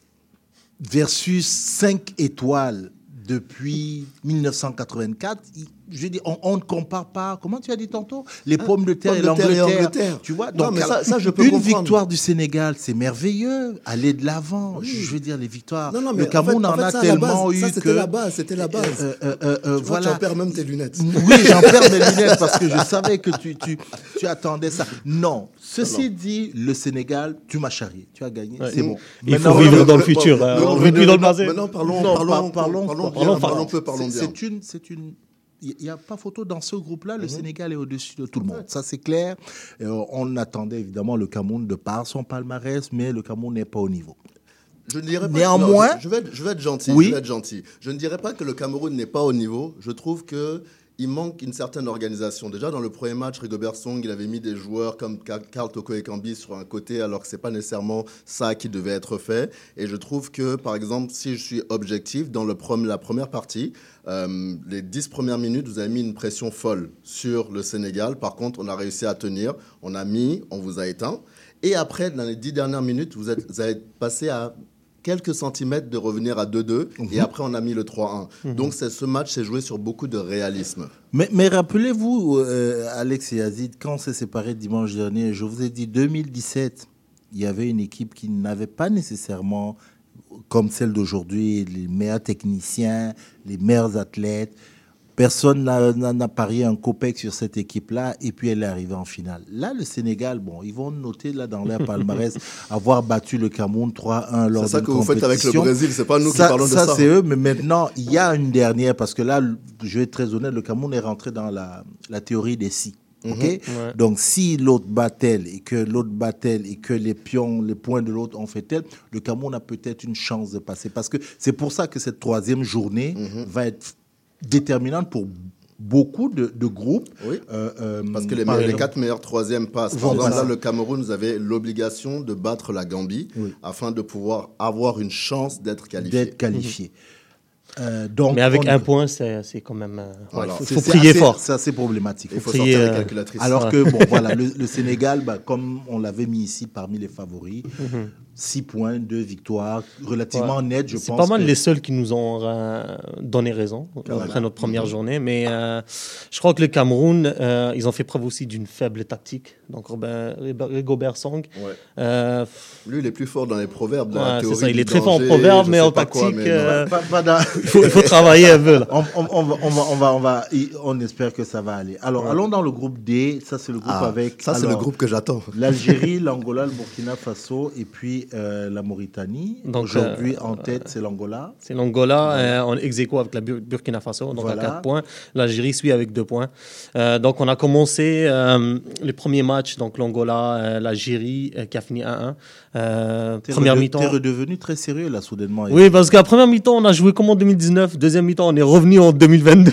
versus cinq étoiles depuis mille neuf cent quatre-vingt-quatre, je dis, on, on ne compare pas, comment tu as dit tantôt, les ah, pommes de terre et l'Angleterre. Tu vois, donc non, mais ça, ça, je peux une comprendre. victoire du Sénégal, c'est merveilleux, aller de l'avant. Oui. Je veux dire, les victoires. Non, non, mais le Cameroun en, fait, en, en fait, a tellement base, eu ça, c'était que la base, c'était la base. Euh, euh, euh, euh, tu voilà. vois, tu en perds même tes lunettes. Oui, j'en perds mes lunettes parce que je savais que tu, tu, tu attendais ça. Non, ceci non. dit, le Sénégal, tu m'as charrié, tu as gagné, ouais. c'est bon. Il faut vivre dans le futur, on ne vit plus dans le passé. Maintenant, parlons, parlons, parlons, parlons, parlons peu, parlons bien. C'est une, c'est une. Il n'y a pas photo dans ce groupe-là. Le mmh. Sénégal est au-dessus de tout le monde. Ça, c'est clair. Et on attendait évidemment le Cameroun de par son palmarès, mais le Cameroun n'est pas au niveau. Je ne dirais pas. Néanmoins, que, non, je, je, vais être, je vais être gentil. Oui. Je vais être gentil. Je ne dirais pas que le Cameroun n'est pas au niveau. Je trouve que il manque une certaine organisation. Déjà, dans le premier match, Rigobert Song, il avait mis des joueurs comme Karl Toko Ekambi sur un côté, alors que ce n'est pas nécessairement ça qui devait être fait. Et je trouve que, par exemple, si je suis objectif, dans le prom- la première partie, euh, les dix premières minutes, vous avez mis une pression folle sur le Sénégal. Par contre, on a réussi à tenir. On a mis, on vous a éteint. Et après, dans les dix dernières minutes, vous, êtes, vous avez passé à quelques centimètres de revenir à deux deux, mmh. et après on a mis le trois un. Mmh. Donc c'est, ce match s'est joué sur beaucoup de réalisme. Mais, mais rappelez-vous, euh, Alex et Yazid, quand on s'est séparés dimanche dernier, je vous ai dit deux mille dix-sept, il y avait une équipe qui n'avait pas nécessairement, comme celle d'aujourd'hui, les meilleurs techniciens, les meilleurs athlètes. Personne n'a, n'a, n'a parié un copec sur cette équipe-là, et puis elle est arrivée en finale. Là, le Sénégal, bon, ils vont noter là dans leur palmarès avoir battu le Cameroun trois un lors d'une compétition. C'est ça que vous faites avec le Brésil, c'est pas nous ça, qui parlons ça, de ça. Ça, c'est eux, mais maintenant, il y a une dernière, parce que là, je vais être très honnête, le Cameroun est rentré dans la, la théorie des si. Okay? Mm-hmm. Ouais. Donc, si l'autre bat tel et que l'autre bat tel et que les pions, les points de l'autre ont fait tel, le Cameroun a peut-être une chance de passer. Parce que c'est pour ça que cette troisième journée mm-hmm. va être déterminante pour beaucoup de, de groupes. Oui. Euh, euh, Parce que les, me- les quatre meilleurs troisièmes passent. Par exemple, là, le Cameroun, vous avez l'obligation de battre la Gambie oui. afin de pouvoir avoir une chance d'être qualifié. D'être qualifié. Mmh. Euh, donc Mais avec on... un point, c'est, c'est quand même... Euh, voilà. Il faut, faut prier assez, fort. C'est assez problématique. Il faut, faut sortir euh... les calculatrices. Alors ouais. que, bon, voilà, le, le Sénégal, bah, comme on l'avait mis ici parmi les favoris, mmh. six points, deux victoires, relativement ouais. nettes, je c'est pense. C'est pas mal que... les seuls qui nous ont euh, donné raison voilà. après notre première mmh. journée. Mais euh, je crois que le Cameroun, euh, ils ont fait preuve aussi d'une faible tactique. Donc, Robin, Rigobert Song. Ouais. Euh, Lui, il est plus fort dans les proverbs. Dans ouais, la théorie c'est ça, il est très danger, fort en proverbes, mais en tactique, quoi, mais euh, pas, pas dans... il, faut, il faut travailler un peu. Là. On, on, on, va, on, va, on, va, on, va, on espère que ça va aller. Alors, ouais. allons dans le groupe D. Ça, c'est le groupe ah, avec. Ça, c'est alors, le groupe que j'attends. L'Algérie, l'Angola, le Burkina Faso et puis euh, la Mauritanie. Donc, aujourd'hui, euh, en tête, c'est l'Angola. C'est l'Angola, ouais. euh, en ex-aequo avec la Bur- Burkina Faso, donc voilà. à quatre points. L'Algérie suit avec deux points. Euh, donc, on a commencé euh, les premiers matchs, donc l'Angola, euh, l'Algérie, euh, qui a fini un un. Euh, première rede- mi-temps. T'es redevenu très sérieux, là, soudainement. Oui, parce qu'à première mi-temps, on a joué comme en deux mille dix-neuf. Deuxième mi-temps, on est revenu en deux mille vingt-deux.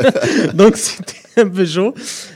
Donc, c'était un peu chaud.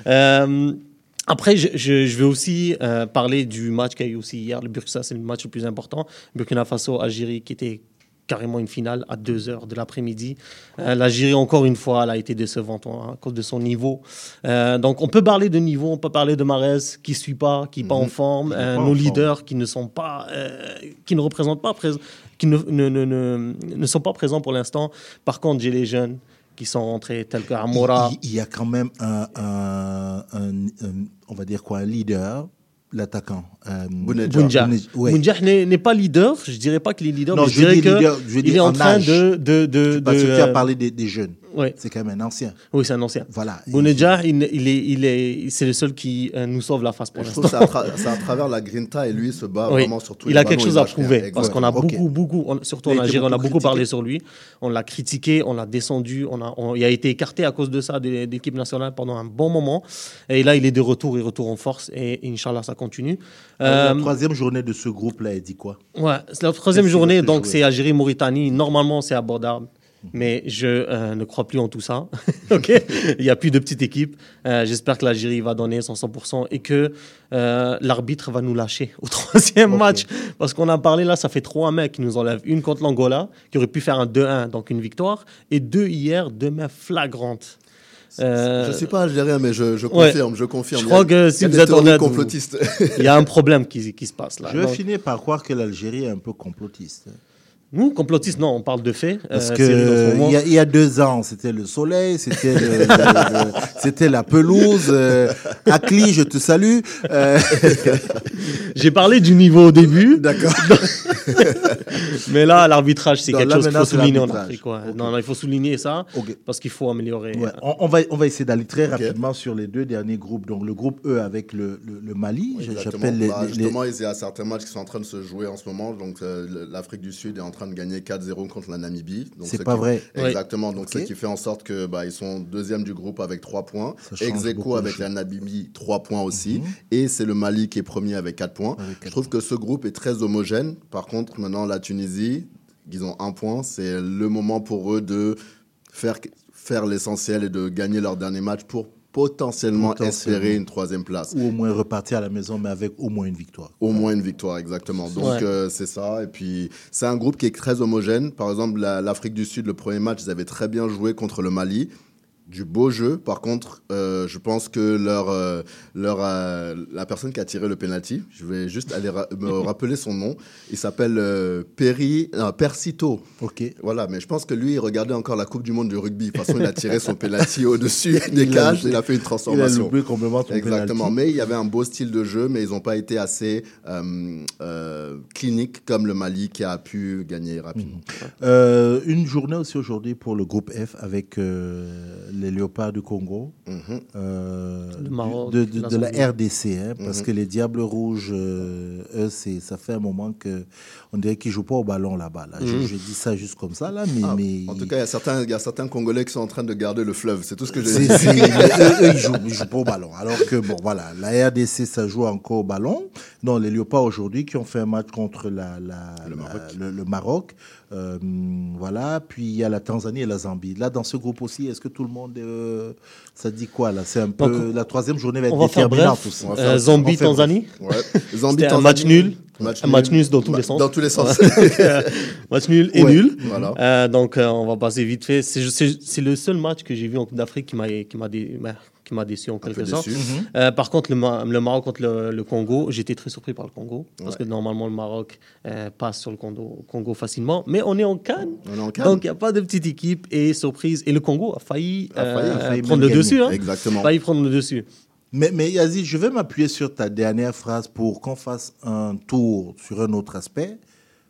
Euh, Après, je, je, je vais aussi euh, parler du match qu'il y a eu aussi hier. Le Burkina, c'est le match le plus important. Burkina Faso, Algérie, qui était carrément une finale à deux heures de l'après-midi. Euh, L'Algérie, encore une fois, elle a été décevante hein, à cause de son niveau. Euh, donc, on peut parler de niveau, on peut parler de Mahrez qui ne suit pas, qui n'est mmh. pas en forme, euh, pas nos en leaders forme. qui ne sont pas, euh, qui ne représentent pas, prés- qui ne, ne, ne, ne, ne sont pas présents pour l'instant. Par contre, j'ai les jeunes qui sont rentrés, tels que Amoura. Il, il y a quand même un, un, un, un, on va dire quoi, un leader. L'attaquant. Euh, Bounedjah. Ouais. Bounedjah n'est, n'est pas leader. Je ne dirais pas qu'il est leader, non, mais je, je dirais qu'il est en, en train âge. de... de, de Parce de, que tu as parlé des, des jeunes. Ouais. C'est quand même un ancien. Oui, c'est un ancien. Voilà. Bounedjah, il, il, est, il est, c'est le seul qui euh, nous sauve la face pour je l'instant. Je trouve que c'est à, tra- c'est à travers la grinta et lui se bat oui. vraiment sur tous il les a quelque chose à prouver. Rien. Parce qu'on a okay. beaucoup, beaucoup, on, surtout en Algérie, on a beaucoup parlé sur lui. On l'a critiqué, on l'a descendu. On a, on, il a été écarté à cause de ça de, de l'équipe nationale pendant un bon moment. Et là, il est de retour, il retourne en force. Et Inch'Allah, ça continue. Euh, la troisième journée de ce groupe-là, elle dit quoi? Ouais, c'est la troisième Qu'est-ce journée, donc c'est Algérie-Mauritanie. Normalement, c'est abordable. Mais je euh, ne crois plus en tout ça. Ok, il n'y a plus de petite équipe. Euh, j'espère que l'Algérie va donner son cent pour cent et que euh, l'arbitre va nous lâcher au troisième okay. match. Parce qu'on a parlé là, ça fait trois mecs qui nous enlèvent. Une contre l'Angola, qui aurait pu faire un deux un, donc une victoire. Et deux hier, deux mains flagrantes. Euh... Je ne suis pas algérien, mais je, je confirme, ouais. je confirme. Je crois que si vous êtes honnête, il y a un problème qui, qui se passe là. Je vais finir par croire que l'Algérie est un peu complotiste. Nous, complotistes, non, on parle de faits. Parce euh, que il y, y a deux ans, c'était le soleil, c'était, le, le, le, c'était la pelouse. Euh, Akli, je te salue. Euh... J'ai parlé du niveau au début. D'accord. Mais là, l'arbitrage, c'est non, quelque chose qu'il faut souligner en Afrique. Ouais. Okay. Non, non, il faut souligner ça okay. parce qu'il faut améliorer. Ouais. On, on, va, on va essayer d'aller très okay. rapidement sur les deux derniers groupes. Donc, le groupe E avec le, le, le Mali. J'appelle les, bah, les, justement, les... il y a certains matchs qui sont en train de se jouer en ce moment. Donc, euh, l'Afrique du Sud est en train de gagner quatre zéro contre la Namibie. Donc, c'est pas qui... vrai. Exactement. Donc, okay. ce qui fait en sorte que bah, ils sont deuxième du groupe avec trois points. Ex aequo avec la Namibie, trois points aussi. Mm-hmm. Et c'est le Mali qui est premier avec quatre points. Avec quatre Je trouve points. que ce groupe est très homogène. Par contre, maintenant, la Tunisie, ils ont un point. C'est le moment pour eux de faire, faire l'essentiel et de gagner leur dernier match pour potentiellement, potentiellement espérer une troisième place. Ou au moins repartir à la maison, mais avec au moins une victoire. Au moins une victoire, exactement. Donc, ouais. euh, c'est ça. Et puis, c'est un groupe qui est très homogène. Par exemple, la, l'Afrique du Sud, le premier match, ils avaient très bien joué contre le Mali. Du beau jeu. Par contre, euh, je pense que leur, euh, leur, euh, la personne qui a tiré le penalty, je vais juste aller ra- me rappeler son nom. Il s'appelle euh, Perry, non, Persito. Ok. Voilà, mais je pense que lui, il regardait encore la Coupe du Monde du rugby. De toute façon, il a tiré son penalty au-dessus des cages. Il a fait une transformation. Il a loupé complètement son Exactement. penalty. Mais il y avait un beau style de jeu, mais ils n'ont pas été assez euh, euh, cliniques comme le Mali qui a pu gagner rapidement. Mmh. Euh, une journée aussi aujourd'hui pour le groupe F avec euh, les Léopards du Congo, mmh. euh, Maroc, de, de, de la R D C, hein, parce mmh. que les Diables Rouges, euh, eux, c'est, ça fait un moment qu'on dirait qu'ils ne jouent pas au ballon là-bas. Là. Mmh. Je, je dis ça juste comme ça, là, mais... Ah, mais... En tout cas, il y a certains, il y a certains Congolais qui sont en train de garder le fleuve, c'est tout ce que j'ai c'est, dit. c'est, eux, eux, ils jouent, ils jouent pas au ballon. Alors que, bon, voilà, la R D C, ça joue encore au ballon. Non, les Léopards aujourd'hui qui ont fait un match contre la, la, le la, Maroc. Le, le Maroc. Euh, voilà, puis il y a la Tanzanie et la Zambie. Là, dans ce groupe aussi, est-ce que tout le monde, euh, ça dit quoi là? C'est un peu Donc, la troisième journée va être on va déterminante faire aussi. bref. Euh, Zambie, Tanzanie. Ouais. Zambie, C'était un match nul. Match un match nul dans tous les sens. Dans tous les sens. Match nul et ouais, nul. Voilà. Euh, donc, euh, on va passer vite fait. C'est, c'est, c'est le seul match que j'ai vu en Coupe d'Afrique qui m'a, qui m'a, dé, qui m'a déçu en quelque sorte. Mm-hmm. Euh, par contre, le, le Maroc contre le, le Congo, j'étais très surpris par le Congo. Parce ouais. que normalement, le Maroc euh, passe sur le Congo, Congo facilement. Mais on est en Cannes. On est en Cannes. Donc, il n'y a pas de petite équipe. Et surprise. Et le Congo a failli, a failli, euh, a failli prendre le gagner. dessus. Hein. Exactement. A failli prendre le dessus. Mais, mais Yazid, je vais m'appuyer sur ta dernière phrase pour qu'on fasse un tour sur un autre aspect.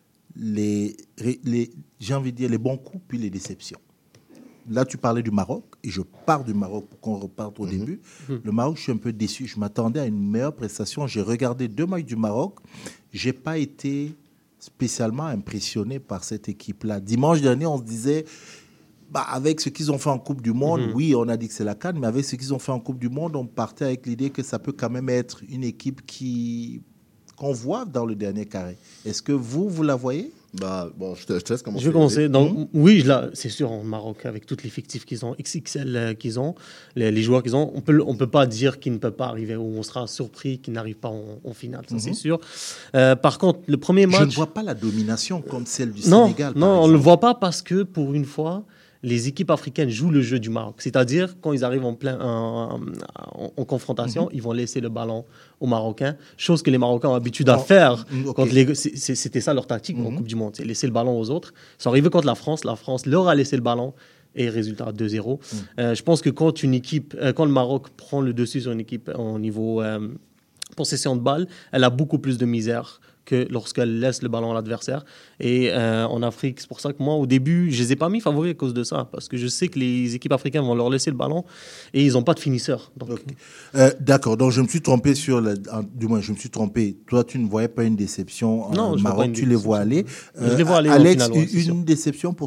Les, les, j'ai envie de dire les bons coups puis les déceptions. Là, tu parlais du Maroc, et je pars du Maroc pour qu'on reparte au mmh. début. Mmh. Le Maroc, je suis un peu déçu. Je m'attendais à une meilleure prestation. J'ai regardé deux matchs du Maroc. Je n'ai pas été spécialement impressionné par cette équipe-là. Dimanche dernier, on se disait... Bah, avec ce qu'ils ont fait en Coupe du Monde, mmh. oui, on a dit que c'est la CAN, mais avec ce qu'ils ont fait en Coupe du Monde, on partait avec l'idée que ça peut quand même être une équipe qui, qu'on voit dans le dernier carré. Est-ce que vous, vous la voyez? Bah, bon, je te, je te laisse commencer. Je vais commencer. Donc, mmh. Oui, je la, c'est sûr, en Maroc, avec tout l'effectif qu'ils ont, X X L euh, qu'ils ont, les, les joueurs qu'ils ont, on peut, on peut pas dire qu'ils ne peuvent pas arriver, ou on sera surpris qu'ils n'arrivent pas en, en finale, ça mmh. c'est sûr. Euh, par contre, le premier match... Je ne vois pas la domination comme celle du non, Sénégal. Non, on ne le voit pas parce que, pour une fois... les équipes africaines jouent le jeu du Maroc. C'est-à-dire, quand ils arrivent en, plein, en, en, en confrontation, mm-hmm. ils vont laisser le ballon aux Marocains, chose que les Marocains ont l'habitude à oh, faire. Okay. Contre les, c'est, c'était ça leur tactique mm-hmm. en Coupe du Monde, c'est laisser le ballon aux autres. Ils sont arrivés contre la France, la France leur a laissé le ballon, et résultat deux zéro. Mm. Euh, je pense que quand, une équipe, euh, quand le Maroc prend le dessus sur une équipe au niveau euh, possession de balle, elle a beaucoup plus de misère que lorsqu'elle laisse le ballon à l'adversaire. Et euh, en Afrique, c'est pour ça que moi, au début, je ne les ai pas mis favoris à cause de ça, parce que je sais que les équipes africaines vont leur laisser le ballon et ils n'ont pas de finisseur. Donc... Okay. Euh, d'accord, donc je me suis trompé sur... La, du moins, je me suis trompé. Toi, tu ne voyais pas une déception non, au je Maroc, tu les vois aller. Euh, je les vois aller Alex, au final, ouais, une, une déception pour toi?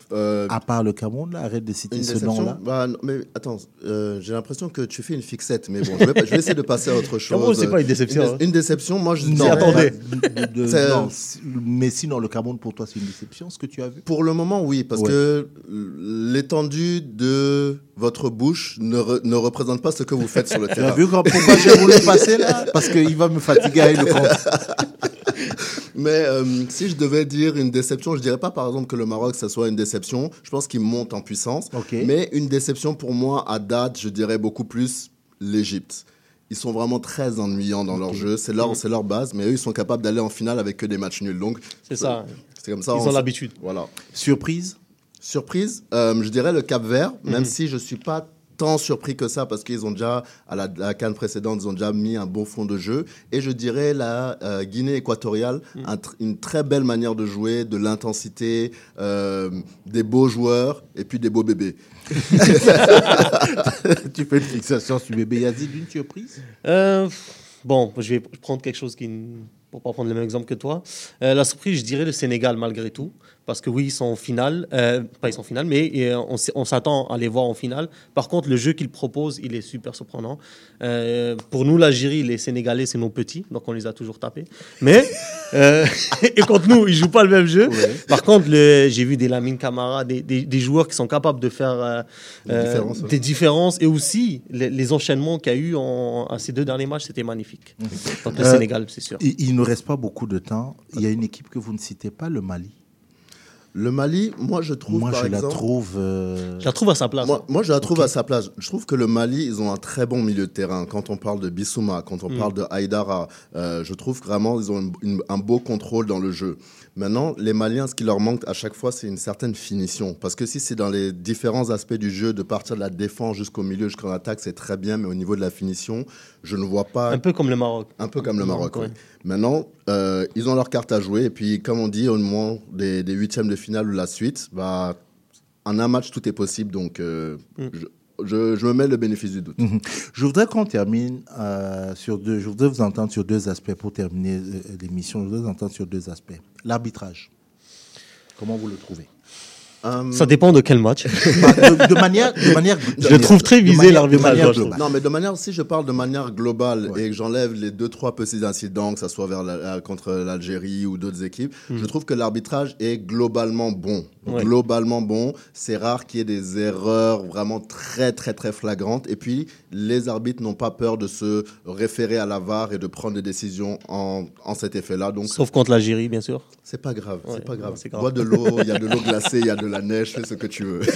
Euh, à part le Cameroun, là, arrête de citer une ce déception nom-là. bah, non, mais attends, euh, j'ai l'impression que tu fais une fixette, mais bon, je vais, je vais essayer de passer à autre chose. Cameroun, c'est pas une déception. Une, hein. une déception, moi je Non, dirais- attendez. De- de- C'est- non, si- mais sinon, le Cameroun, pour toi, c'est une déception, ce que tu as vu? Pour le moment, oui, parce Ouais. que l'étendue de votre bouche ne, re- ne représente pas ce que vous faites sur le Tu terrain. as vu quand- pourquoi j'ai voulu passer là? Parce qu'il va me fatiguer avec le compte. Mais euh, si je devais dire une déception, je dirais pas par exemple que le Maroc, ça soit une déception. Je pense qu'il monte en puissance. Ok. Mais une déception pour moi, à date, je dirais beaucoup plus l'Égypte. Ils sont vraiment très ennuyants dans leur jeu. C'est leur, c'est leur base, mais eux, ils sont capables d'aller en finale avec que des matchs nuls. Donc, C'est ça. c'est comme ça. Ils on ont s- l'habitude. Voilà. Surprise? Surprise, euh, je dirais le Cap-Vert, même Mhm. si je suis pas tant surpris que ça parce qu'ils ont déjà, à la, la CAN précédente, ils ont déjà mis un bon fond de jeu. Et je dirais la euh, Guinée équatoriale, un tr- une très belle manière de jouer, de l'intensité, euh, des beaux joueurs et puis des beaux bébés. Tu fais une fixation sur bébé Yazid, une surprise? Euh, bon, je vais prendre quelque chose qui, n- pour pas prendre le même exemple que toi. Euh, la surprise, je dirais le Sénégal malgré tout, parce que oui, ils sont en finale, euh, pas ils sont en finale, mais euh, on, s- on s'attend à les voir en finale. Par contre, le jeu qu'ils proposent, il est super surprenant. Euh, pour nous, l'Algérie, les Sénégalais, c'est nos petits, donc on les a toujours tapés. Mais euh, et contre nous, ils jouent pas le même jeu. Ouais. Par contre, le- j'ai vu des Lamine Camara, des, des, des joueurs qui sont capables de faire euh, Des euh, différences, ouais. des différences, et aussi les, les enchaînements qu'il y a eu en, à ces deux derniers matchs, c'était magnifique. Donc le Euh, Sénégal, c'est sûr. Il, il ne reste pas beaucoup de temps. Il y a une équipe que vous ne citez pas, le Mali. Le Mali, moi je trouve Moi, par je exemple... la trouve. euh, Je la trouve à sa place. Moi, moi, je la trouve Ok. à sa place. Je trouve que le Mali, ils ont un très bon milieu de terrain. Quand on parle de Bissouma, quand on Mm. parle de Haïdara, euh, je trouve vraiment ils ont une- une- un beau contrôle dans le jeu. Maintenant, les Maliens, ce qui leur manque à chaque fois, c'est une certaine finition. Parce que si c'est dans les différents aspects du jeu, de partir de la défense jusqu'au milieu, jusqu'en attaque, c'est très bien. Mais au niveau de la finition, je ne vois pas... Un peu comme le Maroc. Un peu comme le Maroc, Ouais. oui. Maintenant, euh, ils ont leur carte à jouer. Et puis, comme on dit, au moment des, des huitièmes de finale ou la suite, bah, en un match, tout est possible. Donc, euh, Mm. je, je, je me mets le bénéfice du doute. Mhm. Je voudrais qu'on termine euh, sur deux. Je voudrais vous entendre sur deux aspects pour terminer euh, l'émission. Je voudrais vous entendre sur deux aspects. L'arbitrage. Comment vous le trouvez? Euh, Ça dépend de quel match. Bah, de, de manière, de manière. Je le trouve très de visé, manière- l'arbitrage, de manière moi, je trouve. globale. Non, mais de manière, si je parle de manière globale Ouais. et que j'enlève les deux, trois petits incidents, que ce soit vers la- la- contre l'Algérie ou d'autres équipes, Mm. je trouve que l'arbitrage est globalement bon. Ouais. Globalement bon. C'est rare qu'il y ait des erreurs vraiment très, très, très flagrantes. Et puis, les arbitres n'ont pas peur de se référer à la V A R et de prendre des décisions en, en cet effet-là. Donc, Sauf contre l'Algérie, bien sûr. c'est pas grave. Ouais, c'est pas grave. non, c'est grave. Bois de l'eau, il y a de l'eau glacée, il y a de la neige, fais ce que tu veux.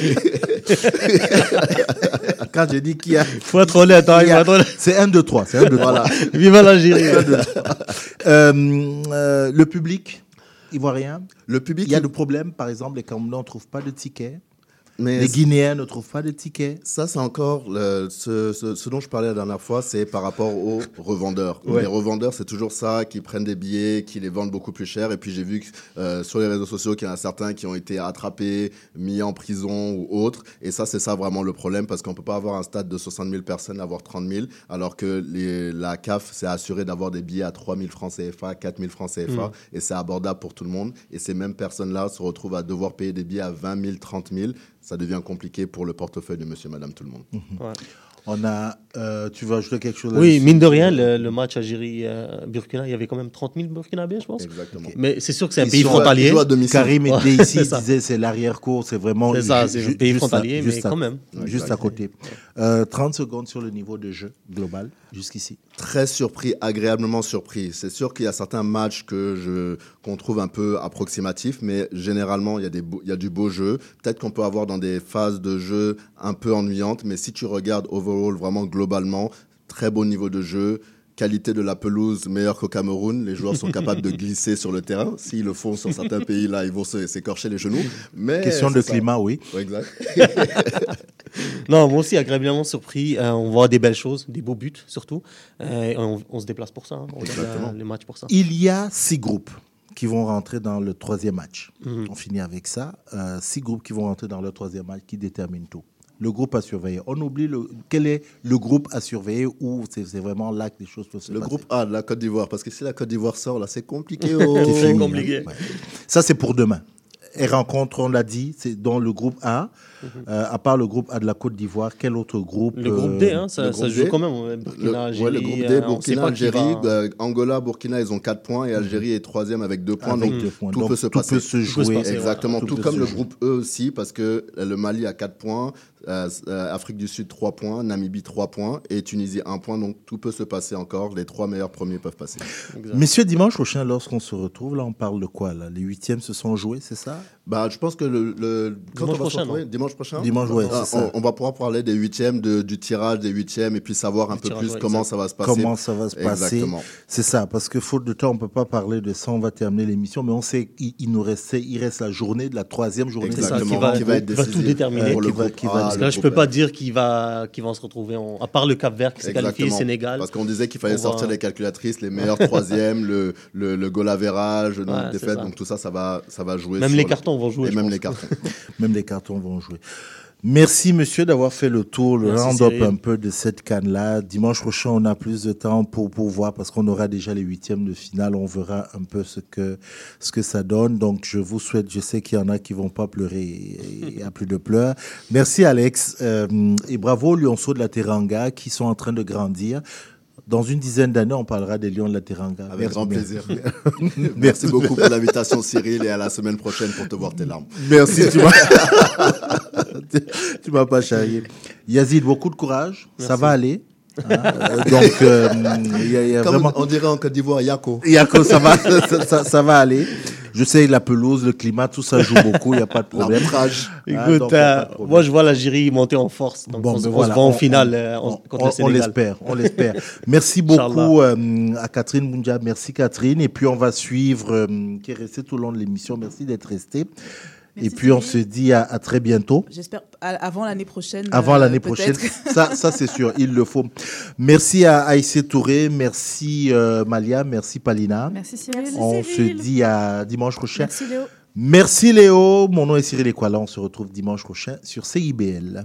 Quand je dis qu'il y a. Faut être honnête, hein, il y il a- faut être honnête. C'est un, deux, trois. C'est un, deux, Voilà. trois. Vive l'Algérie. Un, deux, trois. Euh, euh, le public ivoirien. Le public, Il y a des problèmes. Par exemple, les Camerounais ne trouvent pas de tickets. mais Les Guinéens ne trouvent pas de tickets. ça, c'est encore le- ce, ce- ce dont je parlais la dernière fois, c'est par rapport aux revendeurs. Ouais. Les revendeurs, c'est toujours ça, qui prennent des billets, qui les vendent beaucoup plus cher. Et puis j'ai vu que, euh, sur les réseaux sociaux qu'il y en a certains qui ont été attrapés, mis en prison ou autres. Et ça, c'est ça vraiment le problème, parce qu'on peut pas avoir un stade de soixante mille personnes, avoir trente mille, alors que les, la C A F s'est assurée d'avoir des billets à trois mille francs C F A, quatre mille francs C F A, Mm. et c'est abordable pour tout le monde. Et ces mêmes personnes-là se retrouvent à devoir payer des billets à vingt mille, trente mille. Ça devient compliqué pour le portefeuille de monsieur, madame, tout le monde. Ouais. On a. euh, tu veux ajouter quelque chose Oui, là-dessus? mine de rien, le, le match Algérie-Burkina, il y avait quand même trente mille Burkinabés, je pense. Exactement. Mais c'est sûr que c'est un Ils pays sont- frontalier. ils jouent à domicile. Karim était Ouais, ici, c'est il ça. disait c'est l'arrière-cour, c'est vraiment. C'est ça, ju- c'est ju- un pays juste à- frontalier, mais juste à- quand même. Juste à côté. Euh, trente secondes sur le niveau de jeu global, jusqu'ici. Très surpris, agréablement surpris. C'est sûr qu'il y a certains matchs que je qu'on trouve un peu approximatifs, mais généralement il y a des beaux- il y a du beau jeu. Peut-être qu'on peut avoir dans des phases de jeu un peu ennuyantes, mais si tu regardes overall vraiment globalement, très beau niveau de jeu. Qualité de la pelouse meilleure qu'au Cameroun. Les joueurs sont capables de glisser sur le terrain. S'ils le font sur certains pays, là, ils vont se- s'écorcher les genoux. Mais Question c'est de ça. climat, oui. Ouais, exact. Non, moi aussi, agréablement surpris. Euh, on voit des belles choses, des beaux buts surtout. Euh, et on, on se déplace pour ça. hein. On regarde Exactement. euh, les matchs pour ça. Il y a six groupes qui vont rentrer dans le troisième match. Mhm. On finit avec ça. Euh, six groupes qui vont rentrer dans le troisième match qui déterminent tout. Le groupe à surveiller. On oublie le, quel est le groupe à surveiller où c'est c'est vraiment là que les choses peuvent se Le passer. groupe A de la Côte d'Ivoire, parce que si la Côte d'Ivoire sort, là, c'est compliqué. C'est oh. fini, compliqué. hein. Ouais. Ça, c'est pour demain. elle rencontre, on l'a dit, c'est dans le groupe A. Mm-hmm. Euh, à part le groupe A de la Côte d'Ivoire, quel autre groupe? Le groupe D, hein, ça, ça joue D. quand même. Burkina, Algérie, le, ouais, le groupe D, Burkina, Algérie, va... euh, Angola, Burkina, ils ont quatre points et Algérie est troisième avec deux points. Avec donc, deux points. Tout donc, peut se tout passer. Peut se jouer. Peut se passer, exactement. Tout, tout comme le groupe E aussi, parce que le Mali a quatre points, euh, euh, Afrique du Sud trois points, Namibie trois points et Tunisie un point. Donc tout peut se passer encore. Les trois meilleurs premiers peuvent passer. Exact. Messieurs, dimanche prochain, lorsqu'on se retrouve, là, on parle de quoi là? Les huitièmes se sont joués, c'est ça? Bah, je pense que le, le... Quand dimanche, on va prochain, retrouver, dimanche prochain. Dimanche, ouais, ah, c'est ça. On, on va pouvoir parler des huitièmes, de, du tirage des huitièmes et puis savoir un le peu tirage, plus ouais, comment exact. ça va se passer. Comment ça va se passer. Exactement. C'est ça, parce que faute de temps, on peut pas parler de ça. On va terminer l'émission, mais on sait qu'il il nous reste, il reste la journée de la troisième journée. Exactement. Qui va, qui va, être qui va tout déterminer. Euh, qui va, qui va, parce que là, je peux pas dire qui va, qui vont se retrouver en... à part le Cap-Vert qui s'est qualifié, Sénégal. Parce qu'on disait qu'il fallait sortir va... les calculatrices, les meilleurs troisièmes, le, le, le goal average, le nombre de défaites. Donc tout ça, ça va, ça va jouer. Même les cartons vont jouer. Et même les cartons. Même les cartons vont jouer. Merci, monsieur, d'avoir fait le tour, le round-up un peu de cette canne-là. Dimanche prochain, on a plus de temps pour, pour voir, parce qu'on aura déjà les huitièmes de finale. On verra un peu ce que, ce que ça donne. Donc, je vous souhaite, je sais qu'il y en a qui vont pas pleurer. Il n'y a plus de pleurs. Merci, Alex. Euh, et bravo aux Lionceaux de la Teranga qui sont en train de grandir. Dans une dizaine d'années, on parlera des Lions de la Teranga. Avec Merci. grand plaisir. Merci beaucoup pour l'invitation, Cyril, et à la semaine prochaine pour te voir tes larmes. Merci, tu m'as, tu m'as pas charrié. Yazid, beaucoup de courage. Merci. Ça va aller. Hein, euh, donc, euh, y a, y a Comme vraiment... on dirait en Côte d'Ivoire, Yako. Yako, ça va, ça, ça, ça va aller. Je sais, la pelouse, le climat, tout ça joue beaucoup, il n'y a pas de problème. L'arbitrage. Ah, Écoute, donc, euh, moi, je vois l'Algérie monter en force. Donc bon, on, on voilà, se voit en finale on, on, contre on, le Sénégal. On l'espère, on l'espère. Merci beaucoup euh, à Catherine Moundia. Merci, Catherine. Et puis, on va suivre, euh, qui est restée tout le long de l'émission. Merci d'être restée. Merci, et puis, Cyril. On se dit à, à très bientôt. J'espère avant l'année prochaine. Avant euh, l'année peut-être. prochaine. Ça, ça c'est sûr, il le faut. Merci à Aïssé Touré, merci euh, Malia, merci Palina. Merci Cyril. On merci, Cyril. se dit à dimanche prochain. Merci Léo. Merci Léo. Mon nom est Cyril Ekwala. On se retrouve dimanche prochain sur C I B L.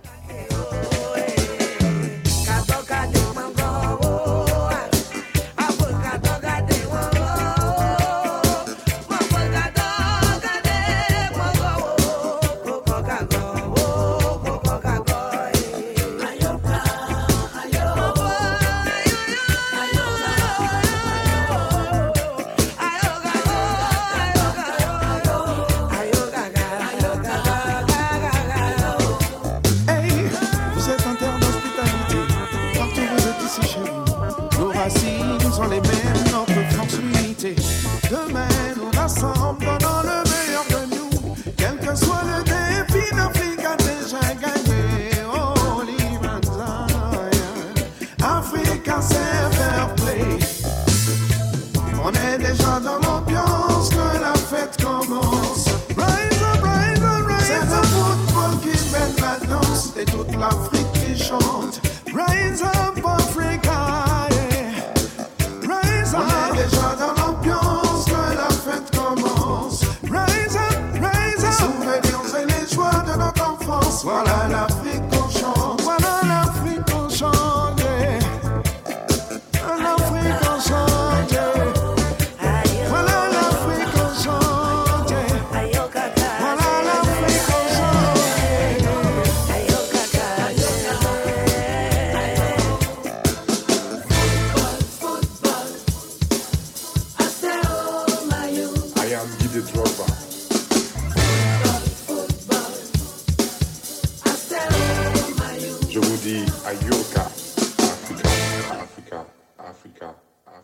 L'Afrique qui chante, Rise up Africa, yeah. Rise up. On est déjà dans l'ambiance que la fête commence. Rise up, rise up. Les souvenirs et les joies de notre enfance. Voilà l'Afrique qu'on chante, voilà l'Afrique qu'on chante, yeah. L'Afrique qu'on chante, yeah. Voilà l'Afrique qu'on chante, yeah. Voilà l'Afrique qu'on chante. Je vous dis Ayoka, Africa, Africa, Africa,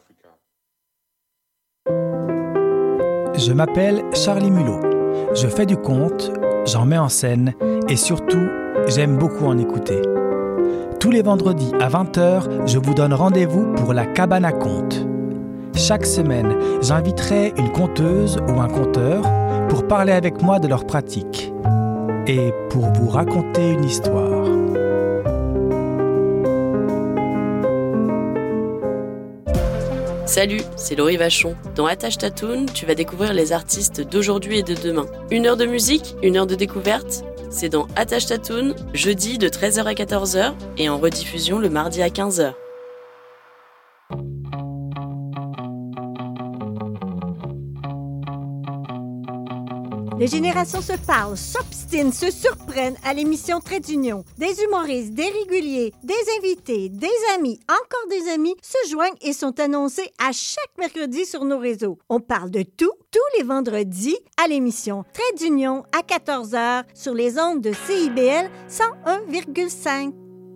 Africa. Je m'appelle Charlie Mulot. Je fais du conte, j'en mets en scène et surtout, j'aime beaucoup en écouter. Tous les vendredis à vingt heures, je vous donne rendez-vous pour la cabane à contes. Chaque semaine, j'inviterai une conteuse ou un conteur pour parler avec moi de leur pratique et pour vous raconter une histoire. Salut, c'est Laurie Vachon. Dans Attache Tatoune, tu vas découvrir les artistes d'aujourd'hui et de demain. Une heure de musique, une heure de découverte. C'est dans Attache Tatoune, jeudi de treize heures à quatorze heures et en rediffusion le mardi à quinze heures. Les générations se parlent, s'obstinent, se surprennent à l'émission Trait d'Union. Des humoristes, des réguliers, des invités, des amis, encore des amis se joignent et sont annoncés à chaque mercredi sur nos réseaux. On parle de tout, tous les vendredis à l'émission Trait d'Union à quatorze heures sur les ondes de C I B L cent un virgule cinq.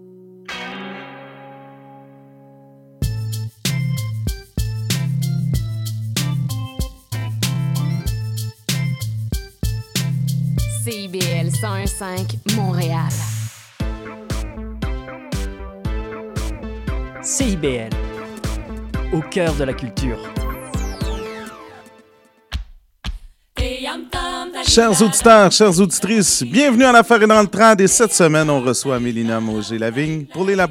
C I B L cent un virgule cinq Montréal. C I B L, au cœur de la culture. Chers auditeurs, chères auditrices, bienvenue à l'Affaire est dans le trad et cette semaine, on reçoit Mélina Mauger-Lavigne pour les